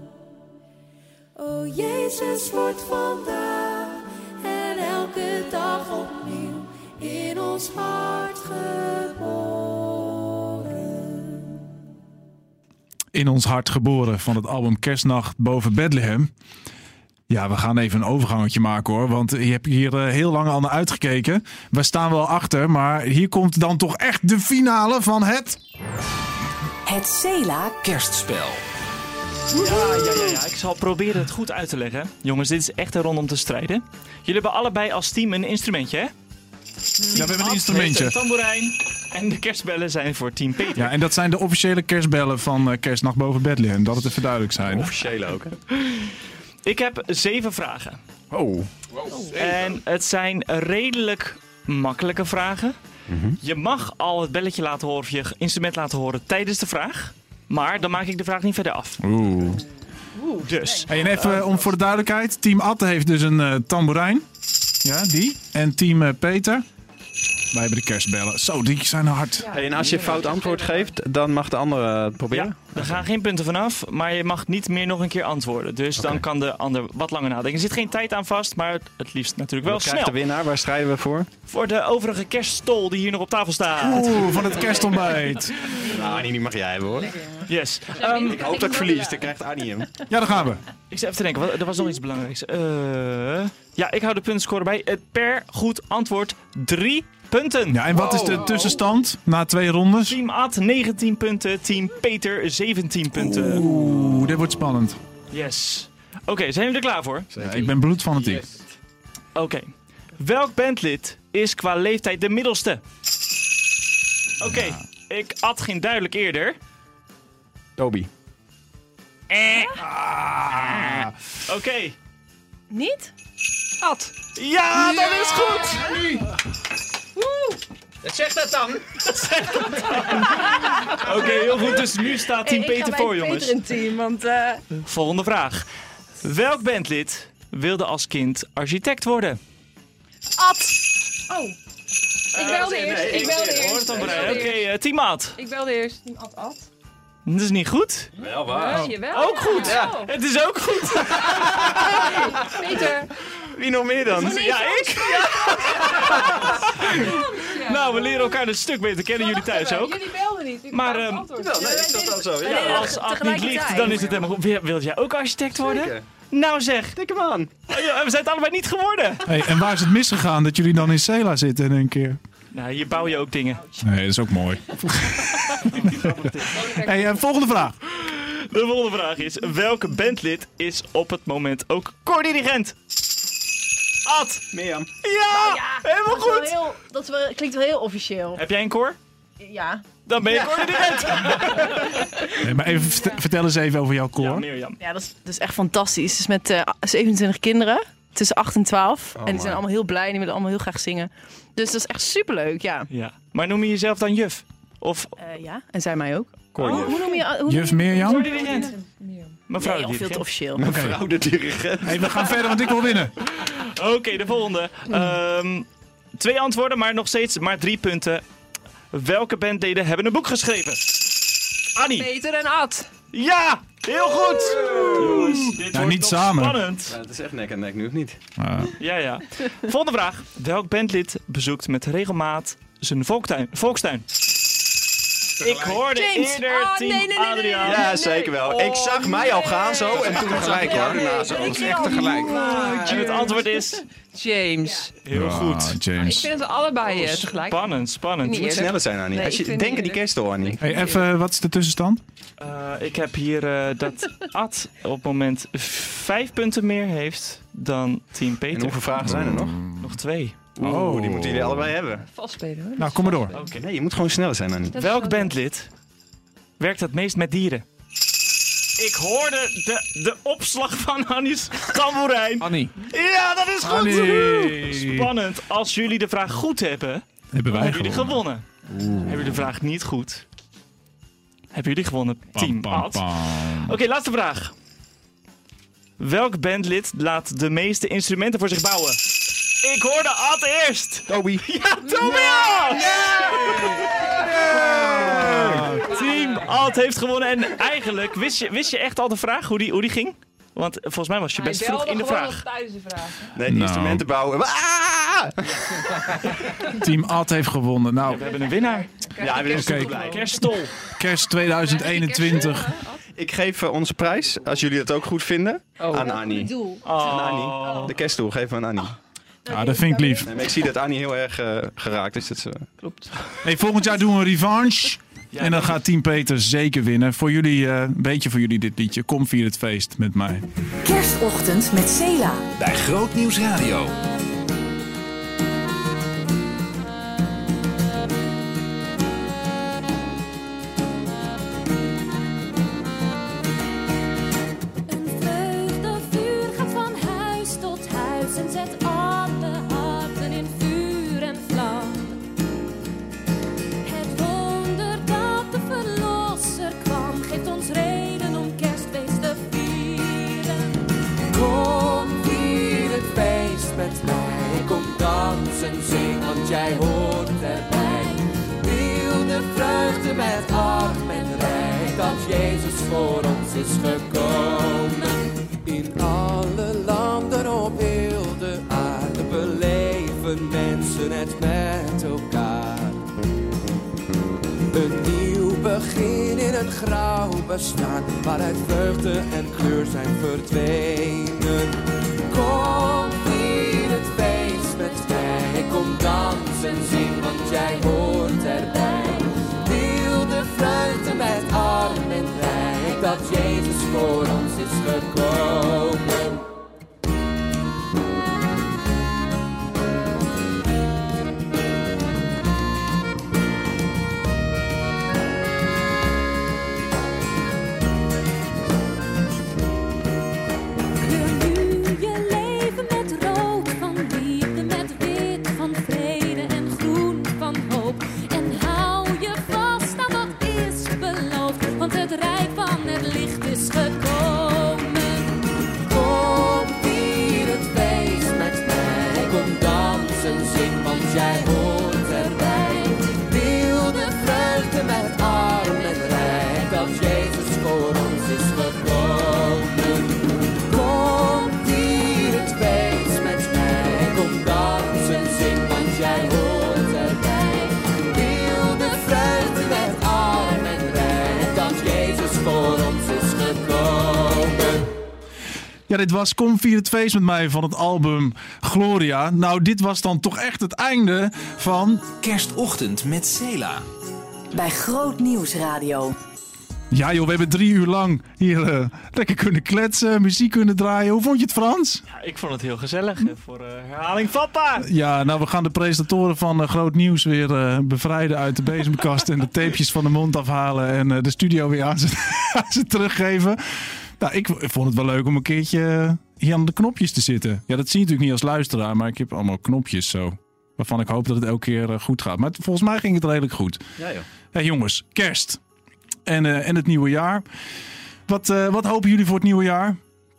O Jezus wordt vandaag en elke dag opnieuw in ons hart geboren. In ons hart geboren van het album Kerstnacht boven Bethlehem. Ja, we gaan even een overgangetje maken hoor. Want je hebt hier heel lang al naar uitgekeken. We staan wel achter, maar hier komt dan toch echt de finale van het... Het Sela Kerstspel. Ja. Ik zal proberen het goed uit te leggen. Jongens, dit is echt een ronde om te strijden. Jullie hebben allebei als team een instrumentje, hè? Ja, we hebben een instrumentje. Een tamboerijn en de kerstbellen zijn voor team Peter. Ja, en dat zijn de officiële kerstbellen van Kerstnacht boven Bethlehem. Dat het even duidelijk zijn. Officiële ook, hè? Ik heb 7 vragen. Oh. En het zijn redelijk makkelijke vragen. Je mag al het belletje laten horen of je instrument laten horen tijdens de vraag. Maar dan maak ik de vraag niet verder af. Oeh. Dus. Hey, en even om voor de duidelijkheid. Team Atte heeft dus een tamboerijn. Ja, die. En team Peter. Wij hebben de kerstbellen. Zo, die zijn hard. Ja. Hey, en als je fout antwoord geeft, dan mag de andere het proberen. Ja, er gaan geen punten vanaf, maar je mag niet meer nog een keer antwoorden. Dus dan kan de ander wat langer nadenken. Er zit geen tijd aan vast, maar het liefst natuurlijk wel Wat snel. krijgt de winnaar? Waar strijden we voor? Voor de overige kerststol die hier nog op tafel staat. Oeh, van het kerstontbijt. Nou, Annie, die mag jij hebben hoor. Yes. Ik hoop dat ik verlies, dan krijgt Annie hem. Ja, daar gaan we. Ik zit even te denken, er was nog iets belangrijks. Ja, ik hou de puntenscore bij. Per goed antwoord 3 punten. Ja, en wat is de tussenstand na 2 rondes? Team Ad 19 punten, team Peter 17 punten. Oeh, dit wordt spannend. Yes. Oké, zijn jullie er klaar voor? Ja, ik ben bloedfanatiek. Yes. Oké. Welk bandlid is qua leeftijd de middelste? Oké, ik Ad ging duidelijk eerder. Toby. Oké. Niet? Ad. Ja, dat is goed! Zeg dat dan! Oké, heel goed. Dus nu staat team Peter voor, jongens. Ik ga bij Peter in team, want... Volgende vraag. Welk bandlid wilde als kind architect worden? Ad! Oh. Ik belde eerst. Oké, team Ad. Ik belde eerst. Team Ad. Dat is niet goed. Wel waar. Jawel. Ook goed. Ja. Het is ook goed. Peter. Wie nog meer dan? Ja, ik. Nou, we leren elkaar een stuk beter kennen, jullie thuis ook. Jullie belden niet. Maar Nee, is dat dan zo? ja, als Ad niet liegt, dan is het helemaal goed. Wil jij ook architect worden? Zeker. Nou zeg. Tik hem aan. We zijn het allebei niet geworden. Hey, en waar is het misgegaan dat jullie dan in Sela zitten in een keer? Nou, hier bouw je ook dingen. Nee, dat is ook mooi. Hey, volgende vraag. De volgende vraag is: welke bandlid is op het moment ook koordirigent? Ad. Mirjam. Ja, helemaal goed. Klinkt wel heel officieel. Heb jij een koor? Ja. Dan ben je koordirigent. Nee, maar even, vertel eens even over jouw koor. Ja, Mirjam. Ja, dat is echt fantastisch. Het is met 27 kinderen tussen 8 en 12. En die zijn allemaal heel blij en die willen allemaal heel graag zingen. Dus dat is echt superleuk, ja. Ja. Maar noem je jezelf dan juf? Of... Ja, en zij mij ook. Koorjuf. Hoe noem je... Juf Mirjam? Dirigent. Mevrouw Nee, de of veel dirigent. te officieel. Mevrouw de dirigent. Hey, we gaan verder, want ik wil winnen. Oké, de volgende. 2 antwoorden, maar nog steeds maar 3 punten. Welke bandleden hebben een boek geschreven? Annie. Peter en Ad. Ja, heel goed. Jongens, dit wordt niet nog samen. spannend. Ja, het is echt nek en nek, nu of niet? Ja. Volgende vraag. Welk bandlid bezoekt met regelmaat zijn volkstuin? Ik hoorde James. eerder team Adriaan. Ja, zeker wel. Ik zag mij al gaan zo en toen Tegelijk hoor. Dat is echt tegelijk. En het antwoord is James. heel goed. Ik James. vind het allebei tegelijk. Spannend. Niet Je moet eerder. sneller zijn, Annie. Nee, Als ik je vind denk aan niet die kerst, hoor, Annie. Hey, even, wat is de tussenstand? Ik heb hier dat Ad op het moment 5 punten meer heeft dan team Peter. En hoeveel vragen zijn er nog? Nog 2. Oeh, die moeten jullie allebei hebben. Vastspelen hoor. Nou, kom maar door. Oké. Nee, je moet gewoon sneller zijn, Annie. Welk bandlid werkt het meest met dieren? Ik hoorde de opslag van Annie's tamboerijn. Annie. Ja, dat is goed. Annie. Spannend. Als jullie de vraag goed hebben, Hebben wij hebben jullie gewonnen. gewonnen. Hebben jullie de vraag niet goed, hebben jullie gewonnen. Team Pam, Ad. pam. Oké, laatste vraag. Welk bandlid laat de meeste instrumenten voor zich bouwen? Ik hoorde Ad eerst. Toby. Ja, Tobias! Team Ad heeft gewonnen. En eigenlijk, wist je echt al de vraag hoe die ging? Want volgens mij was je best vroeg in de vraag. Tijdens de vraag. Nee, die instrumenten bouwen. Ah! Team Ad heeft gewonnen. Nou, We hebben een winnaar. Ja, we zijn Oké. blij. Kerststol. kerst 2021. Ik geef onze prijs, als jullie het ook goed vinden, aan Annie. Doel. Aan Annie. De kerststoel geven we aan Annie. Ja, dat vind ik lief. Nee, maar ik zie dat Annie heel erg geraakt is. Dat klopt. Hey, volgend jaar doen we een revanche. En dan gaat Team Peter zeker winnen. Voor jullie, een beetje voor jullie dit liedje. Kom vier het feest met mij. Kerstochtend met Cela. Bij Groot Nieuws Radio. Een vreugdevuur gaat van huis tot huis en zet alle harten in vuur en vlam. Het wonder dat de Verlosser kwam, geeft ons reden om kerstfeest te vieren. Kom, vier het feest met mij. Kom dansen, zing, want jij hoort erbij. Deel de vreugde met arm en rijk, dat Jezus voor ons is gekomen. In alle landen op heel de aarde beleven mensen het met elkaar. Een nieuw begin in een grauw bestaan, waaruit vreugde en kleur zijn verdwenen. Kom, vier het feest met mij. Kom dansen, zing, want jij hoort erbij. Deel de vreugde met arm en rijk, dat Jezus voor ons is gekomen. Kleur nu je leven met rood van liefde, met wit van vrede en groen van hoop. En hou je vast aan wat is beloofd, want het rijk van het licht is gekomen. Kom, vier het feest met mij. Kom dansen, zing, want jij hoort erbij. Deel de vreugde met arm en rijk, dat Jezus voor ons is gekomen. Kom, vier het feest met mij. Kom dansen, zing, want jij hoort erbij. Deel de vreugde met arm en rijk, dat Jezus voor ons is gekomen. Ja, dit was Kom vier het feest met mij van het album Gloria. Nou, dit was dan toch echt het einde van... Kerstochtend met Cela. Bij Groot Nieuws Radio. Ja joh, we hebben 3 uur lang hier lekker kunnen kletsen, muziek kunnen draaien. Hoe vond je het, Frans? Ja, ik vond het heel gezellig. Voor herhaling vatbaar. Ja, nou we gaan de presentatoren van Groot Nieuws weer bevrijden uit de bezemkast en de tapejes van de mond afhalen en de studio weer aan ze teruggeven. Nou, ik vond het wel leuk om een keertje hier aan de knopjes te zitten. Ja, dat zie je natuurlijk niet als luisteraar, maar ik heb allemaal knopjes zo. Waarvan ik hoop dat het elke keer goed gaat. Maar volgens mij ging het redelijk goed. Ja joh. Hey, jongens, kerst. En het nieuwe jaar. Wat hopen jullie voor het nieuwe jaar?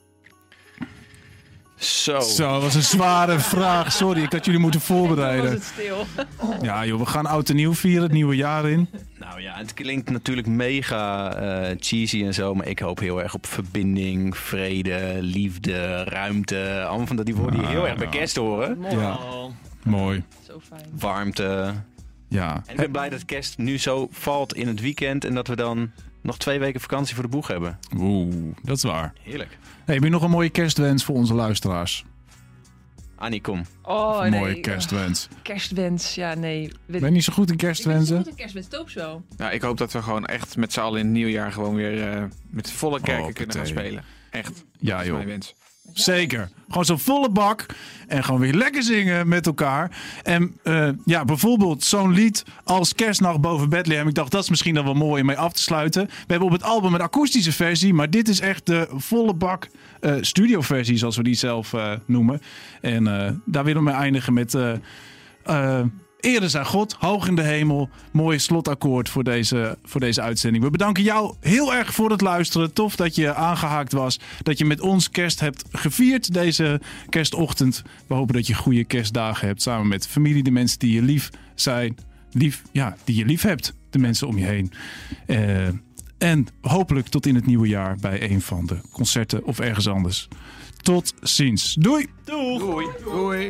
Zo, dat was een zware vraag. Sorry, ik had jullie moeten voorbereiden. Was het stil. Ja joh, we gaan oud en nieuw vieren, het nieuwe jaar in. Nou ja, het klinkt natuurlijk mega cheesy en zo. Maar ik hoop heel erg op verbinding, vrede, liefde, ruimte. Allemaal van die woorden die heel erg bij kerst horen. Ja, mooi. Zo fijn. Warmte. Ja. En ik ben blij dat kerst nu zo valt in het weekend. En dat we dan nog 2 weken vakantie voor de boeg hebben. Oeh, dat is waar. Heerlijk. Hey, heb je nog een mooie kerstwens voor onze luisteraars? Annie, kom. Oh, Een nee. mooie kerstwens. Kerstwens, ja, nee. Ben je niet zo goed in Ik ben kerstwensen? zo goed in kerstwens, Toops wel. Nou, ik hoop dat we gewoon echt met z'n allen in het nieuwjaar gewoon weer met volle kerken kunnen gaan spelen. Echt. Ja, dat is joh. mijn wens. Zeker. Gewoon zo'n volle bak. En gewoon weer lekker zingen met elkaar. En bijvoorbeeld zo'n lied als Kerstnacht boven Bethlehem. Ik dacht, dat is misschien dan wel mooi om mee af te sluiten. We hebben op het album een akoestische versie. Maar dit is echt de volle bak studioversie, zoals we die zelf noemen. En daar willen we mee eindigen met... Ere zij God, hoog in de hemel. Mooi slotakkoord voor deze uitzending. We bedanken jou heel erg voor het luisteren. Tof dat je aangehaakt was. Dat je met ons kerst hebt gevierd deze kerstochtend. We hopen dat je goede kerstdagen hebt. Samen met familie, de mensen die je lief zijn. Die je lief hebt. De mensen om je heen. En hopelijk tot in het nieuwe jaar bij een van de concerten of ergens anders. Tot ziens. Doei! Doeg! Doei! Doei!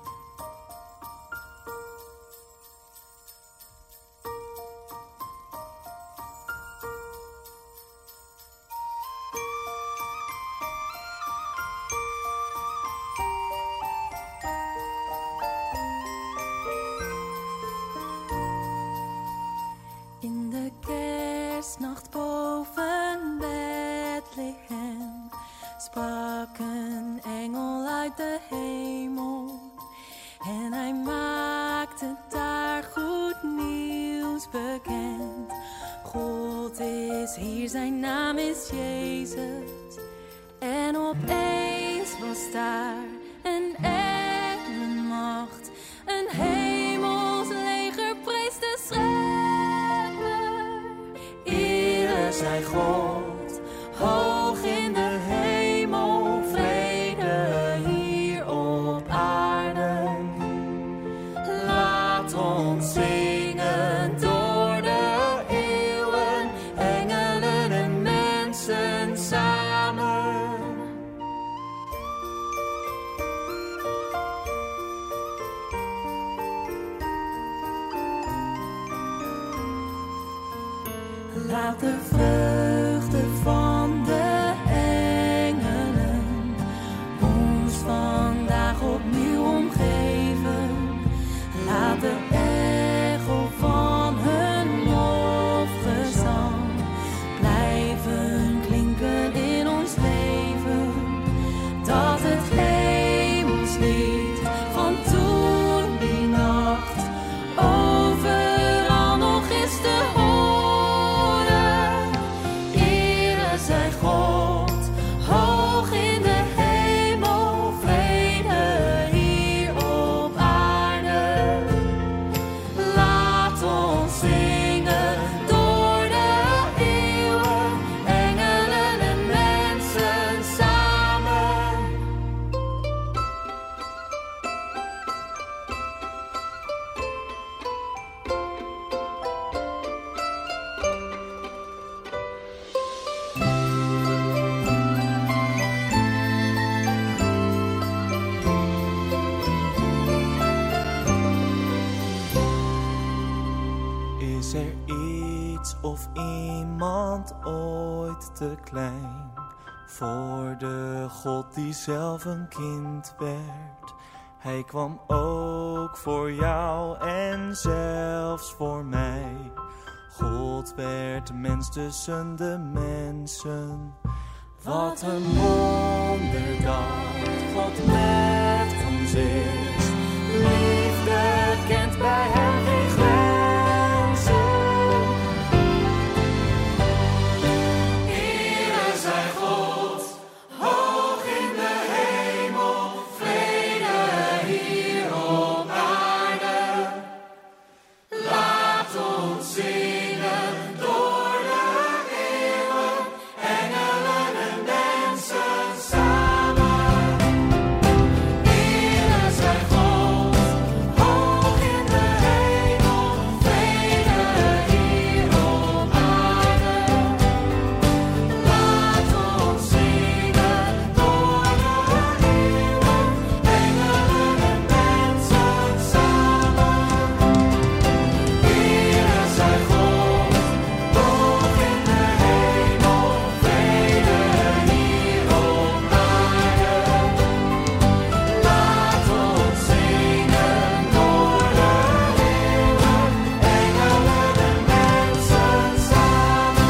In de kerstnacht boven Bethlehem sprak een engel uit de hemel. En hij maakte daar goed nieuws bekend. God is hier, zijn naam is Jezus. En opeens was daar een engelenmacht. Een hemels leger prees de Schepper. Ere zij God, hoog in de hemel, vrede hier op aarde. Laat ons zingen door de eeuwen, engelen en mensen samen. Laat de vreugde van de engelen ons vandaag opnieuw omgeven. Laat de echo van hun lofgezang blijven klinken in ons leven. Dat het hemelslied van toen die nacht overal nog is te horen. Ere zij God, hoog in de hemel, vrede hier op aarde. Laat ons zingen door de eeuwen, engelen en mensen samen. Is er iets of iemand ooit te klein voor de God die zelf een kind werd? Hij kwam ook voor jou en zelfs voor mij. God werd mens tussen de mensen. Wat een wonder dat God met ons is. Liefde kent bij hem geen grenzen. Ere zij God, hoog in de hemel, vrede hier op aarde. Laat ons zingen door de eeuwen, engelen en mensen samen. Ere zij God, hoog in de hemel, vrede hier op aarde. Laat ons zingen door de eeuwen, engelen en mensen samen. Ere zij God, hoog in de hemel, vrede hier op aarde. Laat ons zingen door de eeuwen, engelen en mensen samen.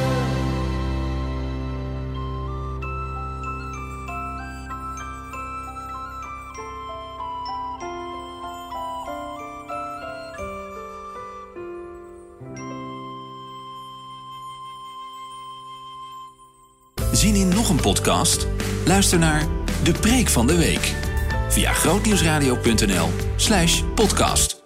Zin in nog een podcast? Luister naar De Preek van de Week via grootnieuwsradio.nl/podcast.